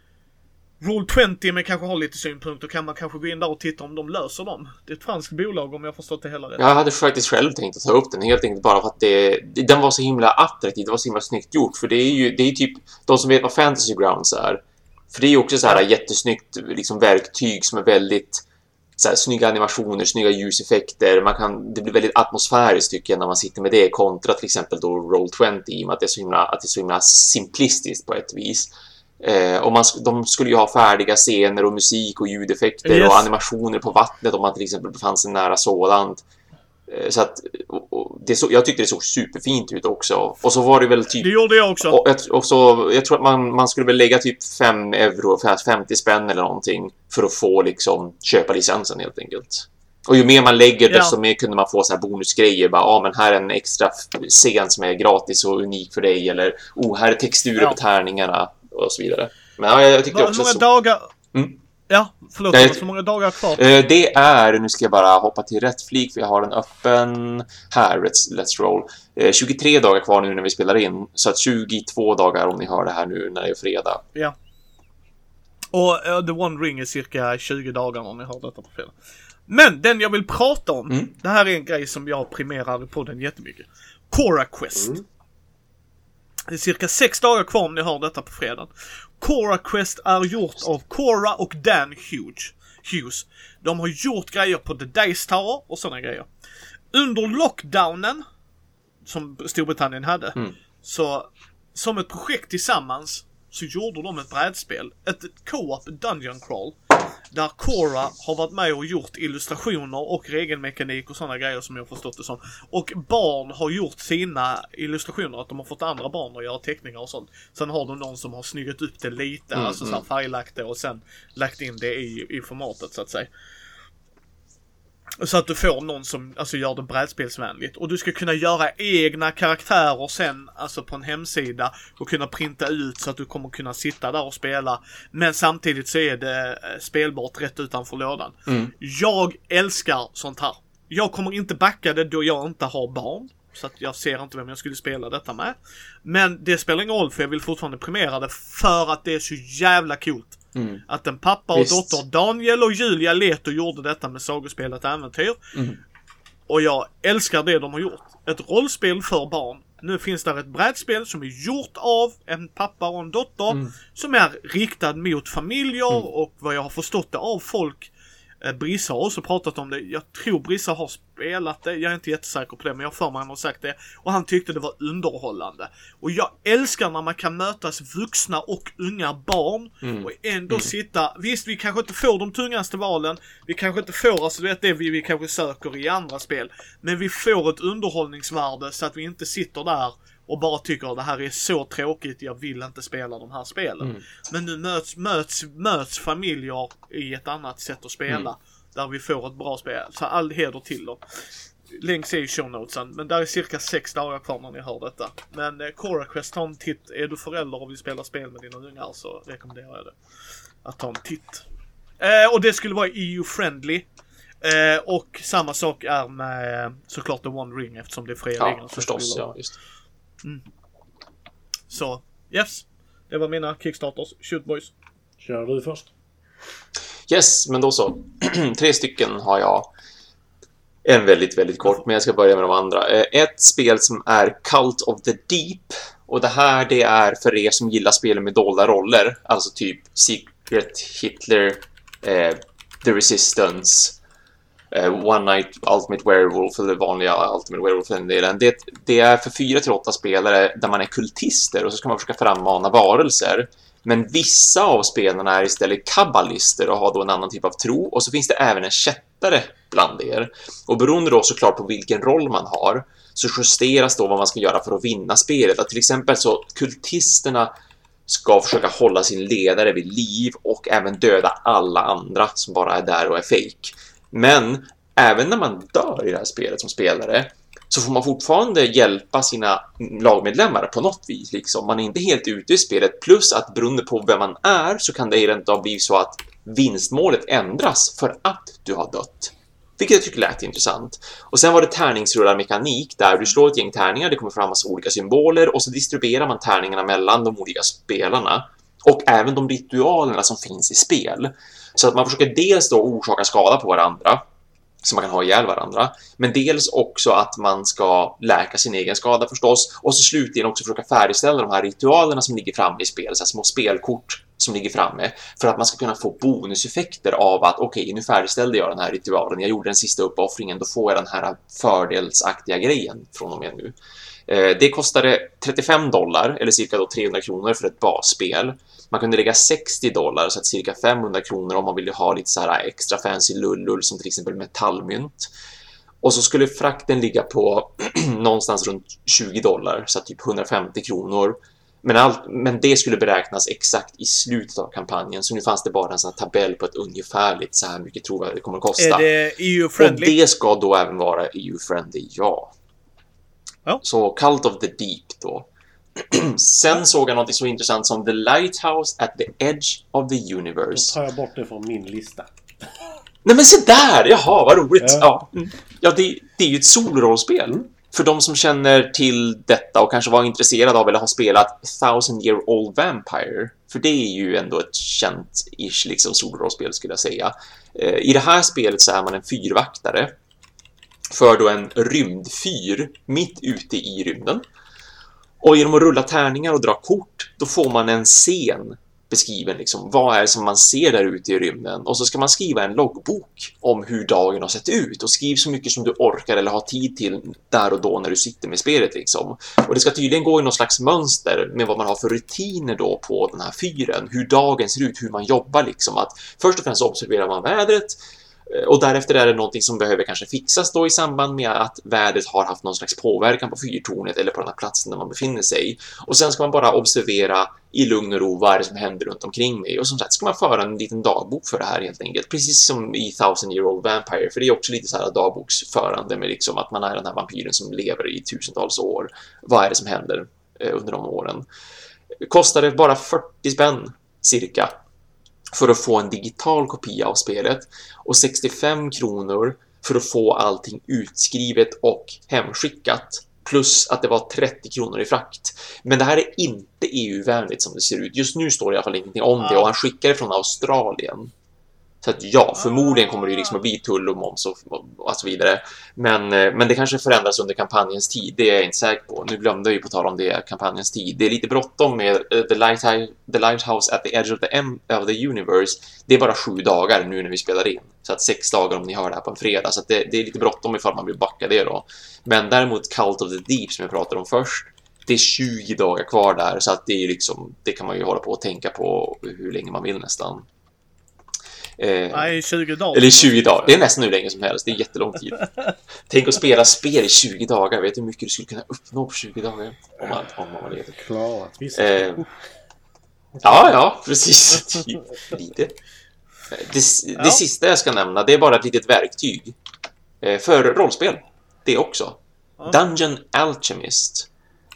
A: Roll20 men kanske har lite synpunkter, kan man kanske gå in där och titta om de löser dem. Det är ett franskt bolag om jag har förstått det hela rätt.
B: Jag hade faktiskt själv tänkt att ta upp den helt enkelt bara för att den var så himla attraktiv, det var så himla snyggt gjort. För det är typ de som vet vad Fantasy Grounds är. För det är ju också så här jättesnyggt liksom verktyg som är väldigt så här, snygga animationer, snygga ljuseffekter. Det blir väldigt atmosfäriskt tycker jag när man sitter med det kontra till exempel då Roll20 i och med att det är så himla simplistiskt på ett vis. Och de skulle ju ha färdiga scener och musik och ljudeffekter och animationer på vattnet om man till exempel befann sig nära sådant. Så att jag tyckte det såg superfint ut också. Och så var det väl typ...
A: Det gjorde jag också.
B: Och så, jag tror att man skulle väl lägga typ 5 euro, 50 spänn eller någonting för att få liksom köpa licensen helt enkelt. Och ju mer man lägger desto mer kunde man få så här bonusgrejer. Bara, men här är en extra scen som är gratis och unik för dig. Eller, här är texturer på tärningarna och så vidare. Men jag tyckte också
A: så... dagar... Ja, förlåt. Så många dagar kvar.
B: Det är, nu ska jag bara hoppa till rätt flik för jag har den öppen här, Let's Roll. 23 dagar kvar nu när vi spelar in. Så att 22 dagar om ni hör det här nu när det är fredag.
A: Ja. Och The One Ring är cirka 20 dagar om ni hör detta på fredag. Men den jag vill prata om, det här är en grej som jag primerar på den jättemycket. Cora Quest. Det är cirka 6 dagar kvar om ni hör detta på fredag. Cora Quest är gjort av Cora och Dan Hughes. De har gjort grejer på The Dice Tower och sådana grejer. Under lockdownen som Storbritannien hade, så som ett projekt tillsammans så gjorde de ett brädspel, ett co-op dungeon crawl, där Cora har varit med och gjort illustrationer och regelmekanik och sådana grejer som jag har förstått det som. Och barn har gjort sina illustrationer, att de har fått andra barn att göra teckningar och sånt. Sen har de någon som har snyggat upp det lite, alltså så här färglagt det och sen lagt in det i formatet så att säga. Så att du får någon som alltså gör det brädspelsvänligt. Och du ska kunna göra egna karaktärer sen, alltså på en hemsida, och kunna printa ut så att du kommer kunna sitta där och spela. Men samtidigt så är det spelbart rätt utanför lådan. Jag älskar sånt här. Jag kommer inte backa det då jag inte har barn. Så att jag ser inte vem jag skulle spela detta med. Men det spelar ingen roll för jag vill fortfarande premiera det för att det är så jävla coolt. Att en pappa och dotter, Daniel och Julia Leto, gjorde detta med sagospelet Äventyr. Och jag älskar det de har gjort. Ett rollspel för barn. Nu finns där ett brädspel som är gjort av en pappa och en dotter. Som är riktad mot familjer och vad jag har förstått det av folk. Brissa har också pratat om det. Jag tror Brissa har spelat det. Jag är inte jättesäker på det, men jag för mig han har sagt det. Och han tyckte det var underhållande. Och jag älskar när man kan mötas vuxna och unga barn och ändå sitta. Visst, vi kanske inte får de tungaste valen. Vi kanske inte får, alltså du vet det vi kanske söker i andra spel. Men vi får ett underhållningsvärde så att vi inte sitter där och bara tycker att det här är så tråkigt, jag vill inte spela de här spelen. Men nu möts familjer i ett annat sätt att spela. där vi får ett bra spel. Så all heder till dem. Länks i show notesen. Men där är cirka 6 dagar kvar när ni hör detta. Men Cora Quest, ta en titt. Är du förälder och vill spela spel med dina ungar så rekommenderar jag det. Att ta en titt. Och det skulle vara EU-friendly. Och samma sak är med såklart The One Ring eftersom det är fria ligan.
B: Ja, förstås. Ja, just.
A: Så, yes. Det var mina Kickstarters. Shoot boys.
C: Kör du först.
B: Yes, men då så. 3 stycken har jag. En väldigt, väldigt kort, men jag ska börja med de andra. Ett spel som är Cult of the Deep. Och det här, det är för er som gillar spel med dolda roller. Alltså typ Secret Hitler, The Resistance, One Night Ultimate Werewolf, eller vanliga Ultimate Werewolf. Det är för 4-8 spelare där man är kultister och så ska man försöka frammana varelser. Men vissa av spelarna är istället kabbalister och har då en annan typ av tro. Och så finns det även en kättare bland er. Och beroende då såklart på vilken roll man har så justeras då vad man ska göra för att vinna spelet. Att till exempel så kultisterna ska försöka hålla sin ledare vid liv och även döda alla andra som bara är där och är fake. Men även när man dör i det här spelet som spelare så får man fortfarande hjälpa sina lagmedlemmar på något vis. Liksom. Man är inte helt ute i spelet. Plus att beroende på vem man är så kan det rent av bli så att vinstmålet ändras för att du har dött. Vilket jag tycker lät intressant. Och sen var det tärningsrullarmekanik där du slår ett gäng tärningar, det kommer fram massa olika symboler och så distribuerar man tärningarna mellan de olika spelarna. Och även de ritualerna som finns i spel. Så att man försöker dels då orsaka skada på varandra så man kan ha ihjäl varandra. Men dels också att man ska läka sin egen skada förstås. Och så slutligen också försöka färdigställa de här ritualerna som ligger framme i spel. Så här små spelkort som ligger framme. För att man ska kunna få bonuseffekter av att okej, nu färdigställde jag den här ritualen. Jag gjorde den sista uppoffringen. Då får jag den här fördelsaktiga grejen från och med nu. Det kostade $35 eller cirka då 300 kronor för ett basspel. Man kunde lägga $60 så att cirka 500 kronor om man ville ha lite så här extra fancy lullull som till exempel metallmynt. Och så skulle frakten ligga på någonstans runt $20 så att typ 150 kronor. Men det skulle beräknas exakt i slutet av kampanjen. Så nu fanns det bara en sån här tabell på ett ungefärligt så här mycket tror jag det kommer att kosta.
A: Är det EU-friendly?
B: Och det ska då även vara EU-friendly, ja. Så Cult of the Deep då. Sen såg jag något så intressant som The Lighthouse at the Edge of the Universe.
C: Då tar jag bort det från min lista.
B: Nej men se där! Jaha, vad roligt! Ja, det är ju ett solrollspel. För de som känner till detta och kanske var intresserade av eller har spelat 1000 Year Old Vampire. För det är ju ändå ett känt-ish liksom solrollspel skulle jag säga. I det här spelet så är man en fyrvaktare för då en rymdfyr mitt ute i rymden. Och genom att rulla tärningar och dra kort, då får man en scen beskriven. Liksom, vad är det som man ser där ute i rymden? Och så ska man skriva en loggbok om hur dagen har sett ut. Och skriv så mycket som du orkar eller har tid till där och då när du sitter med spelet. Liksom. Och det ska tydligen gå i någon slags mönster med vad man har för rutiner då på den här fyren. Hur dagen ser ut, hur man jobbar. Liksom. Att först och främst observerar man vädret. Och därefter är det någonting som behöver kanske fixas då i samband med att vädret har haft någon slags påverkan på fyrtornet eller på den här platsen där man befinner sig. Och sen ska man bara observera i lugn och ro vad är det som händer runt omkring mig. Och som sagt ska man föra en liten dagbok för det här helt enkelt. Precis som i 1000 Year Old Vampire. För det är också lite så här dagboksförande med liksom att man är den här vampyren som lever i tusentals år. Vad är det som händer under de åren? Kostade bara 40 spänn cirka för att få en digital kopia av spelet och 65 kronor för att få allting utskrivet och hemskickat plus att det var 30 kronor i frakt. Men det här är inte EU-vänligt som det ser ut. Just nu står det i alla fall ingenting om det och han skickar det från Australien. Så att ja, förmodligen kommer det ju liksom att bli tull och moms och så vidare. Men det kanske förändras under kampanjens tid. Det är jag inte säker på. Nu glömde jag ju på tal om det kampanjens tid. Det är lite bråttom med The Lighthouse at the Edge of the Universe. Det är bara 7 dagar nu när vi spelar in. Så att 6 dagar om ni hör det här på en fredag. Så att det är lite bråttom ifall man vill backa det då. Men däremot Cult of the Deep som jag pratade om först. Det är 20 dagar kvar där. Så att det är liksom, det kan man ju hålla på och tänka på hur länge man vill nästan.
A: Nej, 20 dagar.
B: Eller 20 dagar. Det är nästan hur länge som helst. Det är jättelång tid. Tänk att spela spel i 20 dagar. Vet du hur mycket du skulle kunna uppnå på 20 dagar? Om man var ledig.
C: Klarat, visst.
B: Ja, precis. Lite. Det sista jag ska nämna, det är bara ett litet verktyg för rollspel. Det också. Dungeon Alchemist.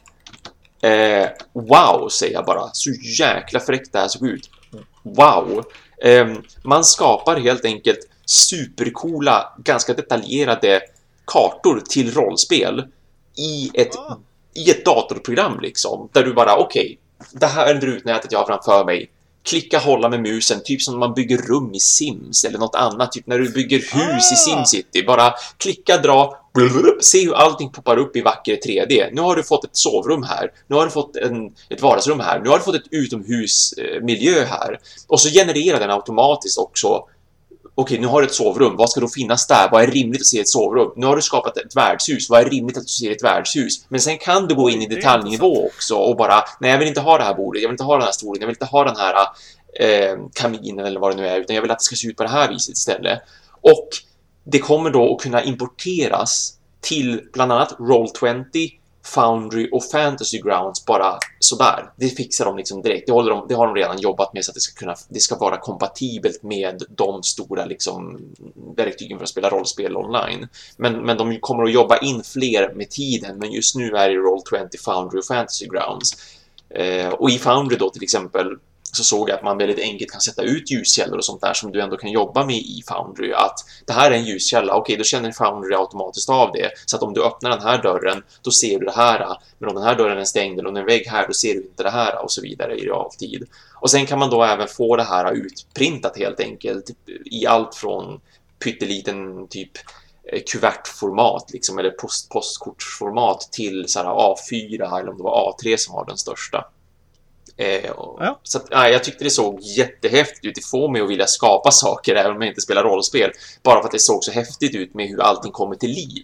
B: Wow, säger jag bara. Så jäkla fräckt det här såg ut. Wow. Man skapar helt enkelt supercoola, ganska detaljerade kartor till rollspel i ett datorprogram liksom. Där du bara, okej, det här är rutnätet jag har framför mig. Klicka, hålla med musen, typ som när man bygger rum i Sims eller något annat, typ när du bygger hus i SimCity. Bara klicka, dra, se hur allting poppar upp i vacker 3D. Nu har du fått ett sovrum här, nu har du fått ett vardagsrum här, nu har du fått ett utomhusmiljö här. Och så genererar den automatiskt också. Okej, nu har du ett sovrum, vad ska då finnas där? Vad är rimligt att se i ett sovrum? Nu har du skapat ett värdshus, vad är rimligt att du ser i ett värdshus? Men sen kan du gå in i detaljnivå också och bara, nej, jag vill inte ha det här bordet, jag vill inte ha den här stolen, jag vill inte ha den här kaminen eller vad det nu är, utan jag vill att det ska se ut på det här viset istället. Och det kommer då att kunna importeras till bland annat Roll20, Foundry och Fantasy Grounds bara sådär. Det fixar de liksom direkt. Det har de redan jobbat med så att det ska vara kompatibelt med de stora liksom verktygen för att spela rollspel online. Men de kommer att jobba in fler med tiden, men just nu är det Roll20, Foundry och Fantasy Grounds. Och i Foundry då till exempel så såg jag att man väldigt enkelt kan sätta ut ljuskällor och sånt där som du ändå kan jobba med i Foundry. Att det här är en ljuskälla, okej, då känner Foundry automatiskt av det. Så att om du öppnar den här dörren, då ser du det här. Men om den här dörren är stängd eller om det är en vägg här, då ser du inte det här och så vidare i realtid. Och sen kan man då även få det här utprintat helt enkelt i allt från pytteliten typ kuvertformat liksom, eller postkortsformat till så här A4 eller om det var A3 som var den största. Så att, jag tyckte det såg jättehäftigt ut. Det får mig att vilja skapa saker även om jag inte spelar rollspel, bara för att det såg så häftigt ut med hur allting kommer till liv.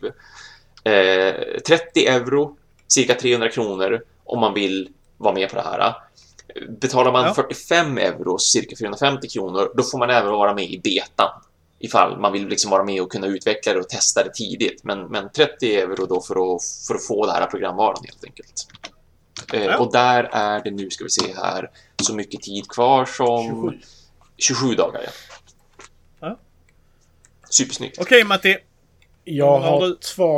B: 30 euro, cirka 300 kronor om man vill vara med på det här. Betalar man 45 euro, cirka 450 kronor, då får man även vara med i betan ifall man vill liksom vara med och kunna utveckla det och testa det tidigt. Men 30 euro då för att få det här programvaran helt enkelt. Och där är det, nu ska vi se här, så mycket tid kvar som 27 dagar. Ja. Supersnyggt.
A: Okej, Matti.
C: Jag har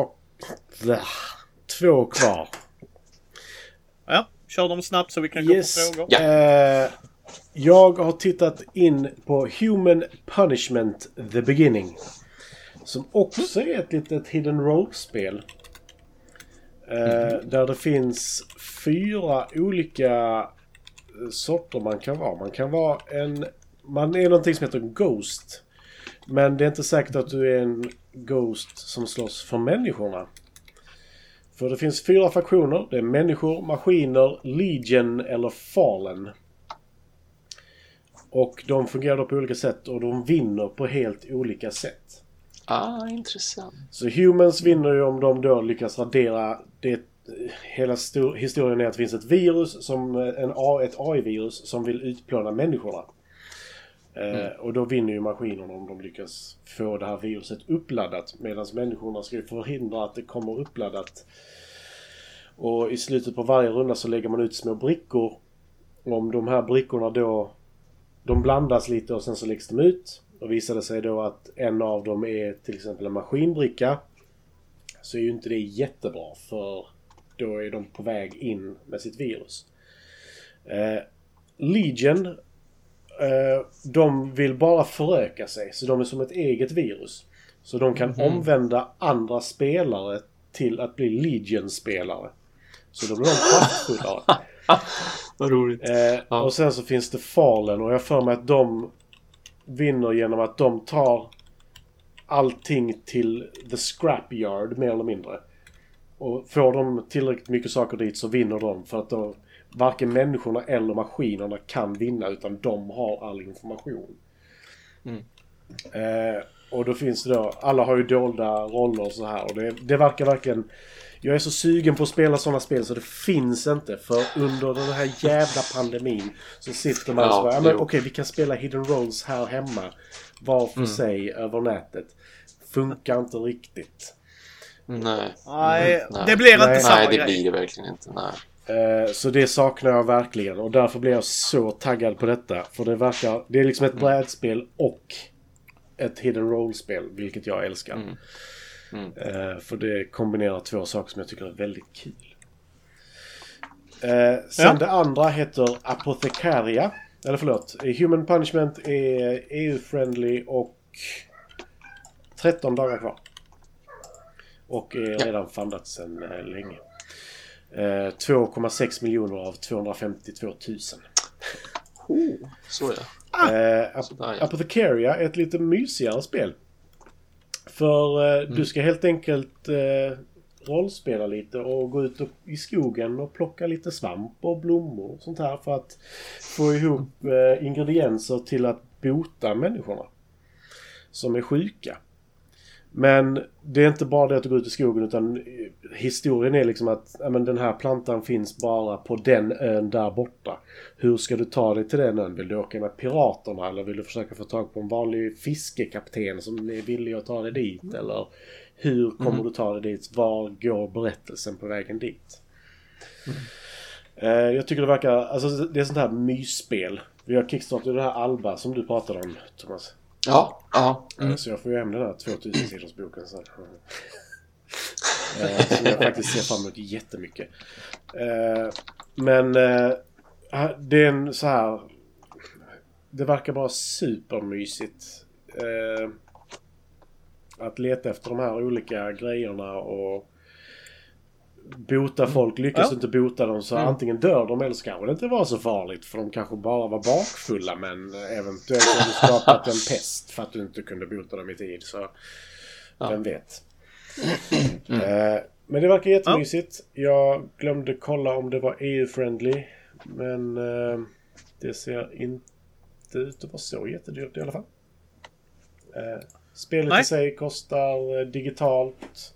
C: två kvar.
A: Ja, kör dem snabbt så vi kan gå på frågor.
C: Ja. Jag har tittat in på Human Punishment The Beginning, som också är ett litet hidden roll-spel. Där det finns 4 olika sorter man kan vara. Man är någonting som heter Ghost. Men det är inte säkert att du är en Ghost som slåss för människorna. För det finns 4 faktioner. Det är människor, maskiner, Legion eller Fallen. Och de fungerar på olika sätt och de vinner på helt olika sätt.
B: Intressant.
C: Så humans vinner ju om de då lyckas radera det. Hela historien är att det finns ett virus, ett AI-virus som vill utplåna människorna. Och då vinner ju maskinerna om de lyckas få det här viruset uppladdat, medan människorna ska ju förhindra att det kommer uppladdat. Och i slutet på varje runda så lägger man ut små brickor. Om de här brickorna då, de blandas lite och sen så läggs de ut. Och visar det sig då att en av dem är till exempel en maskinbricka, så är ju inte det jättebra, för då är de på väg in med sitt virus. Legion, de vill bara föröka sig, så de är som ett eget virus. Så de kan omvända andra spelare till att bli Legion-spelare. Så då blir de kraftfullare.
B: Vad roligt.
C: Och sen så finns det Fallen, och jag för mig att de vinner genom att de tar allting till the scrapyard mer eller mindre. Och får de tillräckligt mycket saker dit så vinner de, för att då varken människorna eller maskinerna kan vinna, utan de har all information. Och då finns det då, alla har ju dolda roller och så här, och det verkar verkligen, jag är så sugen på att spela sådana spel så det finns inte, för under den här jävla pandemin så sitter man och så bara, men okej, vi kan spela hidden rolls här hemma var för sig över nätet. Funkar inte riktigt.
B: Nej.
A: Det blir inte samma
B: grej. Nej, det
A: grej.
B: blir det verkligen inte. Nej.
C: Så det saknar jag verkligen. Och därför blir jag så taggad på detta. För det är liksom ett brädspel och ett hidden roll-spel. Vilket jag älskar. För det kombinerar två saker som jag tycker är väldigt kul. Sen det andra heter Apothecaria. Eller förlåt. Human Punishment är EU-friendly och 13 dagar kvar. Och är redan fundat sedan länge. 2,6 miljoner av 252 000.
B: Så ja.
C: Apothecaria är ett lite mysigare spel. För du ska helt enkelt rollspela lite och gå ut i skogen och plocka lite svamp och blommor och sånt här för att få ihop ingredienser till att bota människorna som är sjuka. Men det är inte bara det att du går ut i skogen, utan historien är liksom att den här plantan finns bara på den ön där borta. Hur ska du ta dig till den ön? Vill du åka med piraterna eller vill du försöka få tag på en vanlig fiskekapten som är villig att ta dig dit? Eller hur kommer du ta dig dit? Var går berättelsen på vägen dit? Jag tycker det verkar, alltså det är sånt här mysspel. Vi har kickstartat det här Alba som du pratade om, Thomas.
B: Ja.
C: Så jag får ju hem den här 2000 sidors boken sen. Som jag faktiskt ser fram emot jättemycket. Men det är en så här. Det verkar bara supermysigt. Att leta efter de här olika grejerna och bota folk. Lyckas du inte bota dem så antingen dör de eller så kanske det inte var så farligt. För de kanske bara var bakfulla, men eventuellt har du skapat en pest för att du inte kunde bota dem i tid. Så vem vet. Men det verkar jättemysigt. Jag glömde kolla om det var EU-friendly. Men det ser inte ut att vara så jättedyrt i alla fall. Spelet i sig kostar digitalt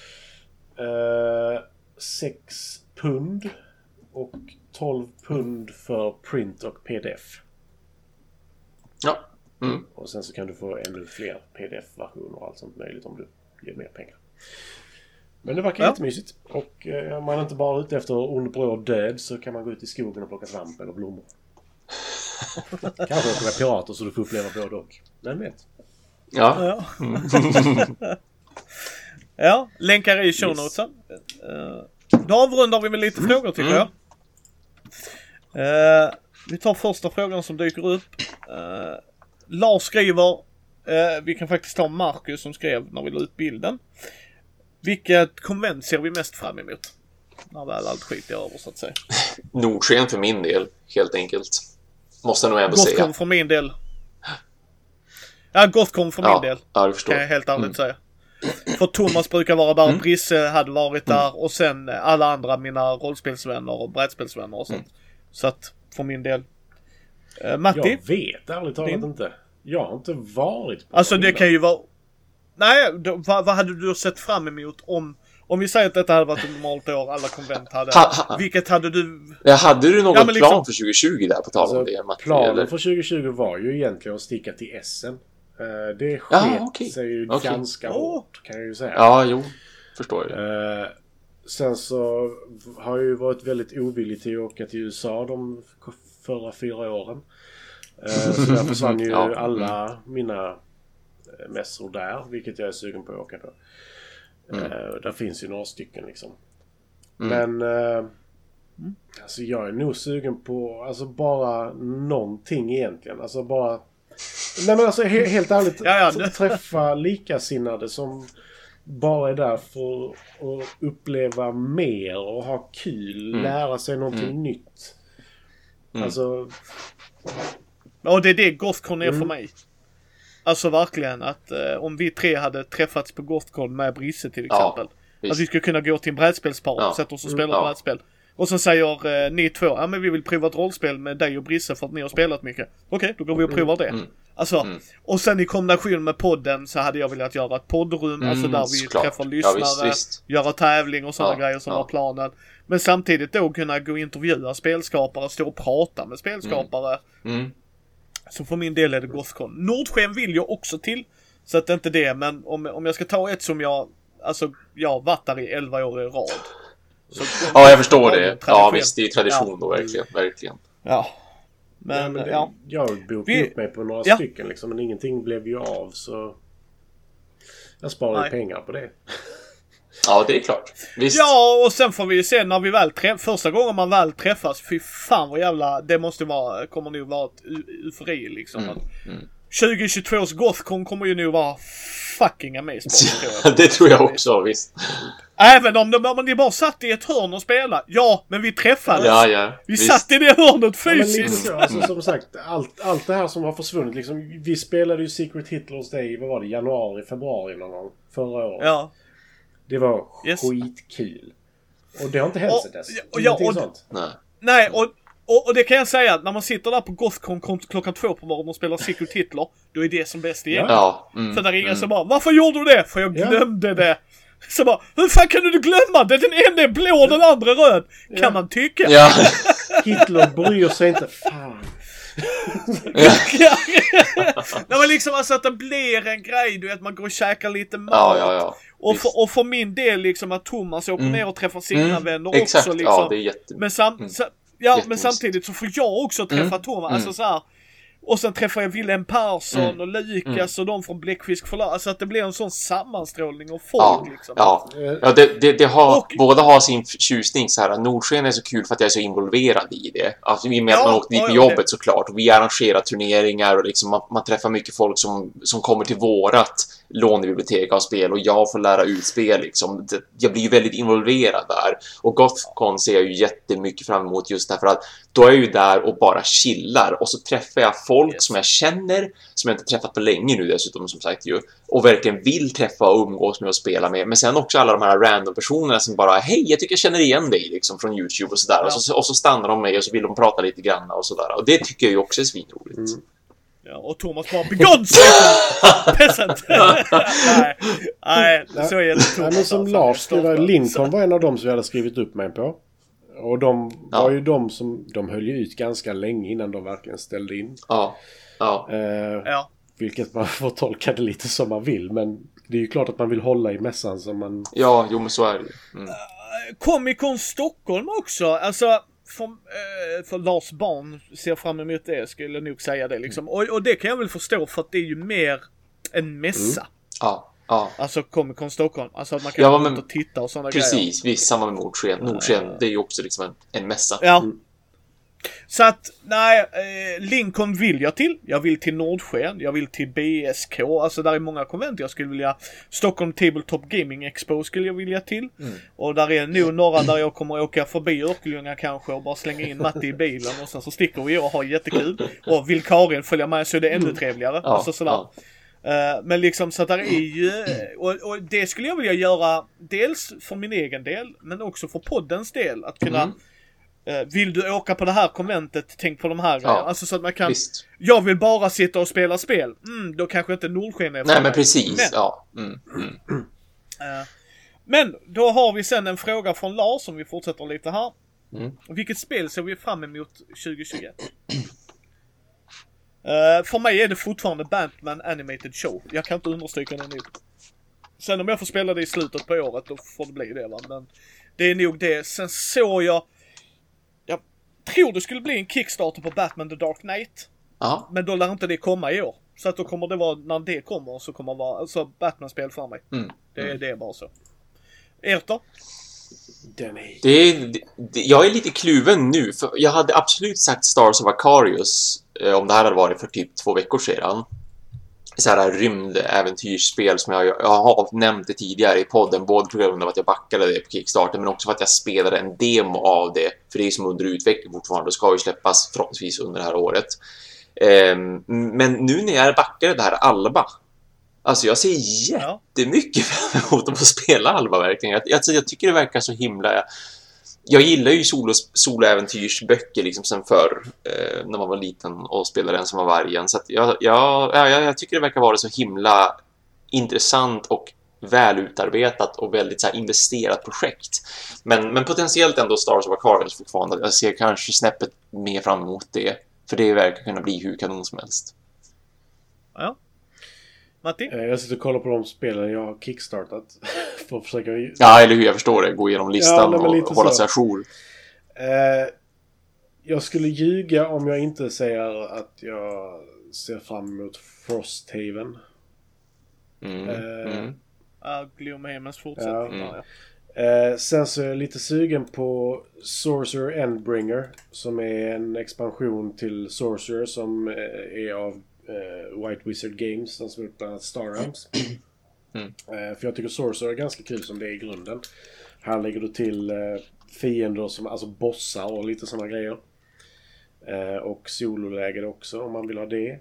C: 6 pund och 12 pund för print och pdf.
B: Ja.
C: Och sen så kan du få ännu fler pdf-versioner och allt sånt möjligt om du ger mer pengar. Men det verkar jättemysigt. Och om man inte bara är ute efter ond bråd död så kan man gå ut i skogen och plocka svamp eller blommor. Kanske åka med pirater så du får uppleva både och. Vem vet?
B: Ja.
A: Ja, länkar i show notesen. Då avrundar vi med lite frågor tycker jag. Vi tar första frågan som dyker upp. Lars skriver, vi kan faktiskt ta Marcus som skrev när vi la ut bilden. Vilket konvent ser vi mest fram emot? När väl allt skit är över så att säga.
B: Nordsken för min del, helt enkelt. Måste nog ändå säga.
A: Gothcon för min del. Ja, Gothcon för min del.
B: Ja, jag förstår.
A: Kan jag helt ärligt säga. För Thomas brukar vara där, Brisse hade varit där och sen alla andra mina rollspelsvänner och brädspelsvänner och sånt. Så att för min del. Matti?
C: Jag vet ärligt talat inte. Jag har inte varit på
A: alltså det kan ju vara. Nej, vad hade du sett fram emot om vi säger att detta hade varit ett normalt år, alla konvent hade. Vilket hade du?
B: Hade du någon plan för 2020 där på tal om det, Matti?
C: Planen för 2020 var ju egentligen att sticka till Essen. Det sket sig ju ganska hårt kan jag ju säga.
B: Ja, jo. Förstår jag.
C: Sen så har jag ju varit väldigt ovillig till att åka till USA de förra 4 åren. Så där försvann ju alla mina mässor där, vilket jag är sugen på att åka på. Där finns ju några stycken liksom. Men alltså jag är nog sugen på alltså bara någonting egentligen. Alltså bara nej men alltså helt ärligt träffa likasinnade som bara är där för att uppleva mer och ha kul, lära sig någonting nytt. Alltså
A: och det är det Gothcon är för mig. Alltså verkligen att om vi 3 hade träffats på Gothcon med Brisse till exempel. Att vi skulle kunna gå till en brädspelspar och sätta oss och spela brädspel. Och så säger ni 2, men vi vill prova ett rollspel med dig och Brisse för att ni har spelat mycket. Okej, då går vi och provar det. Alltså, och sen i kombination med podden så hade jag velat göra ett poddrum, alltså där vi träffar lyssnare, göra tävling och sådana grejer som var planen. Men samtidigt då kunna gå och intervjua spelskapare, stå och prata med spelskapare. Så för min del är det Gothcon. Nordsken vill jag också till, så att det inte det, men om jag ska ta ett som jag har varit där i 11 år i rad.
B: Ja, jag förstår det. Ja, visst, det är tradition då, verkligen.
A: Ja.
C: Jag bokade upp mig på några stycken liksom, men ingenting blev ju av, så jag sparade pengar på det.
B: Ja, det är klart. Visst.
A: Ja, och sen får vi ju se när vi väl första gången man väl träffas, fy fan vad jävla, det måste vara, kommer nog vara ett eufori liksom. 2022s Gothcon kommer ju nog vara fucking amazing.
B: Det tror jag också, visst.
A: Även om ni bara satt i ett hörn och spelade. Ja, men vi träffades.
B: Ja,
A: vi visst. Satt i det hörnet fysiskt.
C: Ja, alltså, som sagt, allt det här som har försvunnit liksom, vi spelade ju Secret Hitler hos dig, vad var det, januari, februari någon gång förra året.
A: Ja.
C: Det var skitkul. Och det har inte hänt sedan dess. Sånt.
A: Nej, och det kan jag säga att när man sitter där på Gothcon klockan 2 på morgonen och spelar Secret Hitler, då är det som bäst igen.
B: Ja.
A: För där ringer så bara, varför gjorde du det? För jag glömde det. Så bara, hur fan kan du glömma det? Den ena är blå, den andra röd. Kan man tycka.
B: Ja.
C: Hitler bryr sig inte. Fan.
A: Nej, men liksom alltså att det blir en grej, du vet, man går och käkar lite mat.
B: Ja.
A: Och för min del liksom att Thomas åker ner och träffar sina vänner
B: exakt.
A: också liksom.
B: Ja, det är
A: men samtidigt så får jag också träffa Thomas, alltså så här. Och sen träffar jag Willem Persson och Lukas och de från Bläckfisk förlag. Alltså att det blir en sån sammanstrålning och folk liksom.
B: Ja, det har, båda har sin tjusning så här. Nordsken är så kul för att jag är så involverad i det. Alltså, i och med att man åker dit med jobbet såklart. Och vi arrangerar turneringar och liksom man träffar mycket folk som kommer till vårat lånebibliotek av spel och jag får lära ut spel liksom. Jag blir ju väldigt involverad där. Och Gothcon ser jag ju jättemycket fram emot just därför att då är jag ju där och bara chillar och så träffar jag folk som jag känner, som jag inte träffat på länge nu dessutom som sagt ju, och verkligen vill träffa och umgås med och spela med. Men sen också alla de här random personerna som bara, hej, jag tycker jag känner igen dig liksom från YouTube och sådär. Och så stannar de mig och så vill de prata lite grann och sådär. Och det tycker jag ju också är svinroligt.
A: Ja, och Thomas bara, begådd peasant! nej, så är det Thomas.
C: Men som Lars skrev, Lincoln var en av dem som jag hade skrivit upp mig på. Och de var ju de som, de höll ju ut ganska länge innan de verkligen ställde in. Vilket man får tolka det lite som man vill, men det är ju klart att man vill hålla i mässan som man...
B: Ja, jo men så är det.
A: Comic Con Stockholm också, alltså för Lars barn ser fram emot det, skulle jag nog säga det liksom. Och det kan jag väl förstå, för att det är ju mer en mässa.
B: Ja.
A: Alltså Comic Con Stockholm, alltså att man kan gå ut och titta och sådana grejer.
B: Precis, visst, samma med Nordsken, det är ju också liksom en mässa.
A: Ja. Så att, Lincoln vill jag till. Jag vill till Nordsken, jag vill till BSK. Alltså där är många konvent jag skulle vilja. Stockholm Tabletop Gaming Expo skulle jag vilja till. Och där är nog några där jag kommer åka förbi Örkelljunga kanske och bara slänga in Matti i bilen och sen så sticker vi och har jättekul. Och vill Karin följa med så är det ännu trevligare. Alltså sådär. Men liksom så att där är ju, och det skulle jag vilja göra dels för min egen del men också för poddens del, att kunna vill du åka på det här konventet, tänk på de här grejerna. Alltså så att man kan, jag vill bara sitta och spela spel, då kanske inte Nordsken är.
B: Nej men precis,
A: men då har vi sen en fråga från Lars som vi fortsätter lite här. Vilket spel ser vi fram emot 2021? För mig är det fortfarande Batman Animated Show. Jag kan inte understryka det nu. Sen om jag får spela det i slutet på året, då får det bli det, va? Men det är nog det. Sen såg jag tror det skulle bli en Kickstarter på Batman The Dark Knight. Men då lär inte det komma i år. Så att då kommer det vara, när det kommer så kommer det vara alltså Batman-spel för mig. Det är bara så. Ert då?
B: Jag är lite kluven nu, för jag hade absolut sagt Stars of Aquarius om det här hade varit för typ 2 veckor sedan. Så här rymdäventyrsspel som jag har nämnt det tidigare i podden, både på grund av att jag backade det på Kickstarter men också för att jag spelade en demo av det, för det är som under utveckling fortfarande och ska ju släppas förhoppningsvis under det här året. Men nu när jag backade det här Alba, alltså jag ser jättemycket fram emot att få spela Alba verkligen. Jag tycker det verkar så himla... Jag gillar ju soloäventyrsböcker liksom sen förr, när man var liten och spelade den som var vargen. Så att jag tycker det verkar vara så himla intressant och välutarbetat och väldigt så här investerat projekt. Men potentiellt ändå Stars of Aquarius fortfarande. Jag ser kanske snäppet mer fram emot det, för det verkar kunna bli hur kanon som helst.
A: Ja. Matti?
C: Jag sitter och kollar på de spelen jag har kickstartat. För att försöka...
B: Ja, eller hur, jag förstår det. Gå igenom listan och hålla sig ajour.
C: Jag skulle ljuga om jag inte säger att jag ser fram emot Frosthaven.
A: Gloomhamens fortsättning. Ja.
C: Sen så är jag lite sugen på Sorcerer Endbringer, som är en expansion till Sorcerer som är av White Wizard Games, den som är bland annat Star Realms. För jag tycker Sorcerer är ganska kul som det är i grunden. Här lägger du till fiender som, alltså bossar och lite sådana grejer. Och sololäger också om man vill ha det.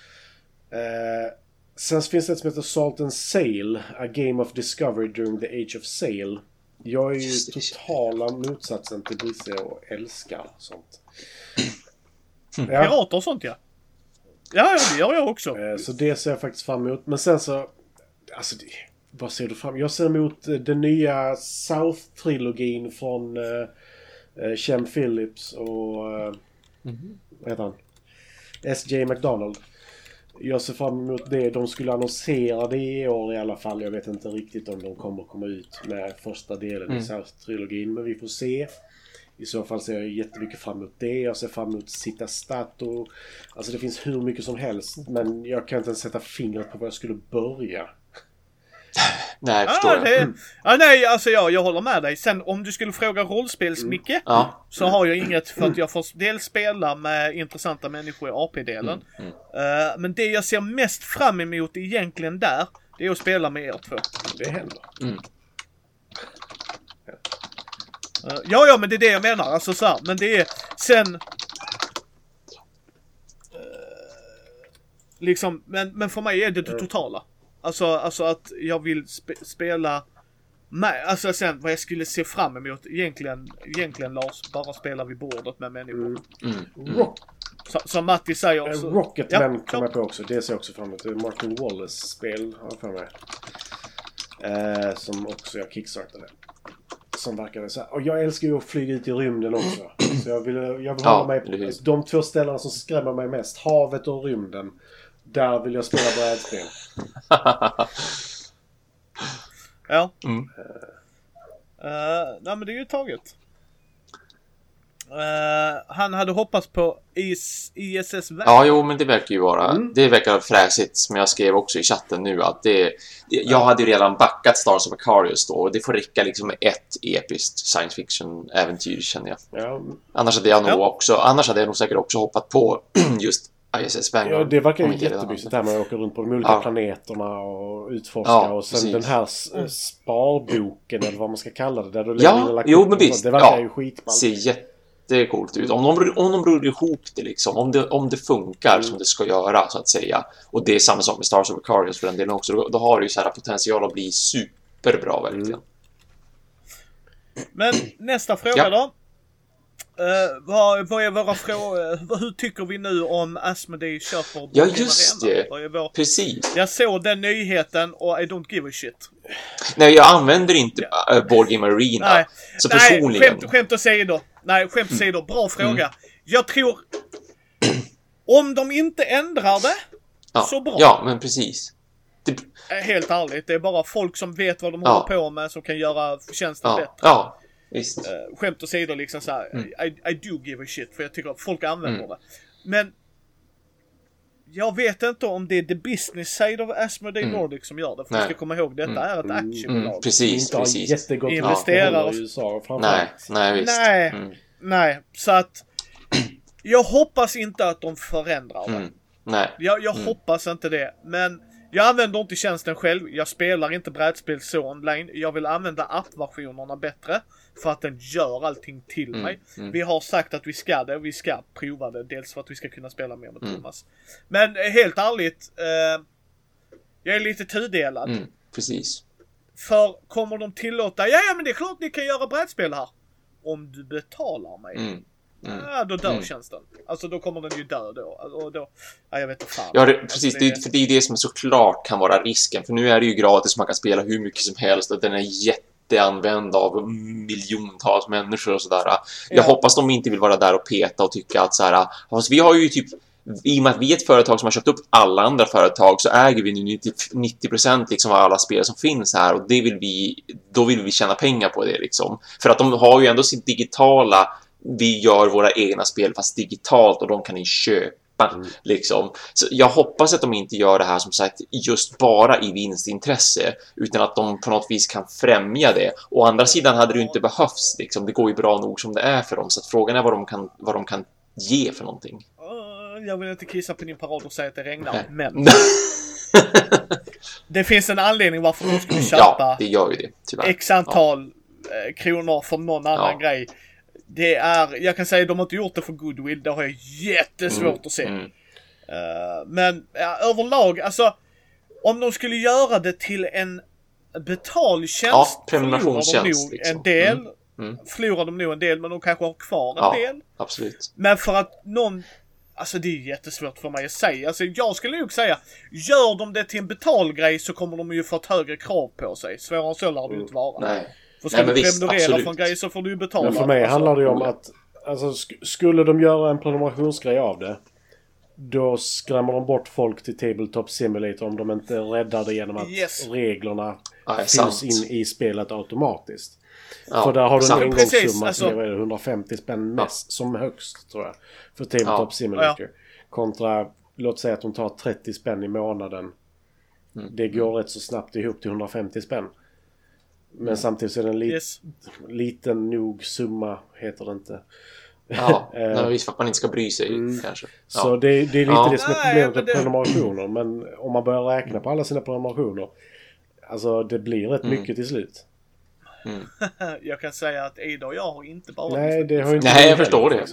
C: Sen finns det ett som heter Salt and Sail, A Game of Discovery During the Age of Sail. Jag är ju totala motsatsen till Brisse och älskar sånt.
A: Pirater och sånt, ja. Ja, det gör jag också.
C: Så det ser jag faktiskt fram emot. Men sen så... Alltså, vad ser du fram emot? Jag ser emot den nya South-trilogin från Chem Phillips och... vad heter han? S.J. McDonald. Jag ser fram emot det. De skulle annonsera det i år i alla fall. Jag vet inte riktigt om de kommer komma ut med första delen i South-trilogin. Men vi får se. I så fall ser jag jättemycket fram emot det. Jag ser fram emot Città Stato. Alltså det finns hur mycket som helst. Men jag kan inte ens sätta fingret på var jag skulle börja.
B: Nej, jag förstår det.
A: Nej, alltså jag håller med dig. Sen om du skulle fråga rollspelsmicke så har jag inget, för att jag får dels spela med intressanta människor i AP-delen. Men det jag ser mest fram emot egentligen där, det är att spela med er två.
C: Det händer.
A: Ja, men det är det jag menar. Alltså så här, men det är sen... liksom, men för mig är det totala. Alltså att jag vill spela med, alltså sen vad jag skulle se fram emot egentligen Lars, bara spela vid bordet med människor. Som Matti säger också.
C: Rocketman kommer jag på också. Det ser jag också fram emot. Det är Martin Wallace spel har jag för mig. Som också jag kickstartade. Som verkar så här. Och jag älskar ju att flyga ut i rymden också. Så jag vill hålla mig på de två ställena som skrämmer mig mest. Havet och rymden. Där vill jag spela brädspel.
A: Ja. Nej, men det är ju taget. Han hade hoppats på ISS Värld.
B: Ja, jo, men det verkar ju vara... Det verkar fräsigt, som jag skrev också i chatten nu, att jag hade ju redan backat Stars of Aquarius då, och det får räcka liksom med ett episkt science fiction-äventyr, känner jag.
C: Ja.
B: Annars hade jag nog säkert också hoppat på just ISS Vanguard.
C: Ja, det verkar ju jättemysigt här med att åka runt på de olika planeterna och utforska. Och sen den här sparboken, eller vad man ska kalla det, där du lägger
B: men visst.
C: Det verkar ju skitballt.
B: Ser jättecoolt ut. Om de rullar ihop det liksom, om det funkar som det ska göra, så att säga. Och det är samma sak med Stars of Aquarius för den delen också. Då har det ju så här potential att bli superbra, verkligen.
A: Men nästa fråga då. Vad är våra frågor? Hur tycker vi nu om Asmodee köper?
B: Ja, just det. Precis.
A: Jag såg den nyheten och I don't give a shit.
B: Nej, jag använder inte Board Game Arena.
A: Nej.
B: Så personligen...
A: Skämt åsido. Bra fråga. Jag tror... om de inte ändrar det, så bra.
B: Ja, men precis.
A: Helt ärligt, det är bara folk som vet vad de håller på med som kan göra tjänsten bättre.
B: Ja. Visst.
A: Skämt åsido liksom så här, I do give a shit, för jag tycker att folk använder det. Men jag vet inte om det är the business side of Asmodee Nordic som gör det, för vi ska komma ihåg, detta är ett aktiebolag.
B: Precis.
C: Jättegott
A: investerare
C: i USA
A: Nej, så att jag hoppas inte att de förändrar det.
B: Nej.
A: Jag hoppas inte det, men jag använder inte tjänsten själv. Jag spelar inte brädspel så online. Jag vill använda appversionerna bättre, för att den gör allting till mig. Vi har sagt att vi ska prova det. Dels för att vi ska kunna spela mer med Thomas. Men helt ärligt, jag är lite tudelad.
B: Precis.
A: För kommer de tillåta, ja men det är klart ni kan göra brädspel här, om du betalar mig. Ja, då dör tjänsten. Alltså då kommer den ju dö då. Och då jag vet inte fan.
B: Ja, precis. För det är det som såklart kan vara risken. För nu är det ju gratis, man kan spela hur mycket som helst. Och den är jätteanvänd av miljontals människor och sådär. Jag hoppas de inte vill vara där och peta och tycka att så här, vi har ju typ i och med att vi är ett företag som har köpt upp alla andra företag, så äger vi nu 90% liksom av alla spel som finns här, och då vill vi tjäna pengar på det liksom. För att de har ju ändå sitt digitala, vi gör våra egna spel fast digitalt, och de kan ni köpa liksom. Så jag hoppas att de inte gör det här som sagt just bara i vinstintresse, utan att de på något vis kan främja det. Å andra sidan hade det ju inte behövts liksom. Det går ju bra nog som det är för dem, så att frågan är vad de kan ge för någonting.
A: Jag vill inte kissa på din parad och säga att det regnar, men det finns en anledning varför de skulle köpa
B: ja, det gör ju det, tyvärr.
A: X antal kronor för någon annan grej. Det är, jag kan säga att de har inte gjort det för goodwill, det har jag jättesvårt att se. Men överlag, alltså om de skulle göra det till en betaltjänst,
B: prenumerationstjänst liksom.
A: En del förlorar de nog en del, men de kanske har kvar en del.
B: Absolut.
A: Men för att någon, alltså det är jättesvårt för mig att säga. Alltså jag skulle nog säga, gör de det till en betalgrej så kommer de ju få ett högre krav på sig. Svårare än så lär det ju inte vara.
B: Nej.
A: För ska du prenumerera för en grej så får du ju betala.
C: Men för mig handlar det ju om att alltså, skulle de göra en prenumerationsgrej av det, då skrämmer de bort folk till Tabletop Simulator om de inte räddar det genom att reglerna finns in i spelet automatiskt. För där har du en engångssumma som är 150 spänn mest som högst, tror jag, för Tabletop Simulator. Kontra, låt säga att de tar 30 spänn i månaden. Det går rätt så snabbt ihop till 150 spänn. Men samtidigt så är det en liten nog summa, heter det inte.
B: Ja, visst, för att man inte ska bry sig kanske. Ja.
C: Så det är lite det som är problemet med prenumerationer. Men om man börjar räkna på alla sina prenumerationer, alltså det blir rätt mycket till slut.
A: Jag kan säga att Ida och jag har inte bara...
C: Nej, det har inte...
B: Nej, jag förstår det.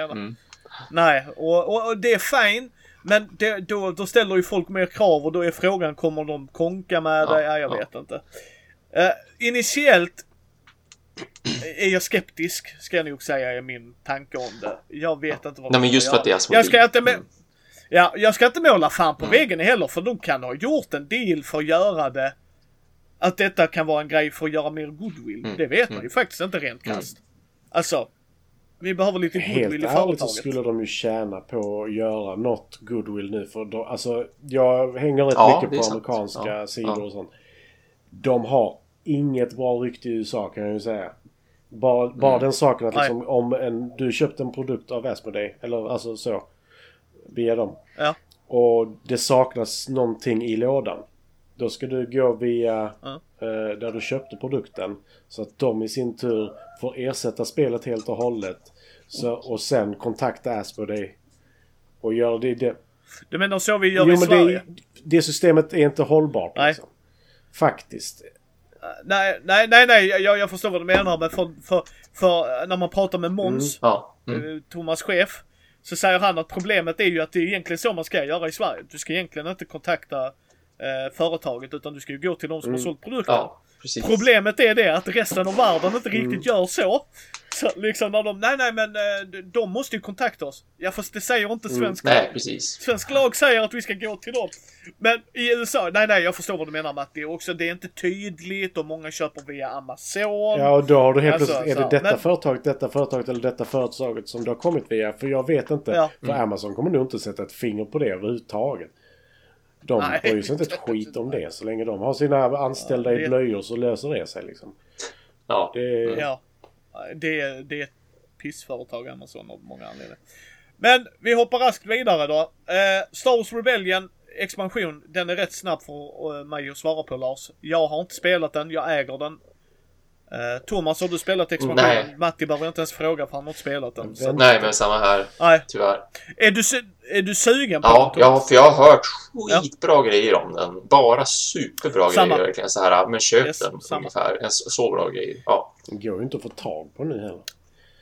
A: Nej, och det är fint. Men då ställer ju folk mer krav, och då är frågan, kommer de konka med det? Ja, jag vet inte. Initiellt är jag skeptisk, ska jag nog säga, är min tanke om det. Jag vet inte vad.
B: Nej, men just för att det är så.
A: Jag ska inte måla fan på väggen heller, för de kan ha gjort en deal för att göra det. Att detta kan vara en grej för att göra mer goodwill. Det vet man ju faktiskt inte rent krasst. Alltså, vi behöver lite goodwill i företaget. Helt ärligt så
C: skulle de ju tjäna på att göra något goodwill nu. För då, alltså, jag hänger rätt mycket på amerikanska sidor och sånt. De har inget bra rykte i USA, kan jag ju säga. Bara den saken att liksom, om du köpte en produkt av Asmodee, eller alltså så, via dem. Ja. Och det saknas någonting i lådan. Då ska du gå via där du köpte produkten, så att de i sin tur får ersätta spelet helt och hållet. Och sen kontakta Asmodee och göra det.
A: Du menar så vi gör i Sverige?
C: Det systemet är inte hållbart. Liksom. Faktiskt.
A: Nej, jag förstår vad du menar, men för när man pratar med Måns, Thomas chef, så säger han att problemet är ju att det är egentligen så man ska göra i Sverige. Du ska egentligen inte kontakta företaget, utan du ska ju gå till de som har sålt produkten. Ja, problemet är det att resten av världen inte riktigt gör så. Så liksom när de måste ju kontakta oss. Ja, fast det säger inte svensk lag.
B: Nej, precis.
A: Svensk lag säger att vi ska gå till dem. Men i USA, jag förstår vad du menar med att det är inte tydligt, och många köper via Amazon.
C: Ja, och då har du helt plötsligt, är det detta företaget eller detta företaget som du har kommit via? För jag vet inte, för Amazon kommer nog inte sätta ett finger på det överhuvudtaget. De har ju inte ett skit om det. Så länge de har sina anställda i blöjor så löser det sig liksom.
B: Ja.
A: Det är ett pissföretag Amazon av många anledningar. Men vi hoppar raskt vidare då. Star Wars Rebellion expansion, den är rätt snabb för mig att svara på, Lars. Jag har inte spelat den, jag äger den. Thomas, har du spelat expansionen? Nej. Matti behöver inte ens fråga, för han har inte spelat den. Så.
B: Nej, men samma här. Tyvärr.
A: Är du sugen på
B: den? Ja, för jag har hört skitbra grejer om den. Bara superbra grejer verkligen så här. Men köp den ungefär. Så bra grejer. Ja.
C: Det går ju inte att få tag på nu heller.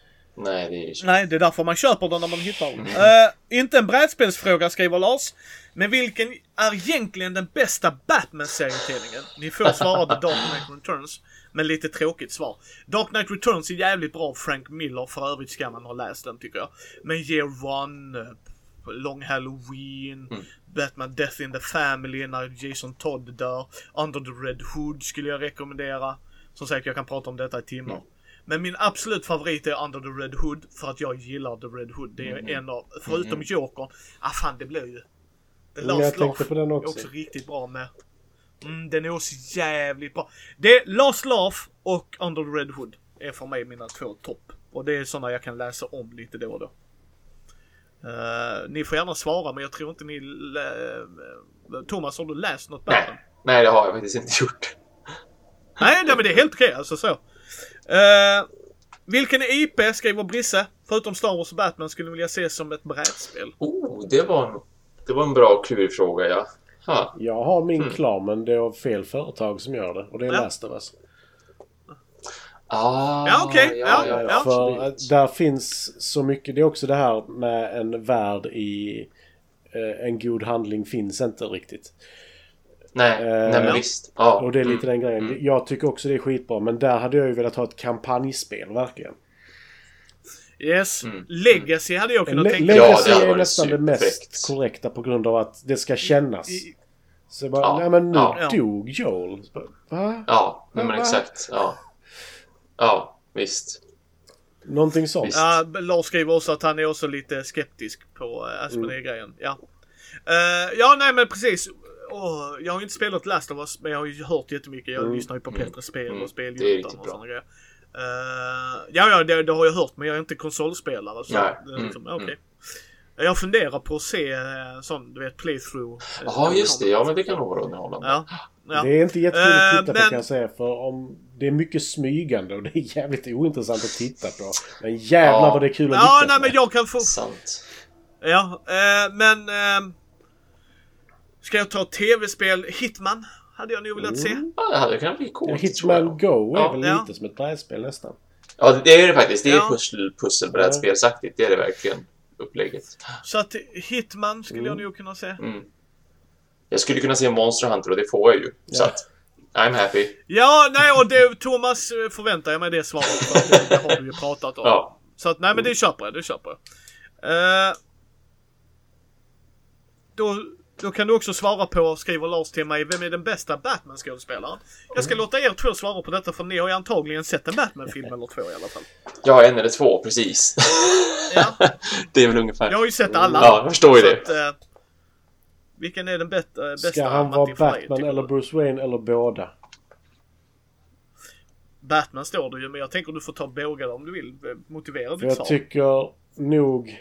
A: Nej, det är därför man köper den när man hittar den. Inte en brädspelsfråga, skriver Lars. Men vilken är egentligen den bästa Batman-serietidningen? Ni får svara The Dark Knight Returns. Men lite tråkigt svar. Dark Knight Returns är jävligt bra. Frank Miller, för övrigt ska man ha läst den, tycker jag. Men Year One, Long Halloween, Batman Death in the Family, när Jason Todd dör, Under the Red Hood skulle jag rekommendera. Som sagt, jag kan prata om detta i timmar. Men min absolut favorit är Under the Red Hood för att jag gillar The Red Hood. Det är en av, förutom Jokern. Fan, det blev ju The Last
C: jag tänkte
A: Laugh
C: på den
A: är också riktigt bra med. Den är också jävligt bra. Det Last Laugh och Under the Red Hood är för mig mina 2 topp. Och det är sådana jag kan läsa om lite då och då. Ni får gärna svara, men jag tror inte ni... Thomas, har du läst något Batman?
B: Nej, det har jag faktiskt inte gjort.
A: Nej, men det är helt okej, alltså så. Vilken IP, skriver Brisse, förutom Star Wars och Batman, skulle vilja se som ett brädspel?
B: Det var en bra och klurig fråga, ja.
C: Jag har min klar, men det är fel företag som gör det. Och det är Last of Us.
A: Ja, okej. Ja.
C: För där finns så mycket. Det är också det här med en värld i en god handling finns inte riktigt.
B: Nej, men visst. Ja.
C: Och det är lite den grejen. Jag tycker också det är skitbra. Men där hade jag ju velat ha ett kampanjspel, verkligen.
A: Yes. Legacy hade jag kunnat tänka.
C: Legacy
B: det
C: är nästan det mest korrekta på grund av att det ska kännas. Så bara, nej men nu dog Joel. Va?
B: Ja, men exakt. Ja, visst.
C: Någonting sånt.
A: Ja, Lars skriver också att han är också lite skeptisk på Asmodee-grejen. Ja. Nej men precis. Jag har inte spelat Last of Us, men jag har ju hört jättemycket. Jag lyssnar ju på Petres spel och spelljudar och sådana grejer. Det har jag hört, men jag är inte konsolspelare. Så liksom, okej. Jag funderar på att se sån, du vet, playthrough.
B: Ja, just det. Ja, men det kan nog vara underhållande.
A: Ja.
C: Det är inte jättekul att titta på, kan jag säga. För om det är mycket smygande och det är jävligt ointressant att titta på. Men jävlar vad det är kul att lyckas med.
A: Men jag kan få...
B: Sant.
A: Ja, men... ska jag ta tv-spel? Hitman hade jag nog velat se.
B: Ja, det hade kunnat bli coolt.
C: Hitman Go är väl lite som ett brädspel nästan.
B: Ja, det är det faktiskt. Det är pusselbrädspelsaktigt. Det är det verkligen, upplägget.
A: Så att Hitman skulle jag nog kunna se.
B: Jag skulle kunna se Monster Hunter och det får jag ju. Så att, I'm happy.
A: Ja, nej, och det, Thomas förväntar jag mig det svaret. För det har du ju pratat om.
B: Ja.
A: Så att, nej men det köper jag. Då kan du också svara på, skriver Lars till mig, vem är den bästa Batman-skådespelaren? Jag ska låta er 2 svara på detta, för ni har ju antagligen sett en Batman-film eller 2 i alla fall.
B: Ja, 1 eller 2, precis.
A: Ja.
B: Det är väl ungefär.
A: Jag har ju sett alla.
B: Ja, jag förstår ju det.
A: Att, vilken är den bästa?
C: Ska han vara Batman eller Bruce Wayne eller båda?
A: Batman står du ju, men jag tänker du får ta båda om du vill. Motivera ditt svar.
C: Jag tycker nog...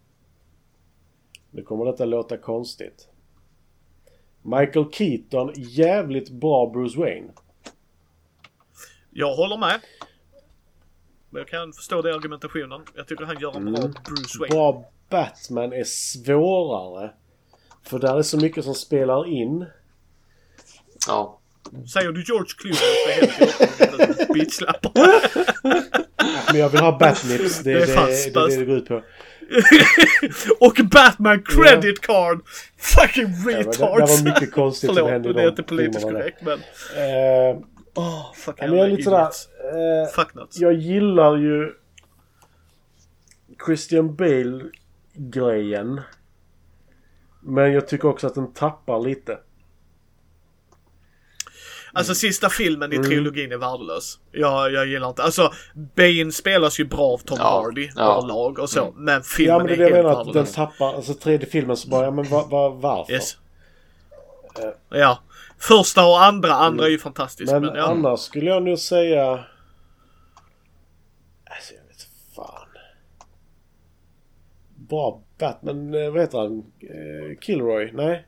C: Nu kommer detta låta konstigt. Michael Keaton, jävligt bra Bruce Wayne.
A: Jag håller med. Men jag kan förstå den argumentationen. Jag tycker han gör en bra Bruce Wayne.
C: Bra Batman är svårare. För där är så mycket som spelar in.
B: Ja.
A: Säger du George Clooney för helt bitchlappar.
C: Men jag vill ha Batnips. Det är det går ut på.
A: Och Batman credit card. Fucking retards.
C: Det var mycket konstigt som hände.
A: Det är inte politiskt korrekt, men...
C: men jag är lite sådär... jag gillar ju Christian Bale-grejen. Men jag tycker också att den tappar lite.
A: Alltså sista filmen i trilogin är värdelös. Jag gillar inte. Alltså Bane spelas ju bra av Tom Hardy lag och så. Men filmen
C: men
A: är
C: helt
A: värdelös.
C: Att den tappar, alltså tredje filmen så bara, men varför?
A: Yes. Ja. Första och andra är ju fantastiskt.
C: Men annars skulle jag nog säga... Alltså jag vet fan. Bra Batman, vad heter han? Kilroy? Nej.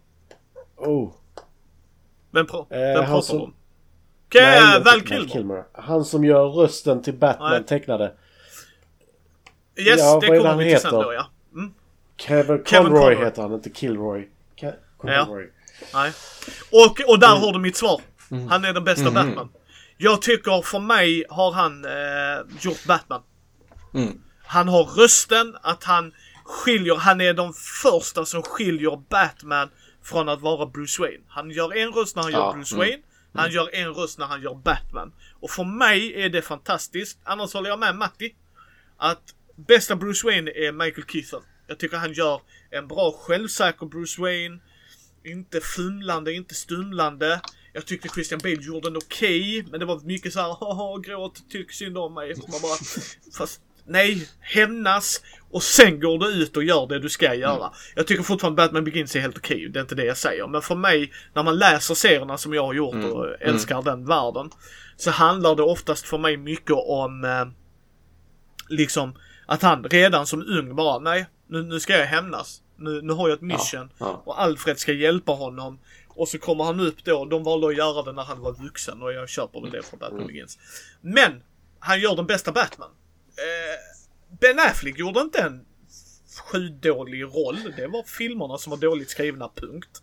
A: Vem pratar du om? Val Kilmer.
C: Han som gör rösten till Batman tecknade.
A: Yes, det kommer vi till sen då, ja.
C: Kevin Conroy heter han, inte Kilroy. Conroy.
A: Nej. Och där har du mitt svar. Han är den bästa Batman. Jag tycker, för mig har han gjort Batman. Han har rösten, att han är de första som skiljer Batman från att vara Bruce Wayne. Han gör en röst när han gör Bruce Wayne. Han gör en röst när han gör Batman. Och för mig är det fantastiskt. Annars håller jag med Matti. Att bästa Bruce Wayne är Michael Keaton. Jag tycker han gör en bra självsäker Bruce Wayne. Inte fumlande, inte stumlande. Jag tyckte Christian Bale gjorde en okej, men det var mycket så här, gråt, tycker synd om mig. Man bara, fast nej, hämnas och sen går du ut och gör det du ska göra. Jag tycker fortfarande Batman Begins är helt okej, det är inte det jag säger. Men för mig, när man läser serierna som jag har gjort och älskar den världen, så handlar det oftast för mig mycket om liksom att han redan som ung bara, nej, nu ska jag hämnas. Nu har jag ett mission och Alfred ska hjälpa honom. Och så kommer han upp då, de valde att göra det när han var vuxen och jag köper väl det från Batman Begins. Men han gör den bästa Batman. Ben Affleck gjorde inte en skitdålig roll. Det var filmerna som var dåligt skrivna, punkt.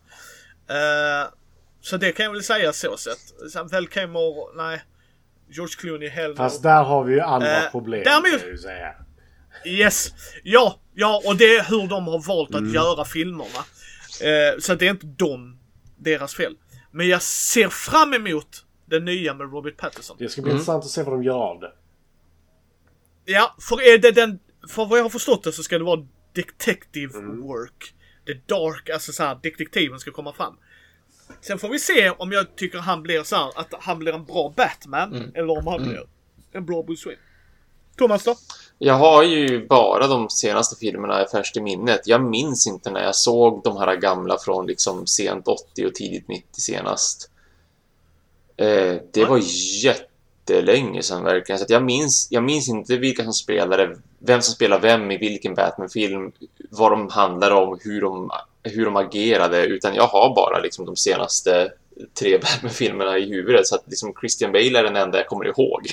A: Så det kan jag väl säga så sett. Sen väl nej, George Clooney heller.
C: Fast där har vi ju andra problem,
A: därmed,
C: kan jag säga.
A: Yes. Ja, och det är hur de har valt att göra filmerna. Så det är inte deras fel. Men jag ser fram emot det nya med Robert Pattinson.
C: Det ska bli intressant att se vad de gör av det.
A: Ja, för vad jag har förstått det så ska det vara detective work. Det dark, alltså så här, detektiven ska komma fram. Sen får vi se om jag tycker han blir så här, att han blir en bra Batman eller om han blir en bra Bruce Wayne. Thomas då?
B: Jag har ju bara de senaste filmerna färskt i minnet. Jag minns inte när jag såg de här gamla från liksom sent 80 och tidigt 90 senast. Det var jättelänge sedan verkligen. Så att jag minns inte vilka som spelade, vem som spelar vem i vilken Batman-film, vad de handlar om, hur de agerade, utan jag har bara liksom de senaste 3 Batman-filmerna i huvudet. Så att liksom Christian Bale är den enda jag kommer ihåg.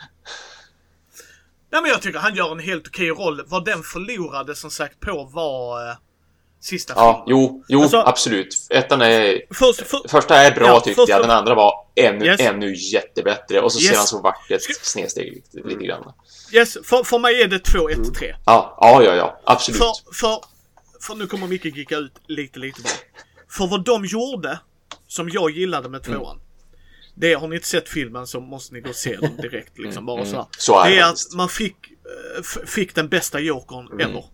A: Nej, men jag tycker han gör en helt okej roll. Vad den förlorade som sagt på var sista filmen.
B: Jo,
A: alltså,
B: absolut. Ettan är... Första är bra tyckte jag.
A: Den
B: andra var ännu jättebättre. Och så ser han så vackert snedsteg lite grann.
A: Yes, för mig är det 2-1-3.
B: Ja, absolut.
A: För nu kommer Micke gicka ut lite bara. För vad de gjorde, som jag gillade med 2an. Det har ni inte sett filmen så måste ni gå och se den direkt liksom, bara så här. Det är att man fick den bästa Jokern ever.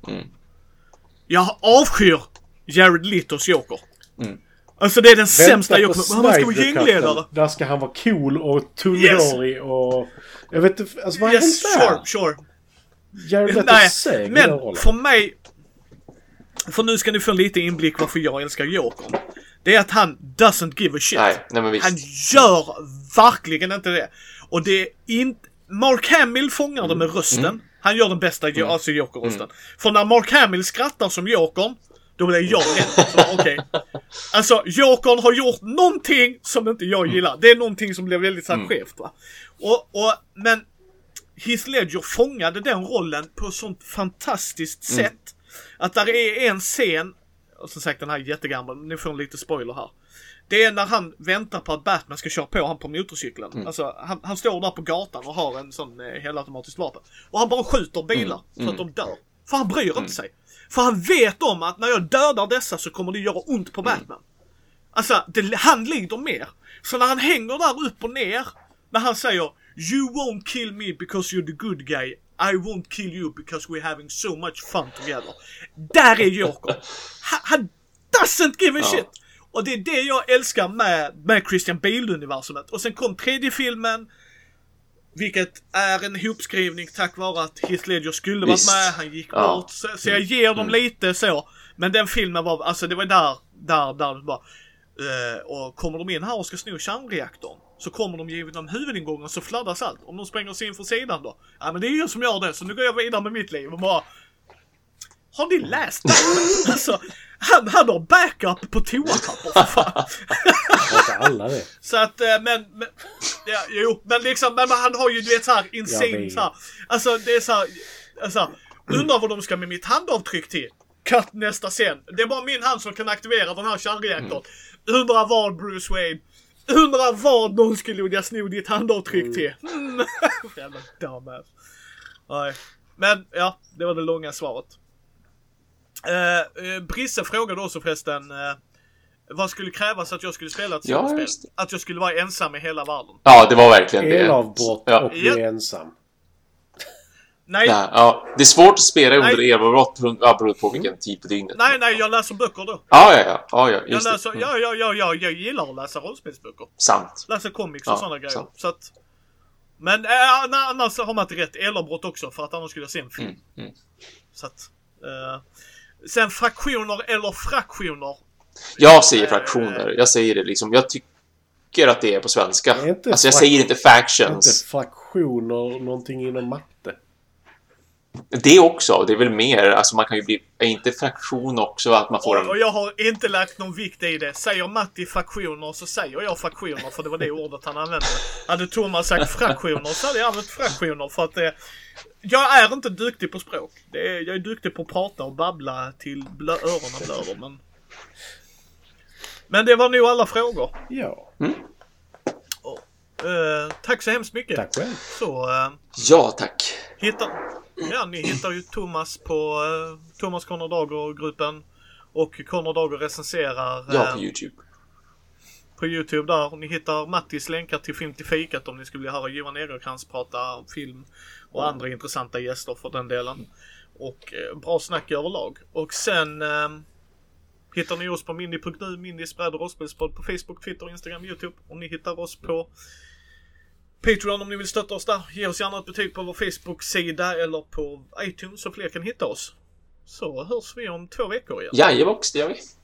A: Jag avskyr Jared Letos Joker. Alltså det är den sämsta Jokern. Han ska vara gängledare.
C: Där ska han vara cool och tunnhårig och jag vet inte, alltså vad är det?
A: Sure.
C: Jared Letos
A: men för mig, för nu ska ni få lite inblick varför jag älskar Jokern. Det är att han doesn't give a shit.
B: Nej, men visst.
A: Han gör verkligen inte det. Och det är inte... Mark Hamill fångar det med rösten. Han gör den bästa alltså Joker-rösten. För när Mark Hamill skrattar som Jokern, då blir jag rädd. Okej. Alltså, Jokern har gjort någonting som inte jag gillar. Det är någonting som blir väldigt så skevt, va? Men Heath Ledger fångade den rollen på ett sånt fantastiskt sätt. Att där är en scen, och som sagt den här jättegamla, ni får en lite spoiler här. Det är när han väntar på att Batman ska köra på han på motorcykeln. Alltså han står där på gatan och har en sån helautomatiskt vapen. Och han bara skjuter bilar så att de dör. För han bryr inte sig. För han vet om att när jag dödar dessa så kommer det göra ont på Batman. Alltså han lider mer. Så när han hänger där upp och ner, när han säger "You won't kill me because you're the good guy. I won't kill you because we're having so much fun together." Där är Joker. Han doesn't give a shit. Och det är det jag älskar med Christian Bale-universumet. Och sen kom 3D filmen, vilket är en ihopskrivning tack vare att Heath Ledger skulle varit med. Han gick bort. Så jag ger dem lite så. Men den filmen var, alltså det var där det bara... och kommer de in här och ska sno kärnreaktorn, så kommer de givet dem huvudingången så fladdas allt. Om de spränger sig in för sidan då, ja men det är ju som gör det, så nu går jag vidare med mitt liv och bara... Har ni läst det? Alltså, han har backup på toapapper för fan.
C: Alla det.
A: Så att, men liksom, men han har ju, du vet, så här insane så här. Alltså, det är så här, alltså, undrar vad de ska med mitt handavtryck till. Cut nästa scen. Det är bara min hand som kan aktivera den här kärnreaktorn. Undrar vad Bruce Wayne. Undrar vad någon skulle vilja sno ditt handavtryck till. Jävla dumbass. Nej. Men ja, det var det långa svaret. Brisse frågade också förresten vad skulle krävas att jag skulle spela ett sånt spel? Att jag skulle vara ensam i hela världen.
B: Ja, det var verkligen det.
C: Elavbrott och bli ensam.
A: Nej.
B: Ja, det är svårt att spela under elavbrott beroende på vilken tid på dygnet.
A: Nej, jag läser böcker då.
B: Ja, just
A: jag läser, jag gillar att läsa rollspelsböcker.
B: Sant.
A: Läsa comics och sådana grejer.
B: Sant.
A: Så att, men annars har man inte rätt elavbrott också, för att annars skulle jag se en film. Så att, sen fraktioner eller fraktioner.
B: Jag säger fraktioner. Jag säger det liksom. Jag tycker att det är på svenska. Alltså jag säger inte factions.
C: Inte fraktioner någonting inom matte.
B: Det också. Det är väl mer. Alltså man kan ju bli... Är inte fraktion också att man får en...
A: Och jag har inte lagt någon vikt i det. Säger Matti fraktioner så säger jag fraktioner. För det var det ordet han använde. Hade Thomas sagt fraktioner så hade jag använt fraktioner. För att jag är inte duktig på språk. Jag är duktig på att prata och babbla till öronen blöder. Men det var nog alla frågor.
C: Ja.
A: Tack så hemskt mycket.
C: Tack själv.
B: Ja, tack.
A: Ni hittar ju Thomas på Thomas Conor Dager-gruppen. Och Conor Dager recenserar
B: på YouTube.
A: På YouTube där. Ni hittar Mattis länkar till Film till fikat om ni skulle vilja höra Johan Egerkrans prata film och andra intressanta gäster för den delen. Och bra snack överlag. Och sen hittar ni oss på Mindy.nu, Mindys bräd- och rollspelspodd på Facebook, Twitter, Instagram, YouTube. Och ni hittar oss på Patreon om ni vill stötta oss där. Ge oss gärna ett betyg på vår Facebook-sida eller på iTunes så fler kan hitta oss. Så hörs vi om 2 veckor igen.
B: Jajebox, det gör vi.